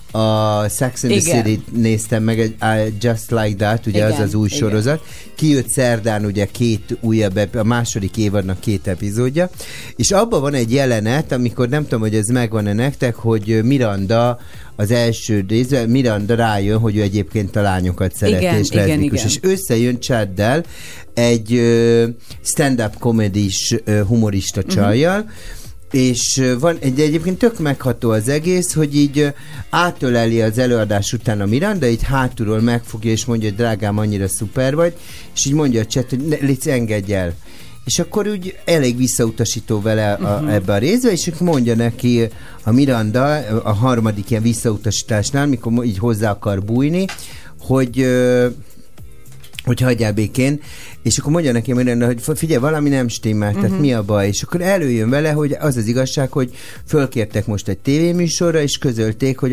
a Sex and the City néztem meg, egy I Just Like That, ugye igen, az az új igen. sorozat. Kijött szerdán ugye két újabb, ep- a második évadnak két epizódja, és abban van egy jelenet, amikor nem tudom, hogy ez megvan-e nektek, hogy Miranda az első részben, Miranda rájön, hogy ő egyébként a lányokat szereti, igen, és leszbikus, és összejön Chaddel egy uh, stand-up comedy-s uh, humorista csajjal, uh-huh. és van egy egyébként tök megható az egész, hogy így átöleli az előadás után a Miranda, így hátulról megfogja, és mondja, hogy drágám, annyira szuper vagy, és így mondja a Chad, hogy ne, légy, engedj el. És akkor úgy elég visszautasító vele a, uh-huh. ebbe a részbe, és mondja neki a Miranda a harmadik ilyen visszautasításnál, mikor így hozzá akar bújni, hogy hogy hagyjál békén, és akkor mondja neki Miranda, hogy figyelj, valami nem stimmel, uh-huh. tehát mi a baj? És akkor előjön vele, hogy az az igazság, hogy fölkértek most egy tévéműsorra, és közölték, hogy a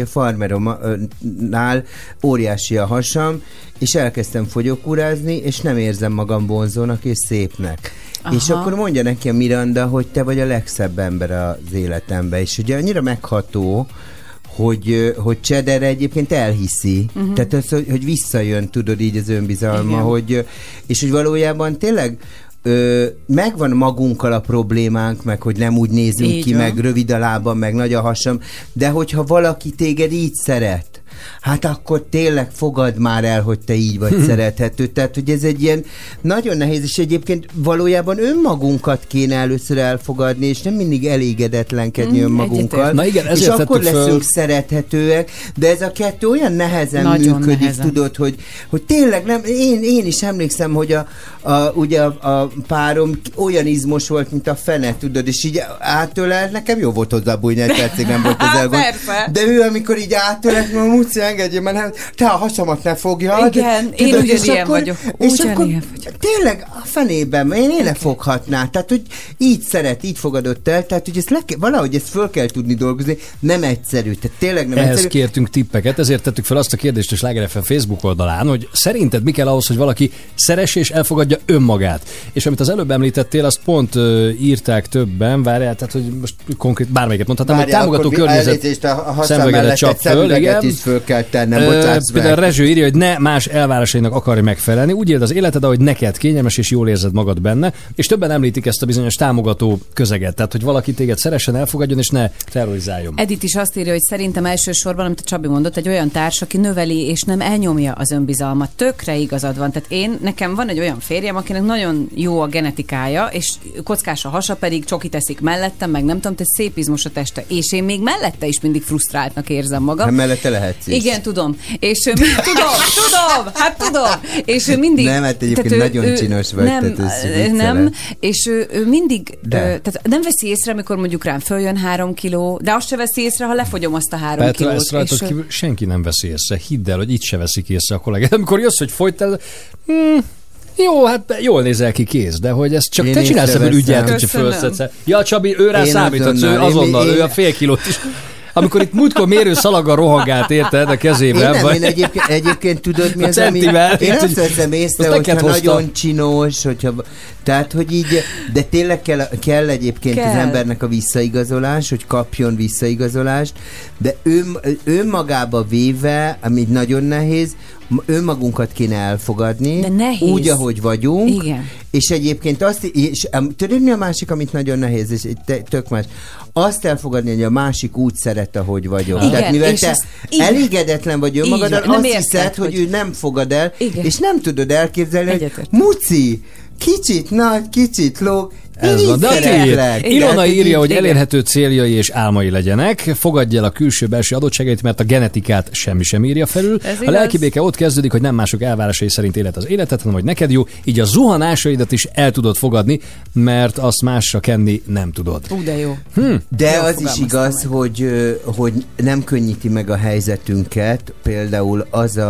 Farmeromnál óriási a hasam, és elkezdtem fogyókúrázni, és nem érzem magam vonzónak és szépnek. Aha. És akkor mondja neki a Miranda, hogy te vagy a legszebb ember az életemben, és ugye annyira megható, hogy, hogy Chad erre egyébként elhiszi. Uh-huh. Tehát az, hogy, hogy visszajön, tudod, így az önbizalma, hogy, és hogy valójában tényleg ö, megvan magunkkal a problémánk, meg hogy nem úgy nézünk így ki, van. Meg rövid a lábam, meg nagy a hasam, de hogyha valaki téged így szeret, hát akkor tényleg fogad már el, hogy te így vagy szerethető. Tehát, hogy ez egy ilyen nagyon nehéz, és egyébként valójában önmagunkat kéne először elfogadni, és nem mindig elégedetlenkedni mm, önmagunkkal. Na igen, és akkor leszünk föl... szerethetőek, de ez a kettő olyan nehezen nagyon működik, nehezen. Tudod, hogy, hogy tényleg nem, én, én is emlékszem, hogy a, a, ugye a, a párom olyan izmos volt, mint a fene, tudod, és így átölelt, nekem jó volt hozzá bújni, egy percig nem volt az elgond. De ő, amikor így átölelt, Muci, engedjél, mert te a hasamat ne fogjad. Igen, tudod, én ugyanilyen vagyok. És akkor vagyok. Tényleg a fenében, én én ne foghatná. Tehát, hogy így szeret, így fogadott el, tehát, hogy ezt le, valahogy ezt föl kell tudni dolgozni, nem egyszerű. Tehát tényleg nem Ehhez egyszerű. kértünk tippeket, ezért tettük fel azt a kérdést a Sláger ef em Facebook oldalán, hogy szerinted mi kell ahhoz, hogy valaki szeresse és elfogadja önmagát. És amit az előbb említettél, azt pont uh, írták többen, várjál, tehát, hogy most konkrét bármelyiket mondhatnám, hogy támogató környezet szemüvegedet csap föl, igen. Föl kell tennem, bocsáss meg. Például Rezső írja, hogy ne más elvárásainak akarj megfelelni, úgy éld az életed, ahogy neked kényelmes és jól érzed magad benne, és többen említik ezt a bizonyos támogató közeget, tehát hogy valaki téged szeressen, elfogadjon és ne terrorizáljon. Edith is azt írja, hogy szerintem elsősorban, amit a Csabi mondott, egy olyan társ, aki növeli és nem elnyomja az önbizalmat. Tökre igazad van. Tehát én, nekem van egy olyan férjem, akinek nagyon jó a genetikája, és kockás a hasa, pedig csokit eszik mellettem, meg nem tudom, te szép izmos a teste, és én még mellette is mindig frusztráltnak érzem magam. Hát mellette lehetsz is. Igen, tudom. És ő, tudom, tudom, hát tudom. És ő mindig... Nem, hát egyébként ő, nagyon ő, csinos vagy. Nem, tehát nem, és ő, ő mindig, ő, tehát nem veszi észre, amikor mondjuk rám följön három kiló, de azt se veszi észre, ha lefogyom azt a három Petra, kilót. ezt rajtad kívül senki nem veszi észre. Hidd el, hogy itt se veszik észre a kollégát. Amikor jössz, hogy folytál, hmm, jó, hát jól nézel ki, kész, de hogy ezt csak én te csinálsz ebből ügyet, hogyha fölszedsz. Ja, Csabi, őrá számíthatsz, ő azonnal, én, ő a fél kilót is. Amikor itt múltkor mérő szalaggal rohangált, érted, a kezével. Én nem, vagy... én egyébként, egyébként tudod, mi az, ami... Én azt veszem észre, hogyha nagyon csinos, hogyha... Tehát, hogy így... De tényleg kell, kell egyébként kell. Az embernek a visszaigazolás, hogy kapjon visszaigazolást, de ön, önmagába véve, ami nagyon nehéz, önmagunkat kéne elfogadni, úgy, ahogy vagyunk, igen. És egyébként azt, és, tudod mi a másik, amit nagyon nehéz, és tök más, azt elfogadni, hogy a másik úgy szeret, ahogy vagyok. Igen, tehát mivel te elégedetlen vagy önmagaddal, azt érted, hiszed, hogy, hogy ő nem fogad el, igen. És nem tudod elképzelni, hogy Muci, kicsit nagy, kicsit lóg, ez van, de a Ilona írja, hogy elérhető céljai és álmai legyenek, fogadj el a külső-belső adottságait, mert a genetikát semmi sem írja felül. A lelki béke ott kezdődik, hogy nem mások elvárásai szerint élet az életet, hanem hogy neked jó, így a zuhanásaidat is el tudod fogadni, mert azt másra kenni nem tudod. Ú, de jó. Hm. De jó, az is igaz, hogy, hogy nem könnyíti meg a helyzetünket, például az a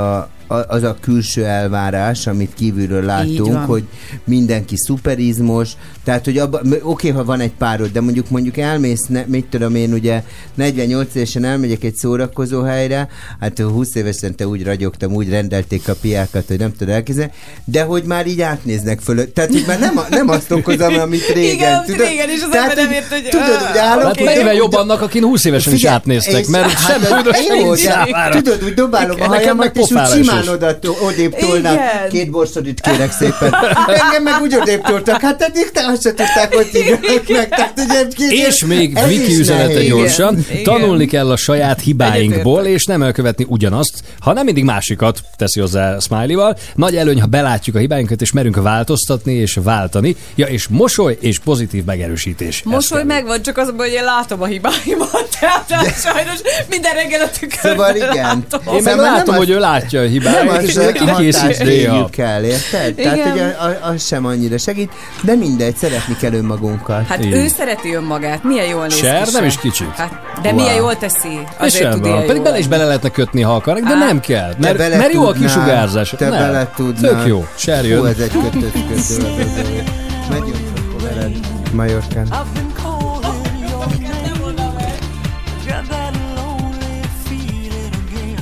a- az a külső elvárás, amit kívülről látunk, van. hogy mindenki szuperizmos, tehát, hogy abba, oké, okay, ha van egy párod, de mondjuk mondjuk elmész, ne, mit tudom én, ugye negyvennyolc évesen elmegyek egy szórakozó helyre, hát húsz évesen te úgy ragyogtam, úgy rendelték a piákat, hogy nem tudod elképzelni, de hogy már így átnéznek fölött, tehát, hogy már nem, a- nem azt okozom, amit régen. Igen, tudod? régen is az Tehát, ember nem hogy- ért, hogy... Tudod, hogy állok, Hát mennyivel jobb annak, akin húsz évesen is Figyelj, átnéztek, és- mert hát, sem tudod, én volt, sem számára. tudod, úgy dobálom a Nekem meg hajamat, és úgy pofára is simán is. oda, odébb tolnak. Igen. Két borsodit kérek szépen. Engem meg úgy odébb toltak. Hát eddig te azt se tudták, hogy hívják meg. Tehát, ugye, kész- És még ez is Viki üzenete nehéz. gyorsan. Igen. Tanulni kell a saját hibáinkból, és nem elkövetni ugyanazt, hanem mindig másikat, teszi hozzá Smiley-val. Nagy előny, ha belátjuk a hibáinkat, és merünk változtatni és váltani. Ja, és mosoly és pozitív megerősítés. Mosoly megvan, csak az, hogy én látom a hibáimat, tehát de... sajnos minden reggel a tükörben Szóval igen. látom. Én meg Szóval látom, nem hogy az- ő látja a Nem hibáit, és az neki készít néha. hatást kell, érted? Tehát, Igen. hogy a- a- az sem annyira segít, de mindegy, szeretni kell önmagunkat. Hát Igen. ő szereti önmagát, milyen jól néz Ser, ki nem se. is kicsit. Hát, de Wow. milyen jól teszi, És azért tud sem van. ilyen Pedig jól bele is lenni. bele lehetne kötni, ha akarnak, de Á, nem kell. Te Mert, bele mert jó a tudnál, kisugárzás. Te nem. bele tudnál. Tök jó. Ser Hú, jön. ez egy kötött kötő. Megyünk akkor veled Majorkán. I've been calling your name. Got that lonely feeling again.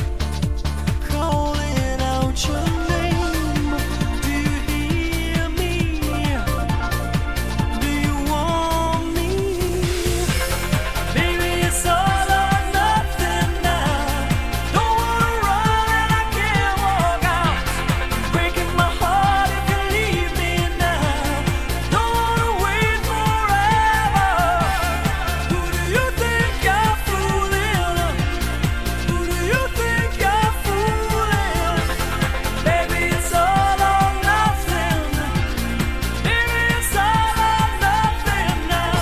Calling out your name. Do you hear me? Do you want me? Baby, it's all or nothing now. Don't wanna run and I can't walk out. Breaking my heart if you leave me now. Don't wanna wait forever. Who do you think you're fooling? Who do you think you're fooling? Baby, it's all or nothing. Baby, it's all or nothing now.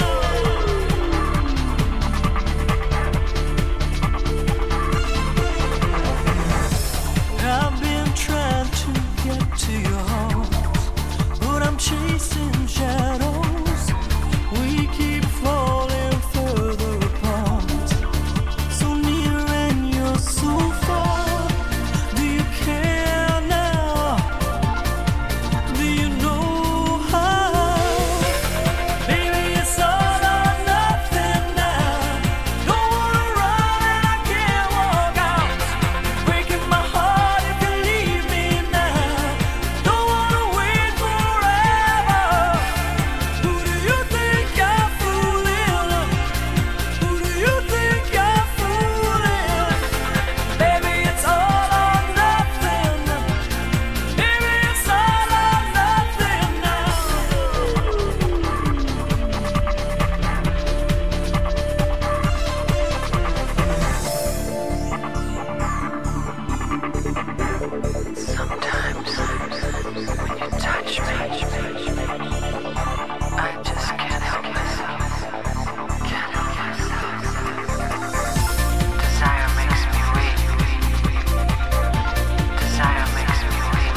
I've been trying to get to your heart, but I'm chasing shadows. We keep falling further apart, so near and you're so far. Do you care now? Do you know how? Baby, it's all or nothing now. Don't wanna run and I can't walk out. Breaking my heart if you leave me now. Don't wanna wait forever. Who do you think you're fooling? Who do you think you're fooling? Baby, it's all or nothing. Baby, it's all or nothing now. Sometimes when you touch me, I just can't help myself. Can't help myself. Desire makes me weak. Desire makes me weak.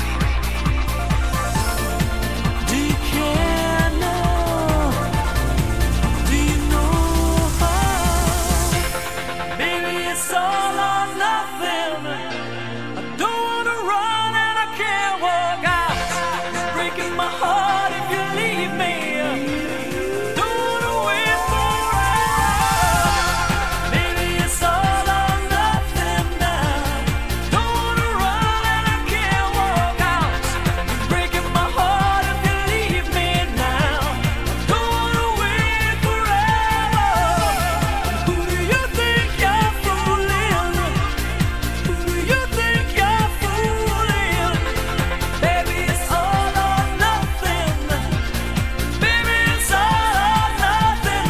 Do you care now? Do you know how? Baby, it's all or nothing. I don't wanna run and I can't walk out. It's breaking my heart if you leave me. Don't wanna wait forever. Baby, it's all or nothing now. Don't wanna run and I can't walk out. It's breaking my heart if you leave me now. Don't wanna wait forever. Who do you think you're fooling? Who do you think you're fooling? Baby, it's all or nothing. Baby, it's all or nothing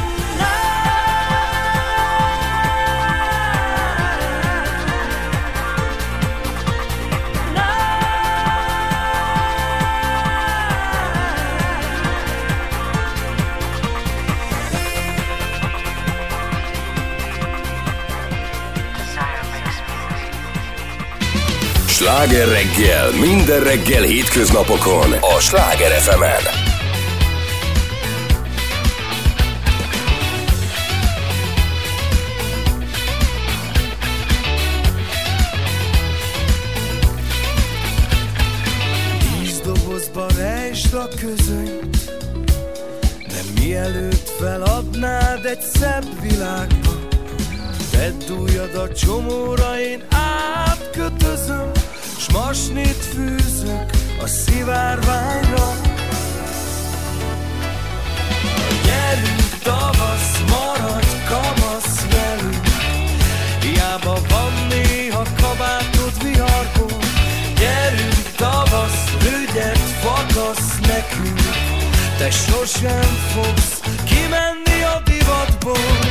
Sláger reggel, minden reggel hétköznapokon a Sláger ef emen. közönyt, de mielőtt feladnád egy szebb világba, tedd ujjad a csomóra, én átkötözöm, s masnit fűzök a szivárványra. Gyerünk tavasz, maradj kamasz velünk, hiába van néha kabátod viharból. Gyerünk tavasz, rügyet fakasz nekünk, te sosem fogsz kimenni a divatból.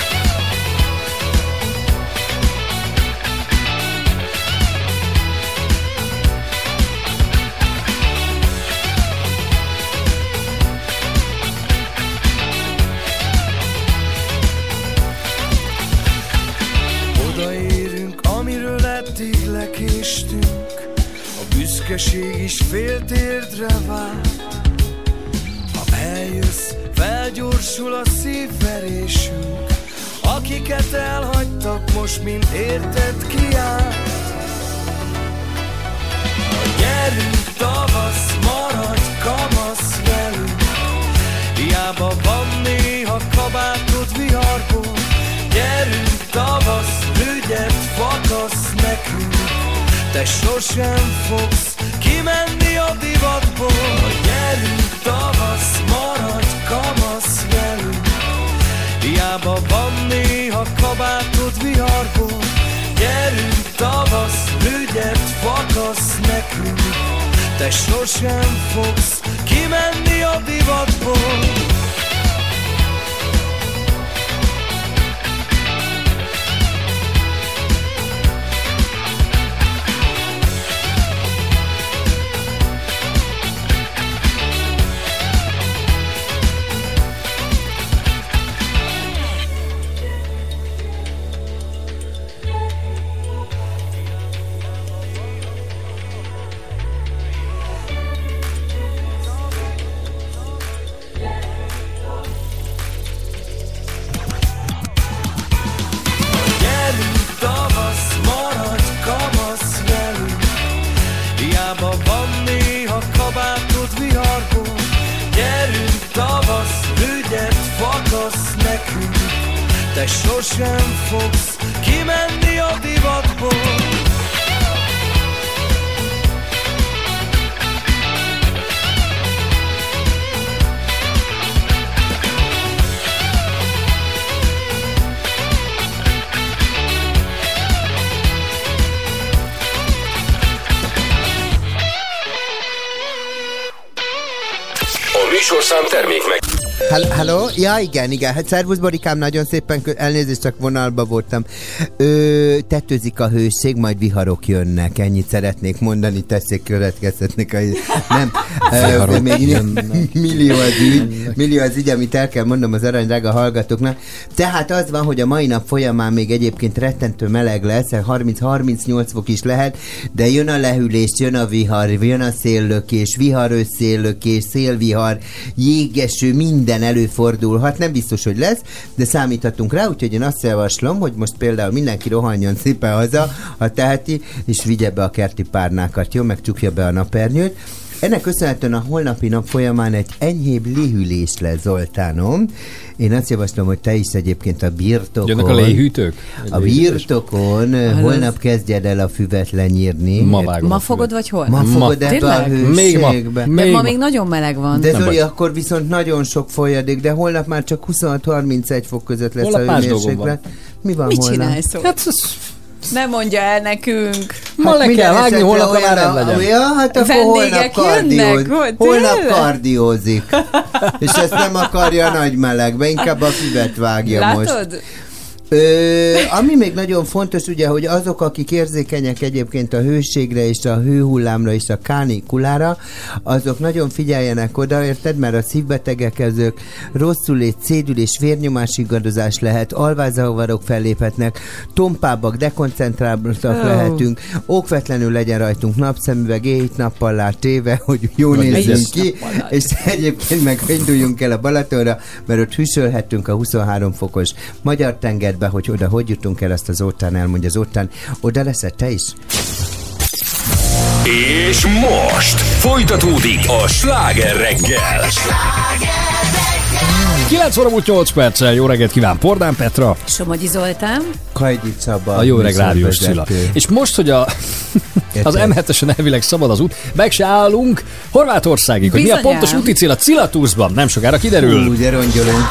Odaérünk, amiről eddig lekéstünk, a büszkeség is fél térdre vár. Ha eljössz, felgyorsul a szívverésünk, akiket elhagytak, most mind érted kiáll. Gyerünk tavasz, maradj kamasz velünk, hiába van néha kabátod viharból. Gyerünk tavasz, rügyet fakasz nekünk, te sosem fogsz kimenni a divatból. Gyerünk tavasz, maradj kamasz velünk, hiába van néha kabátod viharból. Gyerünk tavasz, rügyet fakasz nekünk, te sosem fogsz kimenni a divatból. Te sosem fogsz kimenni a divatból. A műsorszám termék meg... Halló? Ja, igen, igen. Hát szervusz, Borikám, nagyon szépen, kö- elnézést, csak vonalba voltam. Ö, tetőzik a hőség, majd viharok jönnek. Ennyit szeretnék mondani, tessék, következtetnék a... Nem. Ö, még millió az ügy, millió az ügy, amit el kell mondom az arany drága hallgatóknak. Tehát az van, hogy a mai nap folyamán még egyébként rettentő meleg lesz, harminc-harmincnyolc fok is lehet, de jön a lehűlés, jön a vihar, jön a széllökés, vihar összéllökés, szélvihar, jégeső, minden előfordulhat, nem biztos, hogy lesz, de számíthatunk rá, úgyhogy én azt javaslom, hogy most például mindenki rohanjon szépen haza, ha teheti, és vigye be a kerti párnákat, jó? Meg csukja be a napernyőt. Ennek köszönhetően a holnapi nap folyamán egy enyhébb léhűlés lesz, Zoltánom. Én azt javaslom, hogy te is egyébként a birtokon... Jönnek a léhűtők? A birtokon ah, holnap kezdjed el a füvet lenyírni. Ma vágom. Ma fogod, vagy hol? Ma fogod ebbe a hőségbe. De ma még nagyon meleg van. De Zoli, akkor viszont nagyon sok folyadék, de holnap már csak huszonhat-harmincegy fok között lesz holnap a hőmérséklet. Mi van Mit holnap? csinálsz? Hát, nem mondja el nekünk. Ma hát le kell vágni, holnap már nem legyen. Ja, hát akkor holnap kardiózik. Holnap kardiózik. És ezt nem akarja a nagy melegbe, inkább a füvet vágja. Látod? Most. Ö, ami még nagyon fontos, ugye, hogy azok, akik érzékenyek egyébként a hőségre és a hőhullámra és a kánikulára, azok nagyon figyeljenek oda, érted? Mert a szívbetegek ezek rosszul szédülés, vérnyomásingadozás lehet, alvázavarok felléphetnek, tompábbak, dekoncentráltak oh. lehetünk, okvetlenül legyen rajtunk napszemüveg, éjt nappallá téve, hogy jó nézzünk ki, és egyébként meg induljunk el a Balatonra, mert ott hűsölhetünk a huszonhárom fokos magyar tenger be, hogy oda hogy jutunk el, azt az Zoltán elmondja. Zoltán, oda leszel te is? És most folytatódik a Sláger reggel. kilenc óra múlt nyolc perccel, jó reggelt kíván Pordán Petra. Somogyi Zoltán. Kajdi Csaba. A jó öreg rádiós Cilla. És most, hogy a, az em hetesen elvileg szabad az út, meg se állunk Horvátországig, hogy Bizonyám. mi a pontos úti cél a Cilla Toursban. Nem sokára kiderül. Hú, de rongyolunk.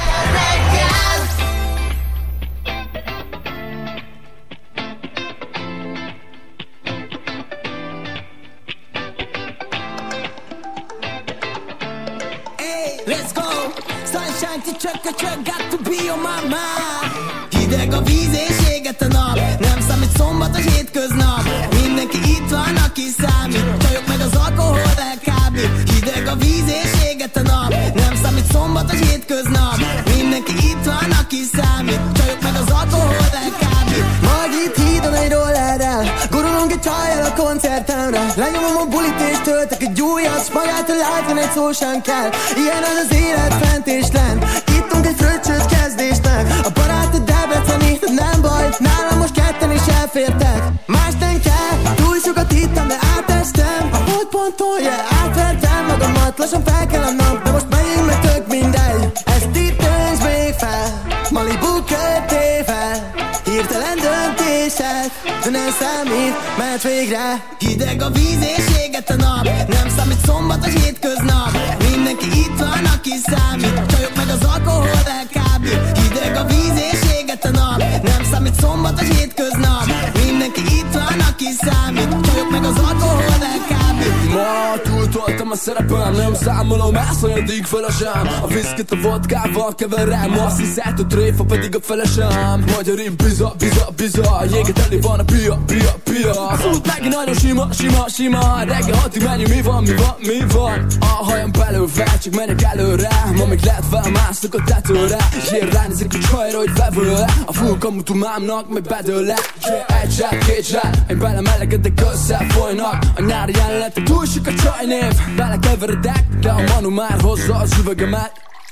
Let's go! Sunshine to csak a csak, got to be on my mind. Hideg a víz és éget a nap, nem számít szombat a hétköznap. Mindenki itt van, aki számít, csajok meg az alkohol elkábít. Hideg a víz és éget a nap, nem számít szombat a hétköznap. Mindenki itt van, aki számít, csajok meg az alkohol elkábít. Majd itt hídon egy rollerrel, gurulunk egy csajjal a koncertemre. Lenyomom a bulit és töltök egy újat, s magától látni egy szó sem kell. Ilyen az az élet fent és lent, ittunk egy fröccsös kezdésnek. A barátod Debreceni, nem baj, nálam most ketten is elfértek. Más nem kell, túl sokat hittem, de átestem. A holdponton, yeah, átvertem magamat, lassan fel kell a nap, de most megyünk, meg tök mindegy. Ezt itt töncs még fel, Malibu kötével, hirtelen döntések, de nem számít, mert végre. Hideg a víz és éget a nap, nem számít szombat a hétköznap. Mindenki itt van, aki számít, csajok meg az alkohol elkábít. Hideg a víz és éget a nap, nem számít szombat a hétköznap. Mindenki itt van, aki számít, csajok meg az alkohol elkábít. Ma túltoltam a szerepem, nem számolom, elszanyadik felesem. A viszkit a vodkával keverem, azt hiszed, hogy tréfa pedig a felesem. Magyarin biza, biza, biza, jéget elé van a pia, pia, pia. Az út megint nagyon sima, sima, sima. Reggel hatig menjünk, mi van, mi van, mi van. A hajam belővel, csak menjek előre. Ma még lehet felmászok a tetőre, és én ránézik a csajra, hogy vevő. A full kamutú mámnak meg bedőle. Egy zsák, két zsák, én belemelegedek, összefolynak. A nyári jelenetek, túl sok a csajnév. Belekeveredek, de a manu már hozza az üvegemet.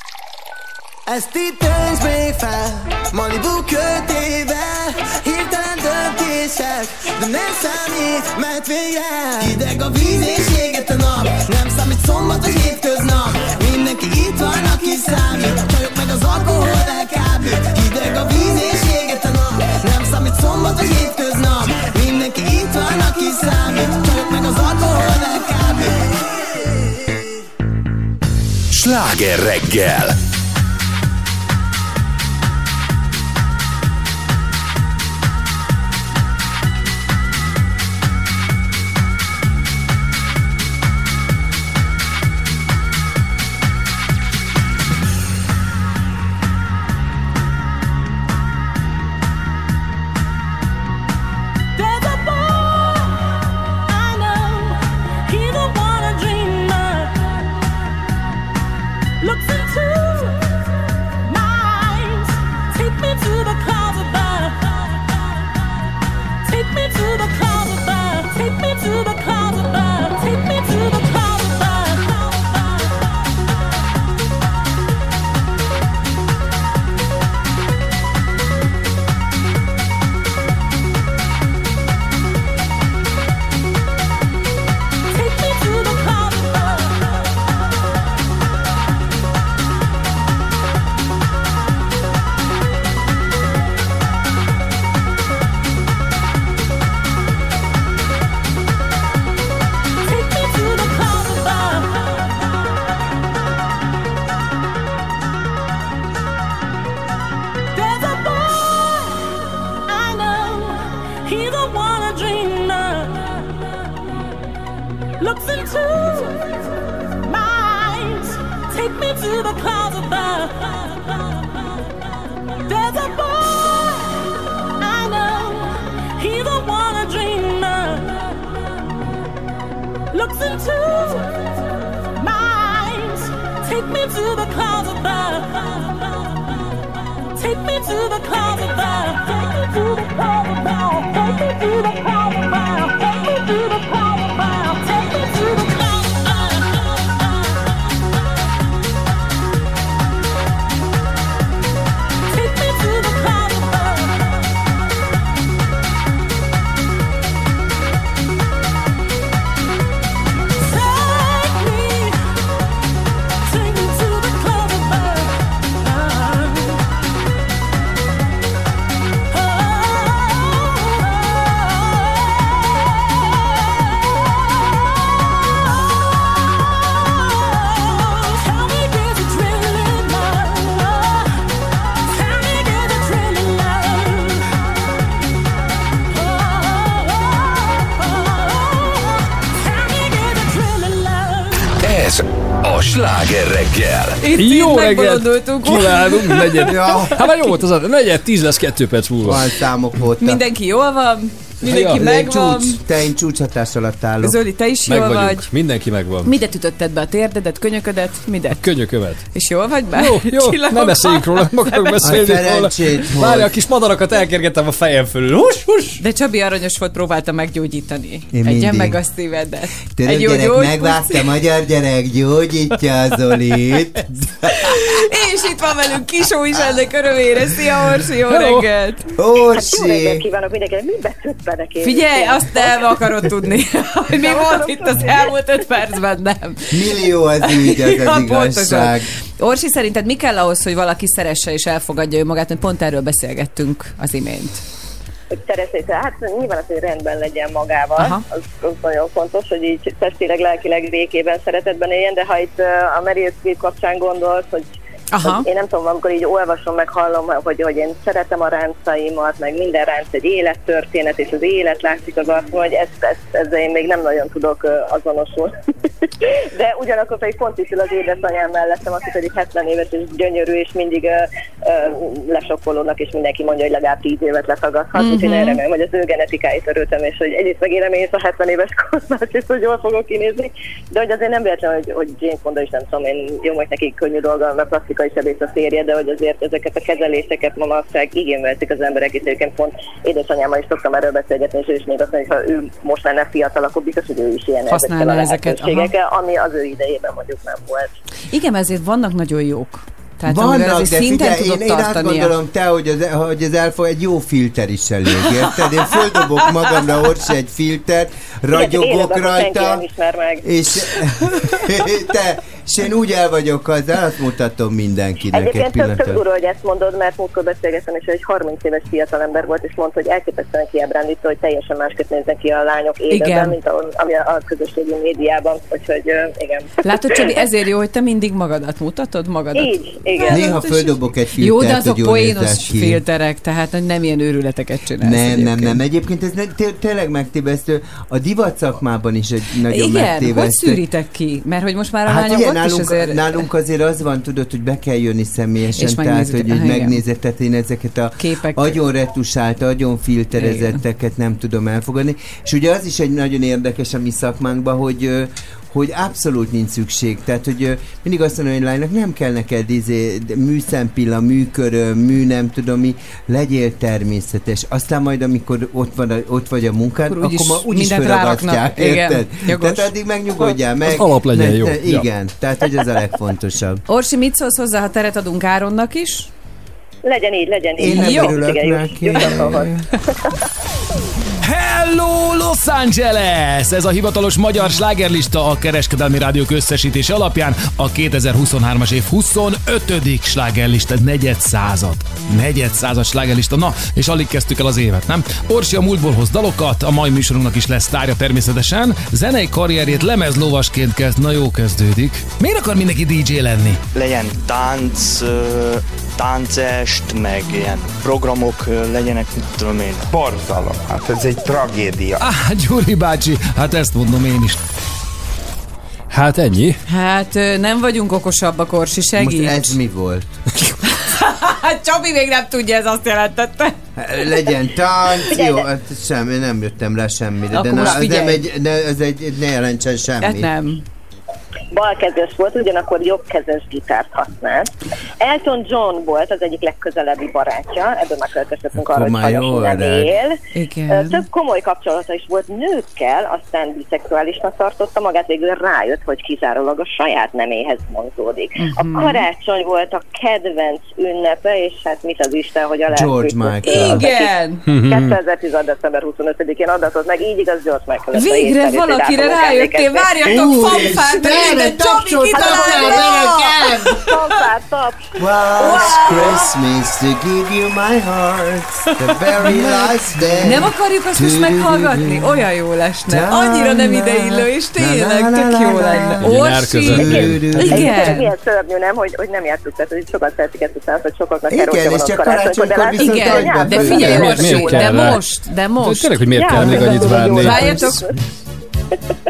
Ezt itt töncs még fel, Malibu kötével, hirtelen döntések, de nem számít, mert végre. Hideg a víz és éget a nap, nem számít szombat a hétköznap. Mindenki itt van, aki számít, csajok meg az alkohol elkábít. Hideg a víz és éget a nap, nem számít szombat a hétköznap. Mindenki itt van, aki számít, csajok meg az alkohol elkábít. Sláger reggel. Looks into looks into my eyes. Take me to the clouds above. There's a boy I know, he's the one I dream of. Looks into my eyes. Take me to the clouds above. Take me to the clouds above. Take me to the clouds above. Take me to the clouds above. Take me to the clouds above. Take me to the clouds above. Take me to the clouds above. a Sláger reggel. Itt Jó így reggelt megbolondultunk. kívánunk, negyed. Ja. Hát már jó volt az a negyed, tíz lesz kettő perc múlva. Van számok voltak. Mindenki jól van, mindenki Ja. megvan. Csúcs, te én csúcshatás alatt állok. Zoli, te is Meg jól vagyunk, vagy. mindenki megvan. Midet ütötted be a térdedet, könyöködet, midet? Könyökövet. És jól vagy be? Jó, jó, ne beszéljünk róla, nem akarok beszélni A róla. szerencsét volt. Várj, a kis madarakat elkergettem a fejem fölül. Hus, hus! De Csabi aranyos volt, próbálta meggyógyítani. Én Egyen mindig. meg a szívedet. Tudod, Egy jó gyerek, gyógypusz. megvágta, magyar gyerek, gyógyítja a Zolit. És itt van velünk Kisó is ennek örömére. Szia Orsi, jó Hello. reggelt! Jó reggelt Orsi! kívánok mindenkinek, miben többenek én? Figyelj, azt el akarod tudni, hogy mi volt itt az elmúlt öt percben, nem? Millió az ügy, az Ja, az pontosan. igazság. Orsi, szerinted mi kell ahhoz, hogy valaki szeresse és elfogadja önmagát? Mert pont erről beszélgettünk az imént. Hogy szerezése, hát nyilván az, hogy rendben legyen magával, Aha. az, az nagyon fontos, hogy így testileg, lelkileg békében, szeretetben éljen, de ha itt uh, a Meryl Streep kapcsán gondolsz, hogy Aha. Hogy én nem tudom, amikor így olvasom, meg hallom, hogy, hogy én szeretem a ráncaimat, meg minden ránc egy élettörténet, és az élet látszik az arcon, hogy ezt, ezt, ezzel én még nem nagyon tudok uh, azonosulni. De ugyanakkor pedig pont is ül az édesanyám mellettem, aki pedig hetven éves és gyönyörű, és mindig uh, uh, lesokkolódnak, és mindenki mondja, hogy legalább tíz évet letagadhat. Mm-hmm. Úgyhogy én remélem, hogy az ő genetikáit örültem, és hogy egyrészt megérem én is a hetven éves korban, és hogy jól fogok kinézni. De hogy azért nem véletlen, hogy, hogy Jane Fonda is nem tudom, én jó, hogy neki könnyű dolga, mert plastikai sebész a férje, de hogy azért ezeket a kezeléseket manapság igénybe veszik az emberek, és egyébként pont édesanyámmal is szoktam erről beszélgetni, és ő is még azt mondja, hogy ha ő most lenne fiatal, akkor biztos, hogy ő is ilyen Használna ezekkel a ezeket, lehetőségekkel, ami az ő idejében mondjuk nem volt. Igen, ezért vannak nagyon jók. Tehát amivel Vannak, azért de szinten figyelj, tudod én, én azt tartania. gondolom te, hogy az, hogy az elfog, egy jó filter is elég, érted? Én földobok magamra Orsi egy filtert, ragyogok Életben senki rajta, nem ismer meg. és te, és én úgy el vagyok azzal, azt mutatom mindenkinek egy Egyébként tök, tök pillanatra. durva, hogy ezt mondod, mert múltkor beszélgettem, és egy harminc éves fiatal ember volt, és mondta, hogy elképesztően kiábrándító, hogy teljesen másképp néznek ki a lányok Igen. életben, mint a, ami a, a közösségi médiában, úgyhogy uh, igen. Látod, Csabi, ezért jó, hogy te mindig magadat mutatod, magadat. Így, igen. Néha földobok egy Jó, de filtert, azok hogy jól poénos nézzek ki. filterek, tehát hogy nem ilyen őrületeket csinálsz. Nem, nem, egyébként. nem. Egyébként ez ne, té- tényleg megtévesztő. A divat szakmában is egy nagyon Igen, hogy megtévesztő. szűritek ki? Mert hogy most már a Hát lányok ugye, ott is nálunk, azért... nálunk azért az van, tudod, hogy be kell jönni személyesen, És tehát, megnézitek, hogy így ah, igen. megnézed, tehát én ezeket a Képek. agyon retusált, agyon filterezetteket nem tudom elfogadni. És ugye az is egy nagyon érdekes a mi szakmánkban, hogy ö, hogy abszolút nincs szükség. Tehát, hogy ö, mindig azt mondom, hogy lánynak nem kell neked izé, műszempilla, műköröm, mű nem tudom mi, legyél természetes. Aztán majd, amikor ott, van a, ott vagy a munkád, Akkor akkor, úgyis akkor ma úgyis mindent felragasztják, ráraknak. Igen, érted? jogos. Tehát addig megnyugodjál meg. Az alap legyen Ne- jó. ne- Ja. Igen, tehát hogy ez a legfontosabb. Orsi, mit szólsz hozzá, ha teret adunk Áronnak is? Legyen így, legyen így. Én nem Jó, örülök igen, jó, neki. jó alkalmat. Hello Los Angeles! Ez a hivatalos magyar slágerlista a Kereskedelmi Rádiók összesítése alapján a kétezer-huszonhármas év huszonötödik slágerlista, negyed század. Negyed század slágerlista. Na, és alig kezdtük el az évet, nem? Orsi a múltból hoz dalokat, a mai műsorunknak is lesz sztárja természetesen. Zenei karrierjét lemezlovasként kezd, na jó kezdődik. Miért akar mindenki dé dzsé lenni? Legyen tánc, ö, táncest, meg ilyen programok ö, legyenek, mit tudom én. Borzalom, hát ez egy tragédia. Ah, Gyuri bácsi, hát ezt mondom én is. Hát ennyi. Hát ö, nem vagyunk okosabbak, Orsi, segíts. Most ez mi volt? Hát Csabi még nem tudja, ez azt jelentette. Legyen tánc, jó, hát semmi, nem jöttem le semmire, Akkor de most na, ez nem figyelj. egy, ne, ez egy, ne jelentsen semmit. Hát nem. Balkezes volt, ugyanakkor jobbkezes gitárt használt. Elton John volt az egyik legközelebbi barátja, ebből már következtetünk arra, Akkor hogy már sajnos jó nem öreg. él. Igen. Több komoly kapcsolata is volt nőkkel, aztán biszexuálisnak tartotta magát, végül rájött, hogy kizárólag a saját neméhez vonzódik. A karácsony volt a kedvenc ünnepe, és hát mit az Isten, hogy a George Michael. Igen. kétezer-tíz. december huszonötödikén adatott meg, így igaz George Michael. Végre valakire rájöttél, várjatok, fanfát, de Csabi kitalálta! Fanfát, taps! Was Christmas to give you my heart, the very last day. Nem akarjuk azt most meghallgatni? Olyan jó lesne. Annyira nem ideillő, és tényleg tök jó lenne. Orsi! Igen. Igen. Milyen szörnyű, nem, hogy, hogy nem játszunk, tehát hogy sokat szeretik ezt utána, hogy sokaknak Igen, kell és rosszja csak van a karácsonykor, karácsonykor de viszont látjuk, agyba hogy De Miért- figyelj, miért Orsi, kell de rá? most, de De most. tényleg, hogy miért kell még annyit várni? Várjatok,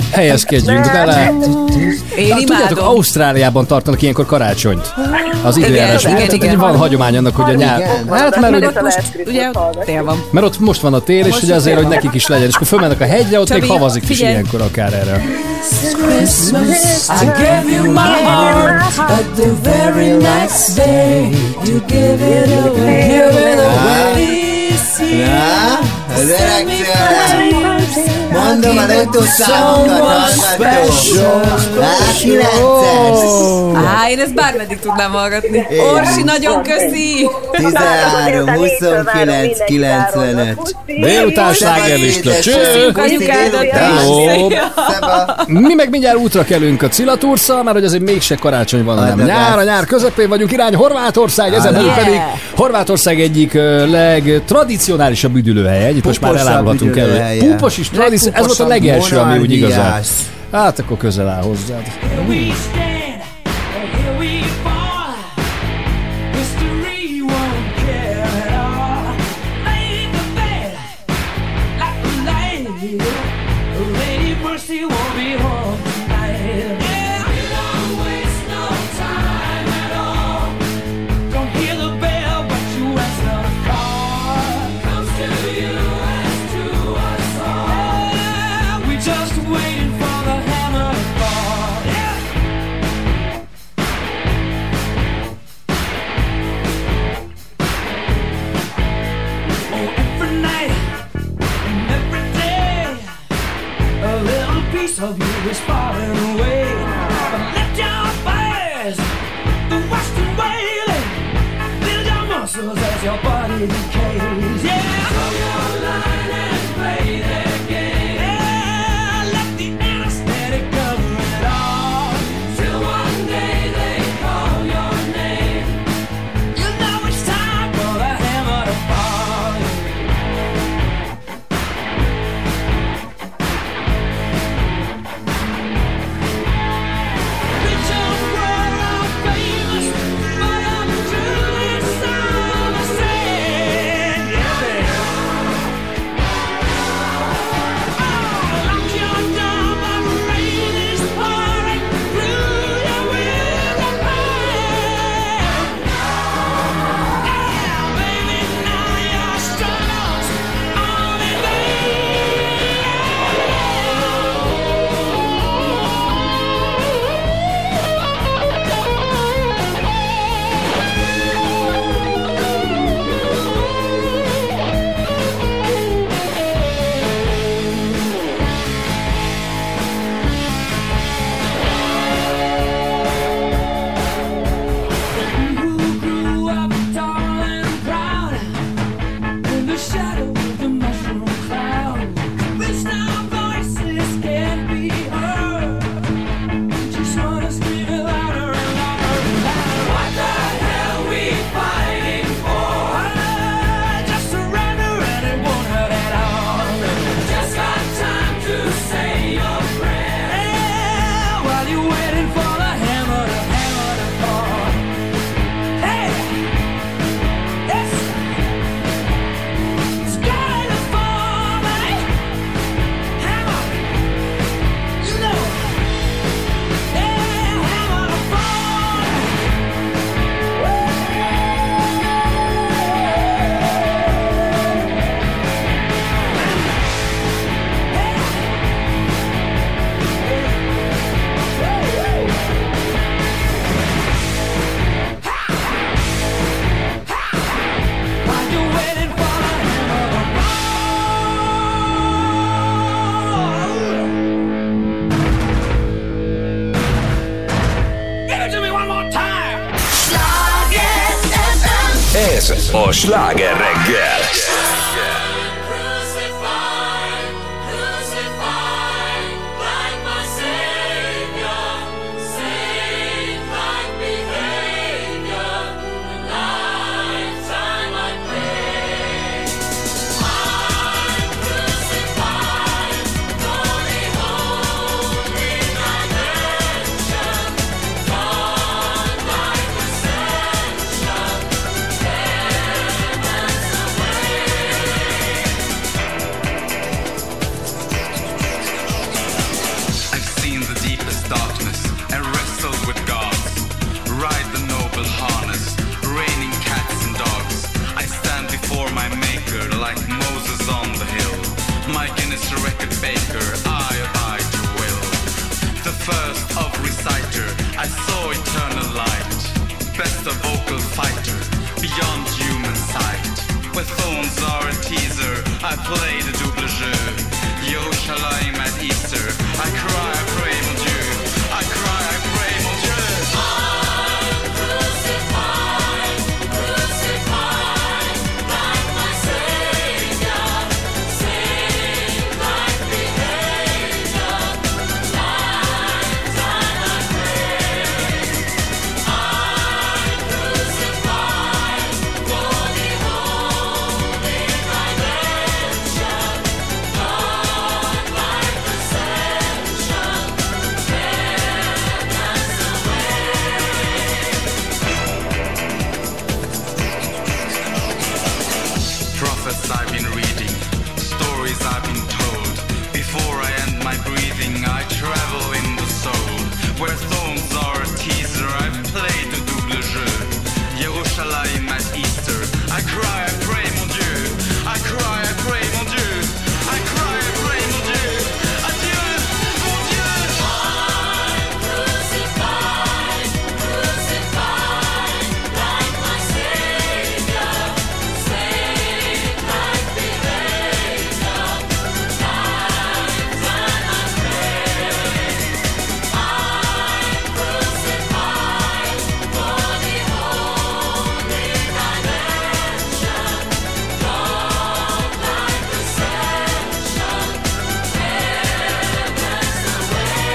Helyezkedjünk bele. Én Na, tudjátok, imádom. Ausztráliában tartanak ilyenkor karácsonyt. Az időjárás Igen, miatt, igen, tehát igen. van hagyomány annak, hogy a nyár... Hát, mert, Meg hogy, ott most, ugye, ott tél van. mert ott most van a tél, és Most ugye azért, tél hogy van. nekik is legyen. És akkor fölmennek a hegyre, ott Csabi, még havazik is figyelj. ilyenkor akár erre. Christmas, I gave you my heart, but the very next day you give it away, give it away. Na, az erekció. Mondom, a lottószámokat hallgató. Á, kilences. Á, én ezt bármeddig tudnám hallgatni. Orsi, nagyon köszi! tizenhárom, huszonkilenc, kilencvenöt. Délután slágerlista. Cső! Köszönjük anyukádat! Hello! Mi meg mindjárt útra kelünk a Cilla Tourszal, mert hogy azért mégse karácsony van, hanem nyár, a nyár közepén vagyunk, irány Horvátország, ezen belül Yeah. pedig Horvátország egyik ö, legtradicionálisabb üdülőhelye. Itt most már Puposabb elárulhatunk el. üdülőhelye. Pumpos is tradici- ez volt a Legpuposabb, legelső, ami úgy igazán. monarchiás. Hát akkor közel áll hozzád. We stand, and here we fall. History won't care at all. Lay the bed like a lady. Lady Mercy won't be home tonight. Yeah, you don't waste no time at all. Don't hear the bell, but you answer the call. Comes to you as to us all. Yeah, we just waiting for the hammer to fall. Yeah. Oh, every night and every day, a little piece of you is falling away. But let your fires, the western wailing, build your muscles as your body decays. Yeah, throw your line and play their game. Yeah, let the anesthetic cover it all. Till one day they call your name. You know it's time for the hammer to fall. Reach out for our famous, but I'm truly sorry to say, yeah, baby. Oh, lock your door, but rain is pouring through your window pane. Yeah, baby, now your struggles are in who grew up tall and proud in the shadow of the mushroom cloud. Reached our voices can't be heard. Just wanna scream it louder and louder and louder. What the hell we fighting for? Just surrender and it won't hurt at all. Just got time to say your prayer. Yeah, while you're waiting for the hammer to hammer to fall. Hey, yes, it's gonna fall, man. Hammer, you know, yeah, hammer to fall. While you're waiting for the hammer to fall. Give it to me one more time. Ez a Sláger reggel. Heaven's away. my Guinness record baker, I abide your will. The first of reciter, I saw eternal light. Best of vocal fighter, beyond human sight. Where thorns are a teaser, I play the double jeu. Yerushalayim at Easter, I cry, I pray, mon Dieu. I cry, I pray, mon Dieu. I'm crucified, crucified, like my Savior, saved like the angel, time, time I pray. I'm crucified for the holy redemption, God like ascension, prophets I've been reading, stories I've been told. Before I end my breathing, I travel in the soul. Where thorns are a teaser, I've played the double jeu. Yerushalayim at Easter, I cry, I pray, mon Dieu. I cry, I pray, mon Dieu. I cry, I pray, mon Dieu. Adieu, mon Dieu. I'm crucified, crucified, like my Savior, saved like the angel, time, time I pray. I'm crucified for the holy redemption, God like ascension, heaven's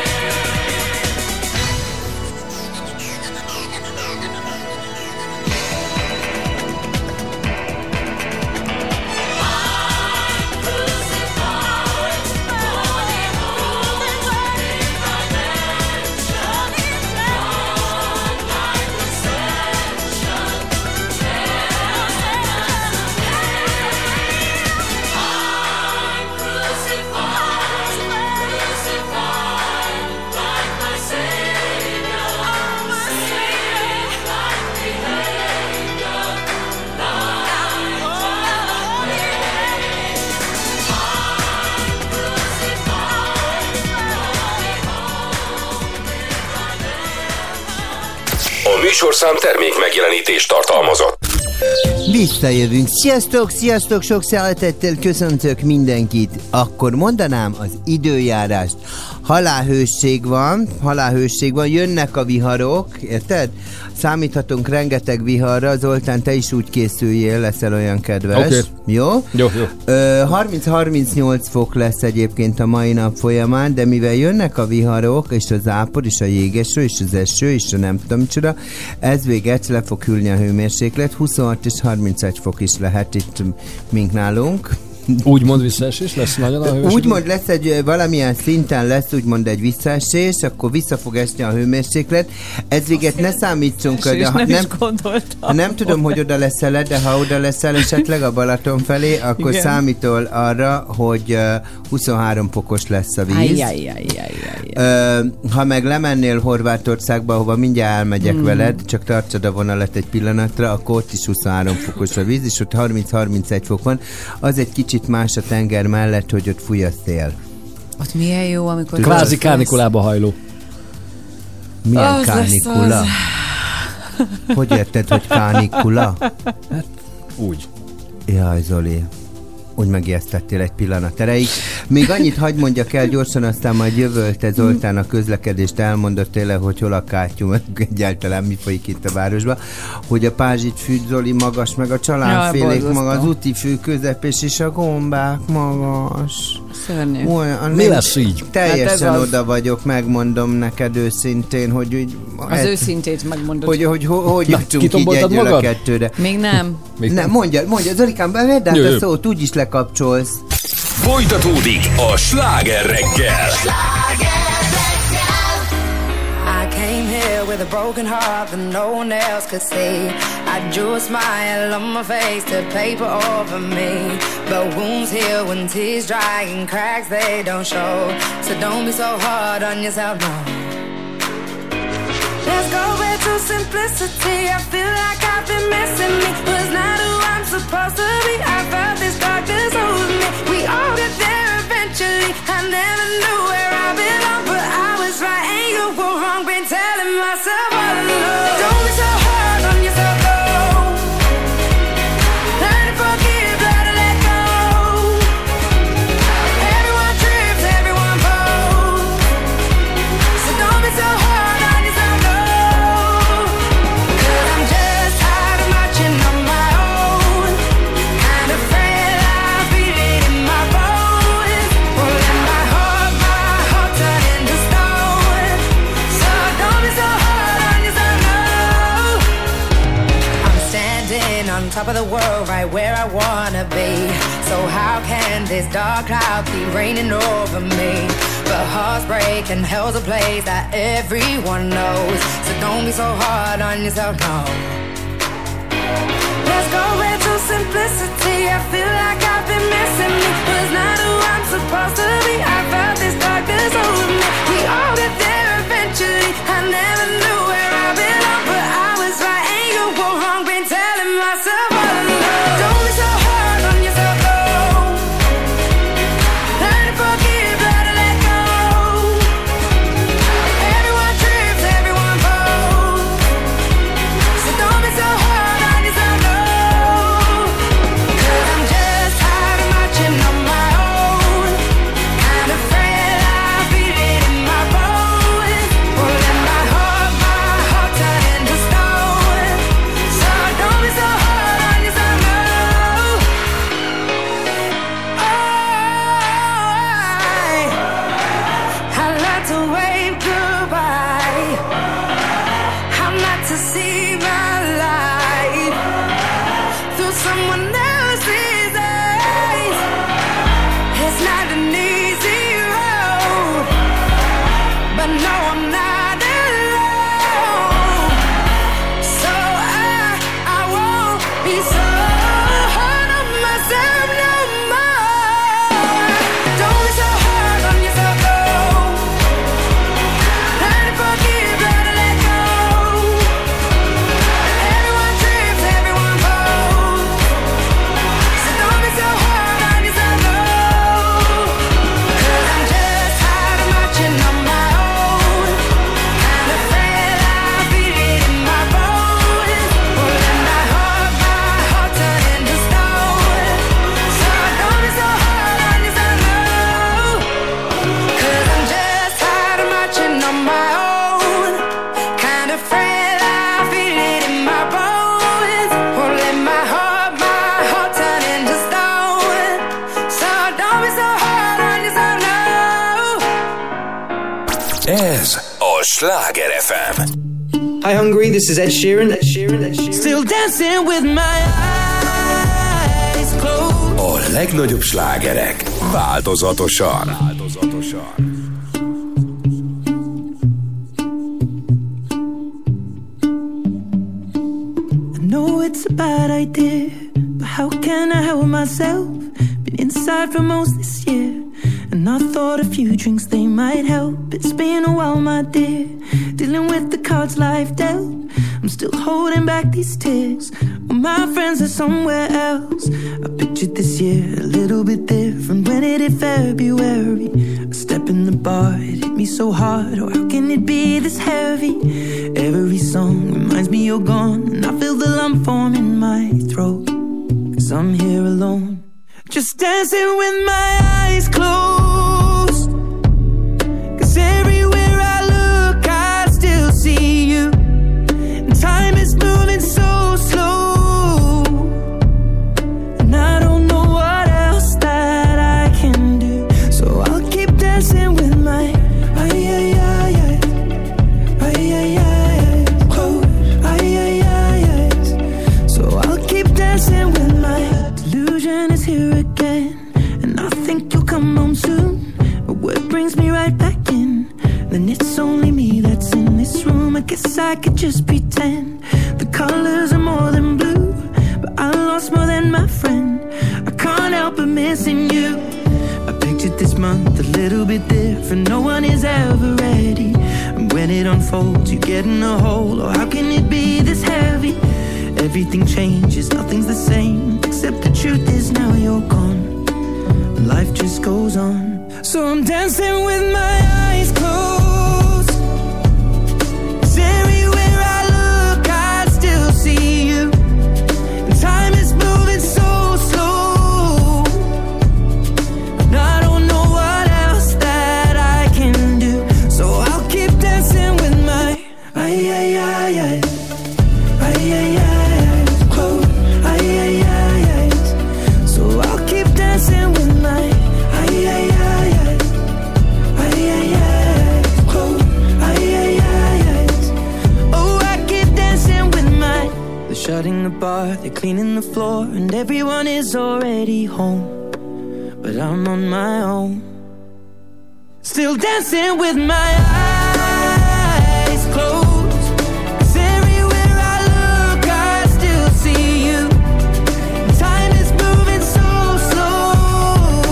A műsorszám termék megjelenítést tartalmazott. Visszajövünk. Sziasztok, sziasztok, sok szeretettel köszöntök mindenkit. Akkor mondanám az időjárást. Halálhőség van, halálhőség van, jönnek a viharok, érted? Számíthatunk rengeteg viharra. Zoltán, te is úgy készüljél, leszel olyan kedves. Okay. Jó? Jó, jó. harminc-harmincnyolc fok lesz egyébként a mai nap folyamán, de mivel jönnek a viharok, és a zápor, és a jégeső, és az eső, és a nem tudom micsoda, ez véget le fog hűlni a hőmérséklet, huszonhat és harmincegy fok is lehet itt mink nálunk. Úgymond visszaesés lesz nagyon a hőmérséklet? Úgymond lesz egy, valamilyen szinten lesz úgymond egy visszaesés, akkor vissza fog esni a hőmérséklet. Ez véget ne számítsunk. De, ha, nem, nem, gondoltam, nem tudom, hogy oda leszel, de ha oda leszel esetleg a Balaton felé, akkor igen, számítol arra, hogy uh, huszonhárom fokos lesz a víz. Ajjajjajjajjaj. Uh, ha meg lemennél Horvátországba, ahova mindjárt elmegyek mm. veled, csak tartsad a vonalat egy pillanatra, akkor ott is huszonhárom fokos a víz, és ott harminc-harmincegy fok van. Az egy kicsit más a tenger mellett, hogy ott fúj a szél. Ott milyen jó, amikor... Kvázi kánikulába hajló. Milyen az kánikula? Hogy érted, hogy kánikula? Hát, úgy. Jaj, Zoli. Úgy megijesztettél egy pillanat erejéig. Még annyit hagy mondjak el gyorsan, aztán majd jövő te Zoltán a közlekedést elmondott tényleg, hogy hol a kátyú, meg egyáltalán mi folyik itt a városban, hogy a pázsit fű, Zoli magas, meg a családfélék maga, az úti fű közepes, és a gombák magas. Szörnyű. Olyan, mi lesz így? Teljesen hát oda vagyok, megmondom neked őszintén, hogy úgy... Az ez, őszintét megmondod. Hogy, hogy, hogy, hogy jutunk így egyről a kettőre. Még nem. Még nem, mondja, mondja, Zolikám, vedd át a szót, úgyis lekapcsolsz. Folytatódik a Sláger reggel. I came here with a broken heart that no one else could see. I drew a smile on my face to paper over me. But wounds heal when tears dry and cracks they don't show. So don't be so hard on yourself, no. Let's go back to simplicity. I feel like I've been missing me. Was not who I'm supposed to be. I felt this darkness over me. We all get there top of the world, right where I wanna be. So how can this dark cloud keep raining over me? But hearts break and hell's a place that everyone knows. So don't be so hard on yourself, no. Let's go into simplicity. I feel like I've been missing me. Was not who I'm supposed to be. I felt this darkness over me. We all get there eventually. I never knew where I belong, but I was right and you were wrong. Been telling myself all along. Don't be so hard on yourself, no. Learn to forgive, learn to let go. Everyone trips, everyone falls. So don't be so hard on yourself, no. Cause I'm just tired of marching on my own. Kind of afraid I feel it in my bones. Pulling my heart, my heart turn into stone. So don't be so hard on yourself, no. I like to wave goodbye. I'm not to see my life through someone else's eyes. It's not an easy road, but no, I'm not alone. So I, I won't be so hard on myself no more. Don't be so hard on yourself, no. Learn to forgive, learn to let go. Everyone trips, everyone falls. So don't be so hard on yourself, no. Cause I'm just tired of marching on my own. Kind of afraid I feel it in my bones. Pulling my heart, my heart turn into stone. So don't be so hard on yourself, no. Cause I'm just tired of marching on my own. Kind of afraid I feel it in my bones. Pulling my heart, my heart turn into stone. So don't be so hard on yourself, no. Ez a Sláger ef em. Hi Hungary, this is Ed Sheeran. Ed Sheeran, Ed Sheeran. Still dancing with my eyes closed. A legnagyobb slágerek változatosan. Változatosan. I know it's a bad idea, but how can I help myself? Been inside for most this year, and I thought a few drinks they might help. It's been a while, my dear, dealing with the cards life dealt. I'm still holding back these tears, well, my friends are somewhere else. I pictured this year a little bit different. When it hit February, a step in the bar, it hit me so hard. Or how can it be this heavy? Every song reminds me you're gone, and I feel the lump form in my throat. Cause I'm here alone, just dancing with my eyes closed. Cause everywhere I look I still see you. And time is moving so slow, and I don't know what else that I can do. So I'll keep dancing with my ay ay ay ay ay ay ay close ay ay ay ay. So I'll keep dancing with my delusion is here again, and I think you'll come home soon. But what brings me right back in? Then it's only me that's in this room. I guess I could just pretend the colors are more than blue, but I lost more than my friend. I can't help but missing you. I pictured this month a little bit different. No one is ever ready, and when it unfolds you get in a hole. Or how can it be this heavy? Everything changes, nothing's the same, except the truth is now you're gone, and life just goes on. So I'm dancing with my eyes closed. 'Cause everywhere I look I still see you. And time is moving so slow, and I don't know what else that I can do. So I'll keep dancing with my ay ay ay ay ay ay ay close ay ay ay ay. So I'll keep dancing with my ay ay ay ay ay ay ay. They're cleaning the floor and everyone is already home, but I'm on my own, still dancing with my eyes closed. 'Cause everywhere I look I still see you. Time is moving so slow,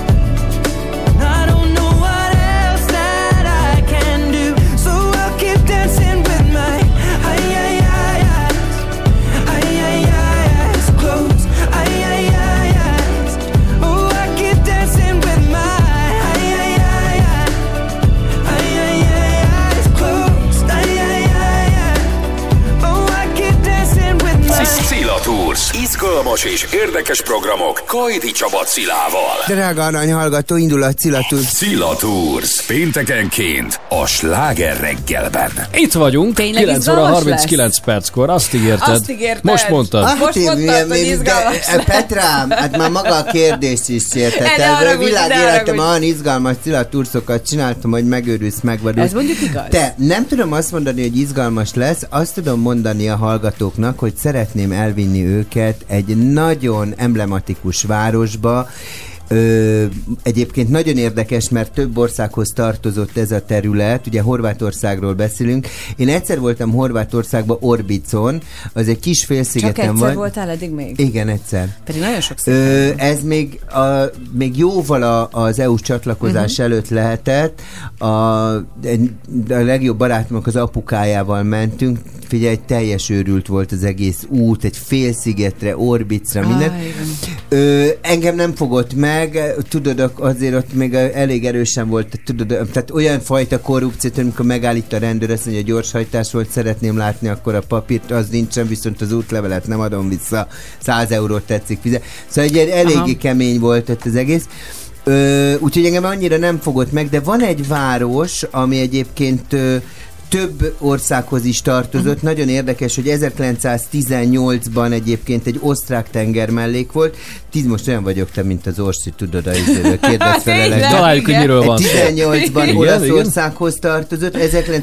and I don't know what else that I can do, so I'll keep dancing with my ay ay ay eyes, ay ay ay eyes closed, ay ay ay eyes. Oh, I keep dancing with my ay ay ay ay, ay ay ay eyes closed, ay ay ay ay. Oh, I keep dancing with my Szila Tours. Izgalmas és érdekes programok Kajdi Csaba Cilával. Drága arany hallgató, indul a Szila Tours. Szila Tours. Péntekenként a Sláger reggelben. Itt vagyunk, Tényleg kilenc óra izgalmas harminckilenc perckor, azt ígérted. Azt ígérted. Most mondtad. Ah, Most én- mondtad, hogy én- izgalmas de- lesz. Petrám, hát már maga a kérdést is Ne értett. haragudj, Világ ne életem haragudj. olyan izgalmas Szila Toursokat csináltam, hogy megőrülsz, megvadulsz. Ez mondjuk igaz. Te, nem tudom azt mondani, hogy izgalmas lesz, azt tudom mondani a hallgatóknak, hogy szeretném elvinni őket egy nagyon emblematikus városba. Ö, egyébként nagyon érdekes, mert több országhoz tartozott ez a terület, ugye Horvátországról beszélünk. Én egyszer voltam Horvátországban, Orbicon, az egy kis Csak félszigeten egyszer van. voltál eddig még? Igen, egyszer. Pedig nagyon sok Ö, szépen. ez még, a, még jóval a, az é u-s csatlakozás Mhm. előtt lehetett. A, egy- a legjobb barátomnak az apukájával mentünk. Figyelj, teljes őrült volt az egész út, egy félszigetre, Orbicra, minden. Áj, igen. Ö, engem nem fogott meg, tudod, azért ott még elég erősen volt, tudod, tehát olyan fajta korrupciót, amikor megállít a rendőr, azt mondja, gyorshajtás volt, szeretném látni, akkor a papírt, az nincsen, viszont az útlevelet nem adom vissza, száz eurót tetszik fizet. Szóval egy eléggé Aha. kemény volt ott az egész. Ö, úgyhogy engem annyira nem fogott meg, de van egy város, ami egyébként ö, több országhoz is tartozott. Uh-huh. Nagyon érdekes, hogy ezerkilencszáztizennyolcban egyébként egy osztrák tengermellék volt. Tíz most olyan vagyok te, mint az Orsi, tudod, a izéről kérdezfelelek. Találjuk, hogy miről van szó. tizennyolcban Igen, Olaszországhoz tartozott,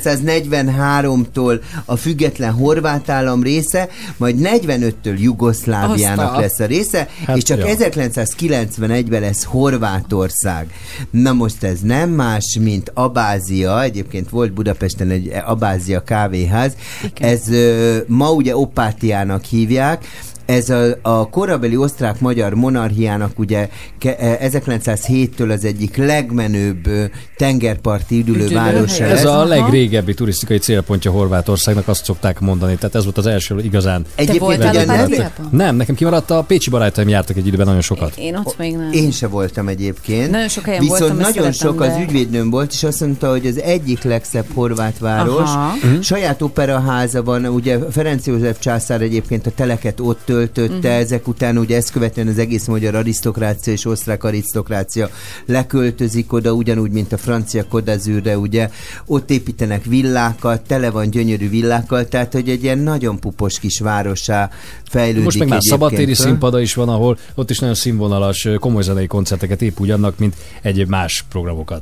ezerkilencszáznegyvenháromtól a független horvát állam része, majd negyvenöttől Jugoszláviának Aztán. lesz a része, Hát, és csak ja. ezerkilencszázkilencvenegyben lesz Horvátország. Na most ez nem más, mint Abázia, egyébként volt Budapesten egy Abázia kávéház, ez ö, ma ugye Opátiának hívják, ez a, a korabeli osztrák-magyar monarchiának ugye ke, ezerkilencszázhéttől az egyik legmenőbb ö, tengerparti üdülővárosa Ez lesz. a legrégebbi turisztikai célpontja Horvátországnak, azt szokták mondani. Tehát ez volt az első igazán. Egyébként voltál ugye nem- Opátiában? Nem, nekem kimaradt, a pécsi barátaim jártak egy időben nagyon sokat. Én ott még nem. Én se voltam egyébként. Nagyon sok helyen Viszont voltam, és nagyon szeretem, sok az de- ügyvédnőm volt, és azt mondta, hogy az egyik legszebb horvát város. Aha. Uh-huh. Saját operaháza van, ugye Ferenc József császár egyébként a teleket ott töltötte, Mhm. uh-huh. ezek után ugye ezt követően az egész magyar arisztokrácia és osztrák arisztokrácia leköltözik oda, ugyanúgy, mint a francia Côte d'Azurre, ugye ott építenek villákat, tele van gyönyörű villákkal, tehát hogy egy ilyen nagyon pupos kis várossá fejlődik. Most meg már egyébként. szabadtéri színpada is van, ahol ott is nagyon színvonalas komoly zenei koncerteket épp úgy annak, mint egyéb más programokat.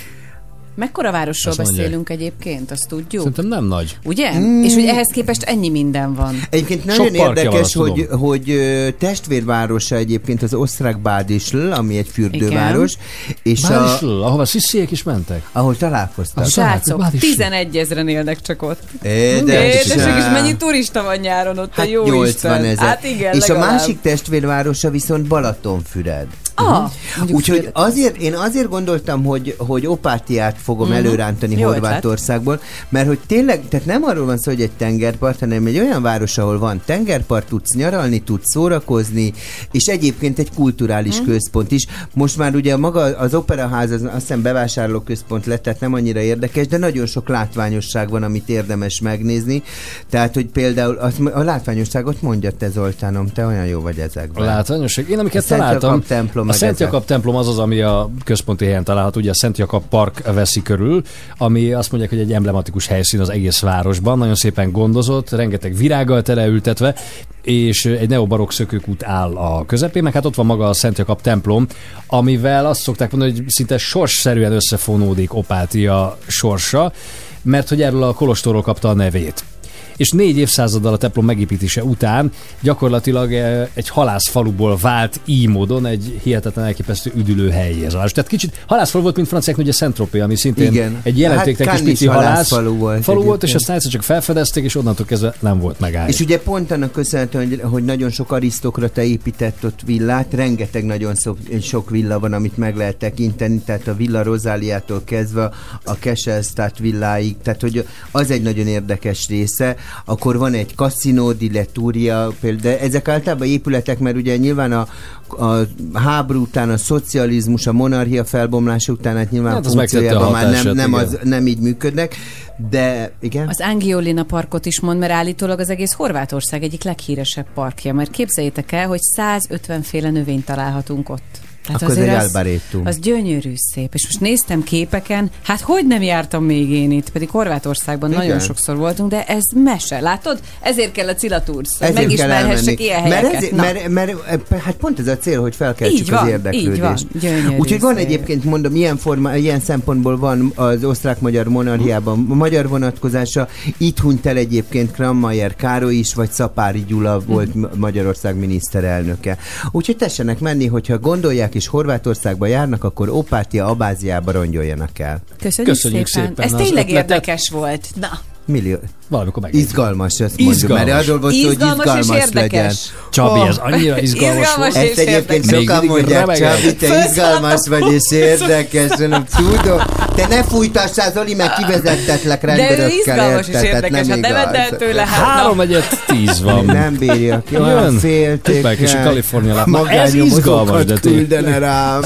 Mekkora városról Azt mondják. beszélünk egyébként, azt tudjuk? Szerintem nem nagy. Ugye? Mm. És hogy ehhez képest ennyi minden van. Egyébként Sok nagyon parkja van, érdekes, azt hogy, tudom. hogy ö, testvérvárosa egyébként az osztrák Bádisl, ami egy fürdőváros, és a, Bádisl, ahova sziszék is mentek. ahol találkoztak. Az- Srácok, Bádisl. tizenegy ezren élnek csak ott. Édes, Édesek, és mennyi turista van nyáron ott, Hát a jó nyolcvan Isten. ezer. Hát igen, és legalább. a másik testvérvárosa viszont Balatonfüred. Ah, mondjuk Úgyhogy Füred- azért, én azért gondoltam, hogy, hogy Opátiát fogom Mhm. előrántani Jó Horvátországból, mert hogy tényleg, tehát nem arról van szó, hogy egy tengerpart, hanem egy olyan város, ahol van tengerpart, tudsz nyaralni, tudsz szórakozni, és egyébként egy kulturális Mhm. központ is. Most már ugye maga az operaház, az, azt hiszem bevásárlóközpont lett, tehát nem annyira érdekes, de nagyon sok látványosság van, amit érdemes megnézni. Tehát, hogy például azt, a látványosságot mondja te, Zoltánom, te olyan jó vagy A ezekben. látványosság. Én amiket A Szent találtam, Jakab templom, a meg Szent ezek. Jakab templom az az, ami a központi helyen található, ugye a Szent Jakab Park veszi körül, ami azt mondják, hogy egy emblematikus helyszín az egész városban, nagyon szépen gondozott, rengeteg virággal teleültetve, és egy neobarokk szökőkút áll a közepén, meg hát ott van maga a Szent Jakab templom, amivel azt szokták mondani, hogy szinte sorsszerűen összefonódik Opátia sorsa, mert hogy erről a kolostorról kapta a nevét. és négy évszázaddal a templom megépítése után gyakorlatilag eh, egy halászfaluból vált így módon egy hihetetlen elképesztő üdülő helyéhez. Tehát kicsit halászfalu volt, mint franciák, ugye Saint-Tropez, ami szintén igen. egy jelentéktelen hát kis pici halász falu volt, falu volt, és aztán egyszer csak felfedezték, és onnantól kezdve nem volt megállni. És ugye pont annak köszönhetően, hogy, hogy nagyon sok arisztokrata épített ott villát, rengeteg nagyon sok, sok villa van, amit meg lehet tekinteni, tehát a Villa Rosáliától kezdve a Kesselstadt villáig, tehát hogy az egy nagyon érdekes része. Akkor van egy Casino di Letturia, például, de ezek általában épületek, mert ugye nyilván a, a háború után, a szocializmus, a monarchia felbomlása után, hát nyilván hát funkciójában már nem, nem, az, nem így működnek, de igen. Az Angiolina parkot is mond, mert állítólag az egész Horvátország egyik leghíresebb parkja, mert képzeljétek el, hogy százötven féle növényt találhatunk ott. Tehát akkor azért az, az, az gyönyörű szép. És most néztem képeken, hát hogy nem jártam még én itt, pedig Horvátországban igen. nagyon sokszor voltunk, de ez mese. Látod? Ezért kell a Cilla Tours, hogy megismerhessek ilyen mert helyeket. Ez, mert, mert, mert, hát pont ez a cél, hogy felkeltsük az érdeklődést. Úgyhogy van egyébként, mondom, ilyen, forma, ilyen szempontból van az osztrák-magyar monarchiában a magyar vonatkozása. Itt hunyt el egyébként Krammeier Károly is, vagy Szapáry Gyula volt mm. Magyarország miniszterelnöke. Úgyhogy tessenek menni, hogyha gondolják, és Horvátországba járnak, akkor Opátia Abáziába rongyoljanak el. Köszönjük, Köszönjük szépen. szépen. Ez tényleg ötletet. Érdekes volt. Na. Millió. Valamikor meg. Izgalmas, ezt mondjuk, mert arról volt, hogy izgalmas legyen. Csabi, ez annyira izgalmas, izgalmas volt. Ezt egyébként sokan mondják, Csabi, te izgalmas vagy és érdekes. Tudom, te ne fújtassál, Zoli, meg kivezettetlek rendőrökkel. De ő izgalmas és érdekes, hát nem vedd el tőle. Három egyet tíz van. Nem bírja ki, olyan félték. Meg is a Kalifornia láp. Ez izgalmas, de tényleg. Küldene rám.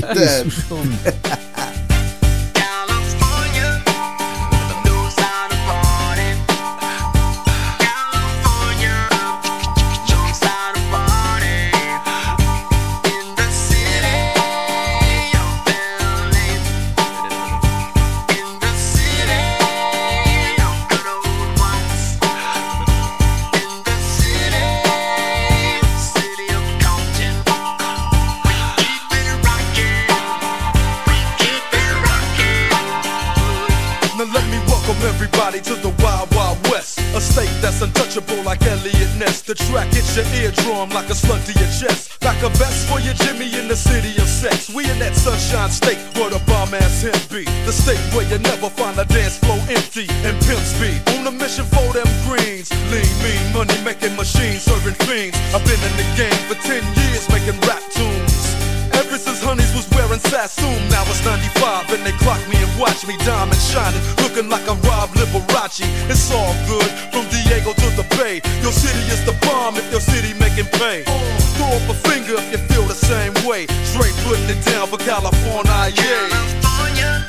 The track hits your eardrum like a slug to your chest. Back a vest for your Jimmy in the city of sex. We in that sunshine state where the bomb ass him be. The state where you never find a dance floor empty and pimp speed. On a mission for them greens. Lean, mean, money making machines serving fiends. I've been in the game for ten years making rap tunes. Ever since Honeys was wearing Sassoon, now it's ninety-five and they clock me and watch me diamond shining, looking like I'm Rob Liberace. It's all good from Diego to the Bay. Your city is the bomb if your city making pay. Throw up a finger if you feel the same way. Straight putting it down for California, yeah.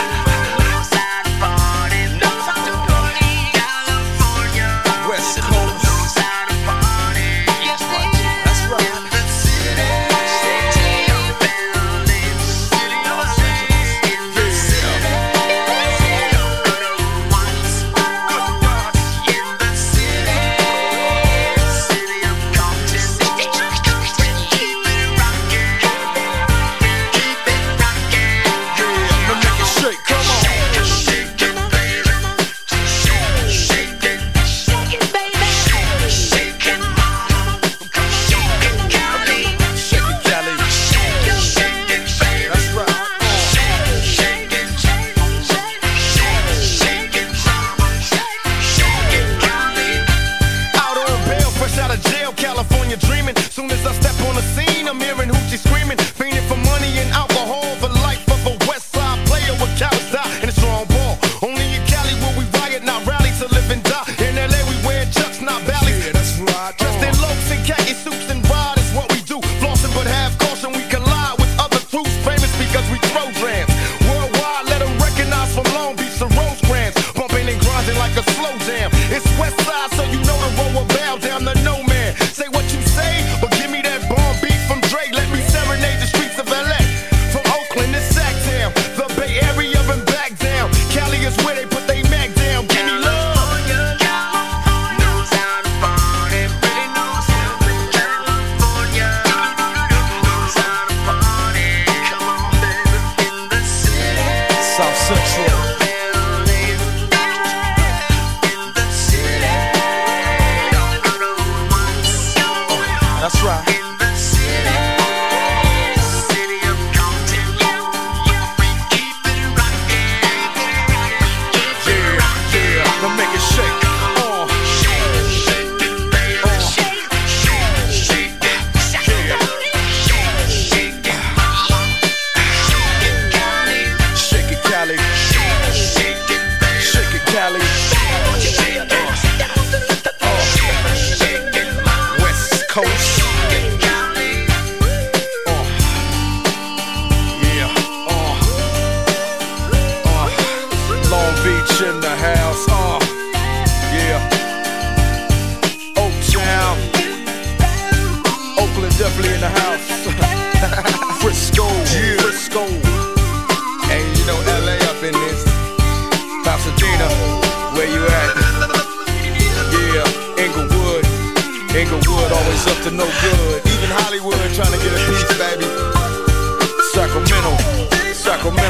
West Coast.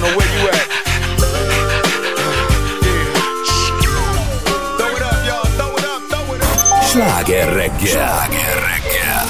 Montana, where you at? Sláger reggel. Sláger reggel.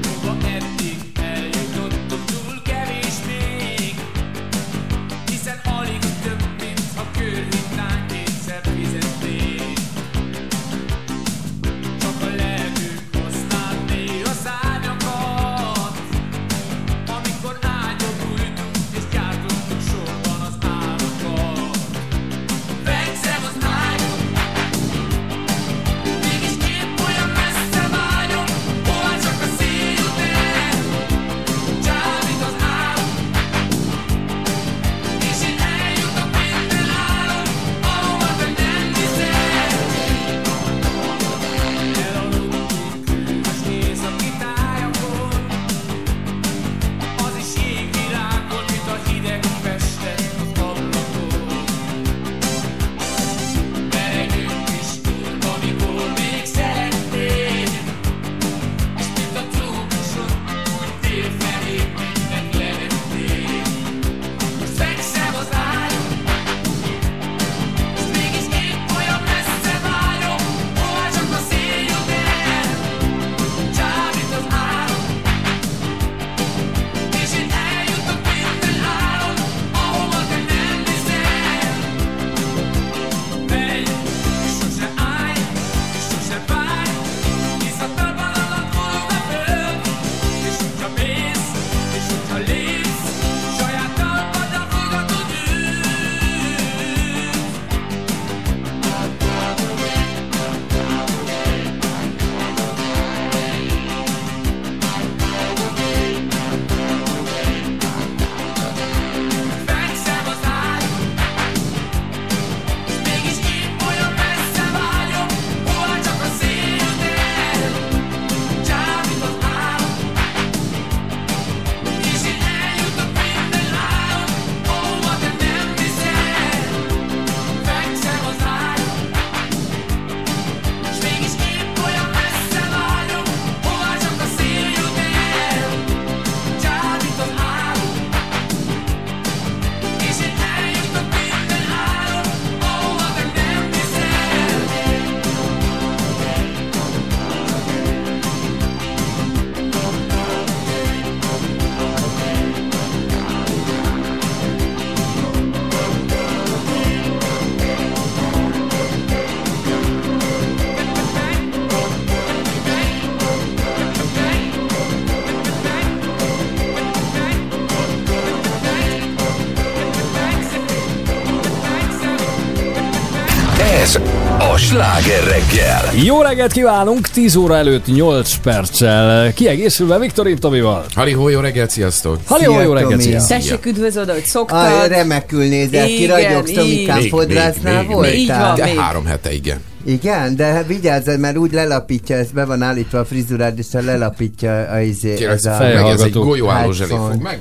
Ez a Sláger reggel. Jó reggelt kívánunk, tíz óra előtt nyolc perccel. Kiegészülve Viktorin Tomival. Halihó, jó reggelt, sziasztok! Halihó, jó reggelt, sziasztok! Tessék, üdvözöld, ahogy szoktad. Aj, remekül nézel ki, ragyogsz, Tomikán fodrásznál voltál. De három hete, igen. Igen, de vigyázz, mert úgy lelapítja, ez be van állítva a frizurád, és lelapítja a izé. Kérlek, ez, ez egy golyóálló zselé fog meg?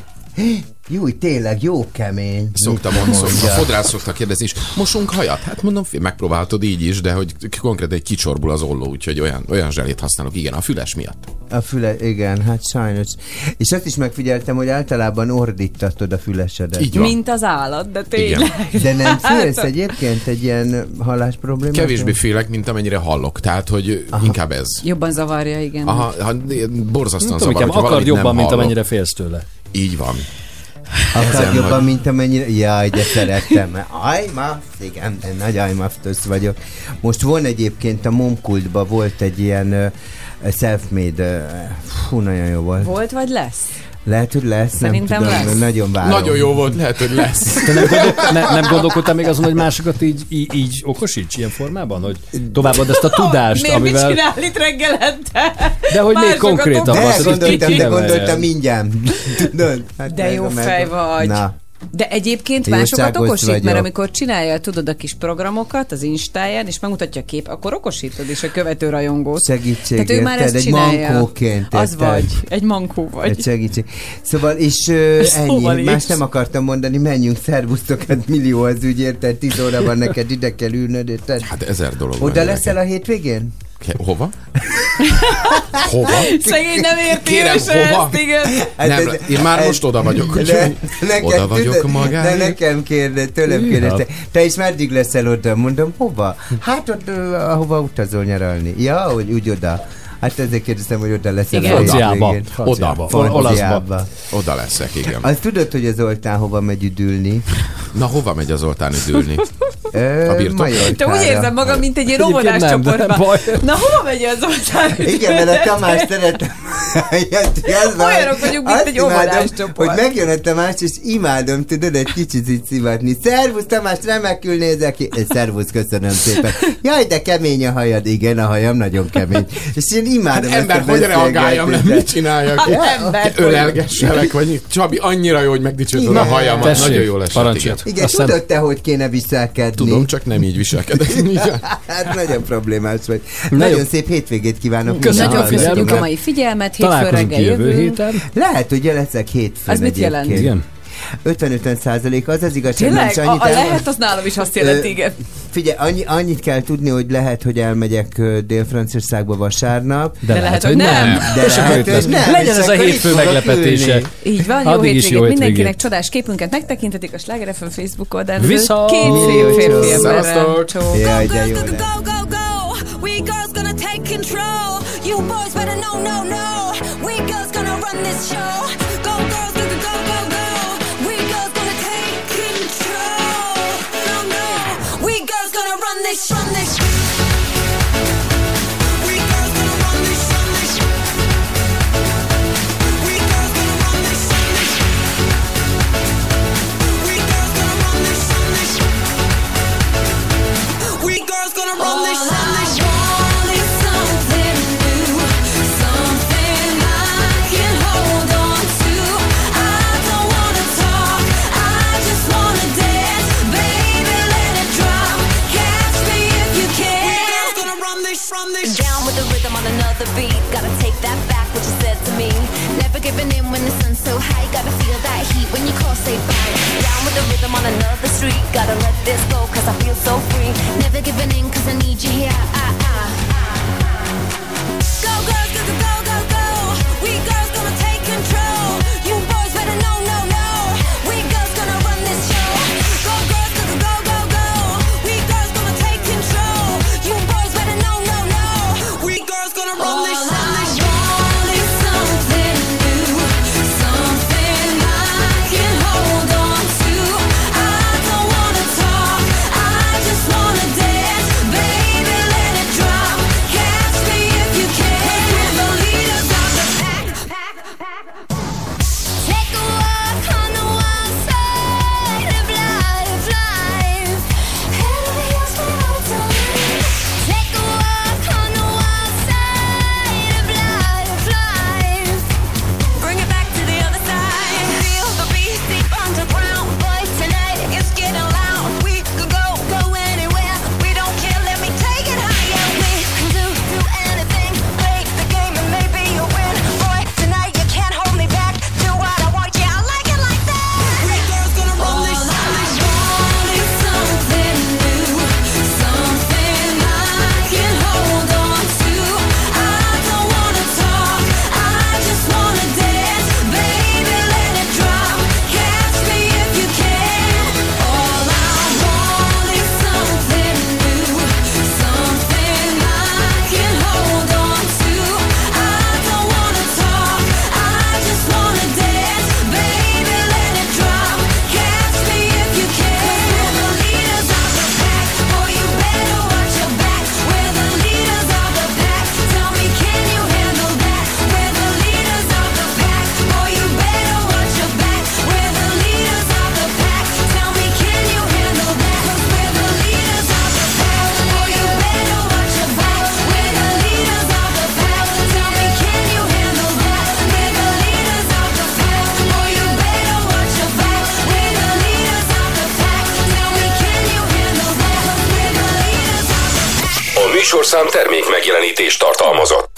Júj, tényleg jó kemény. Szoktam mondani, a fodrász szokta kérdezni, és mosunk hajat? Hát mondom, megpróbáltad így is, de hogy konkrétan egy kicsorbul az olló, úgyhogy olyan, olyan zselét használok, igen, a füles miatt. A füle, igen, hát sajnos. És azt is megfigyeltem, hogy általában ordítatod a fülesedet. Így van. Mint az állat, de tényleg. Igen. De nem félsz egyébként egy ilyen hallás problémát? Kevésbé félek, mint amennyire hallok, tehát, hogy aha, inkább ez. Jobban zavarja, igen. Aha, borzasztóan zavar, hogyha akard jobban, mint amennyire félsz tőle. Így van. Akar jobban, vagy... mint amennyire... Jaj, de szerettem. Ajmaf, igen, de nagy ajmaftösz vagyok. Most van egyébként a Momkultban volt egy ilyen uh, self-made, uh, fú, nagyon jó volt. Volt vagy lesz? Lehet, hogy lesz, szerintem nem tudom, lesz. Nagyon várom. Nagyon jó volt, lehet, hogy lesz. Te nem, gondol, ne, nem gondolkodtál még azon, hogy másokat így, így, így okosíts ilyen formában? Hogy továbbad ezt a tudást, miért amivel... mit csinál itt reggelente? De hogy még konkrétabban. De gondoltam, de gondoltam mindjárt. Hát de jó fej vagy. Na. De egyébként másokat okosít, vagyok. Mert amikor csinálja, tudod, a kis programokat az Instáján, és megmutatja a kép, akkor okosítod is a követő rajongót. Segítség. Tehát ő már ezt egy csinálja. Mankóként. Az vagy. Egy mankó vagy. Egy segítség. Szóval, és uh, szóval ennyi. Más nem akartam mondani, menjünk, szervusztok, hát millió az ügy, érted? Tíz óra van neked, ide kell ülnöd, érted? Hát ezer dolog. Oda leszel a hétvégén? Hova? Hova? Szegény nem érti Kérem, ő se hova? ezt, igen. Nem, én már most oda vagyok, úgyhogy oda vagyok magáig. De nekem kérde, tőlem kérdezte. Te is meddig leszel oda? Mondom, hova? Hát ott, uh, ahova utazol nyaralni. Ja, hogy úgy oda. Hát ezért kérdeztem, hogy oda leszel. Franciába. Oda. Franciába. Oda leszek, igen. Azt tudod, hogy az Zoltán hova megy üdülni? Na, hova megy az Zoltán üdülni? A birtok? Te úgy érzem magam, mint egy ilyen óvodás csoportban. Na, hova megy az Zoltán? Igen, mert a Tamás szeretem. Olyanok vagyunk, mint egy óvodás csoport. Hogy megjön a Tamás, és imádom, tudod, egy kicsit így szivatni. Szervusz, Tamás, remekül nézel ki. Szervusz, köszönöm szépen. Jaj, de kemény a hajad. Igen, a hajam nagyon kemény. És én imádom hát ember, hogy reagáljam, nem mit csináljak? Hát, ölelgesselek, vagy Csabi, annyira jó, hogy megdicsőtől a hajamat. Tessék, nagyon jól esett. Igen, igen tudod te, hogy kéne viselkedni? Tudom, csak nem így viselkedek. Hát nagyon problémás vagy. Nagyon szép hétvégét kívánok. Nagyon köszönjük a mai figyelmet. Hétfő reggel jövő. Lehet, hogy leszek hétfőn. Ez mit jelent? Igen. ötven-ötven százalék az az igazság. Tényleg? A, a lehet, az nálam is azt jelenti, igen. Figyelj, annyi, annyit kell tudni, hogy lehet, hogy elmegyek Dél-Franciaországba vasárnap. De, de lehet, lehet, hogy nem. nem. De lehet, hogy nem. Legyen ez a hétfő meglepetése. Így van, jó hétvégét mindenkinek, csodás képünket megtekinthetik a Sláger ef em Facebook oldalon. Viszont! Két szép férfi emberrel. Jaj, de jó lesz. We girls gonna take control. You boys better know, no, no. We girls gonna run this show. Go girls, go, go, go, go. We girls gonna take control. No, no. We girls gonna run this, run this. We girls gonna run this, run this. We girls gonna run this, run this. We girls gonna run this, run this. We girls gonna run this, run this. Down with the rhythm on another beat. Gotta take that back, what you said to me. Never giving in when the sun's so high. Gotta feel that heat when you call, say bye. Down with the rhythm on another street. Gotta let this go, cause I feel so free. Never giving in, cause I need you here. Ah, ah. Go girls, go, go, go, go, go. We girls gonna take control. You boys better know, no, no. We girls gonna run this show. Go girls, go, go, go, go, go. We girls gonna take control. You boys better know, no, no. We girls gonna run this, run this show. Something new, something I can hold on to. I don't wanna talk, I just wanna dance. Baby, let it drop. Catch me if you can. We're the leaders of the pack. Take a walk on the wild side of life, life. Heavy as the mountain. Take a walk on the wild side of life, life. Bring it back to the other side. Feel the beat deep underground, but tonight it's getting loud. We could go, go anywhere. We don't care, let me take it higher. We can do, do anything. Play the game and maybe you'll win. Boy, tonight you can't hold me back. Do what I want, yeah, I like it like that. We girls gonna run this, run this. Something new, something I can hold on to. I don't wanna talk, I just wanna dance. Baby, let it drop. Catch me if you can. All I want is something new, something I can hold on to. I don't wanna talk, I just wanna dance. Baby, let it drop. Catch me if you can. We're the leaders of the pack. Boy, you better watch your back. We're the leaders of the pack. Tell me, can you handle that? We're the leaders of the pack. Boy, you better watch your back. We're the leaders of the pack. Tell me, can you handle that? 'Cause we're the leaders of the pack. Boy, you better watch your back. We're the leaders of the pack. Tell me, can you handle that? We're the leaders of the pack. Boy, you better watch your back. We're the leaders of the pack. Tell me, can you handle that? 'Cause we're the leaders of the pack. A műsorszám termék megjelenítést tartalmazott.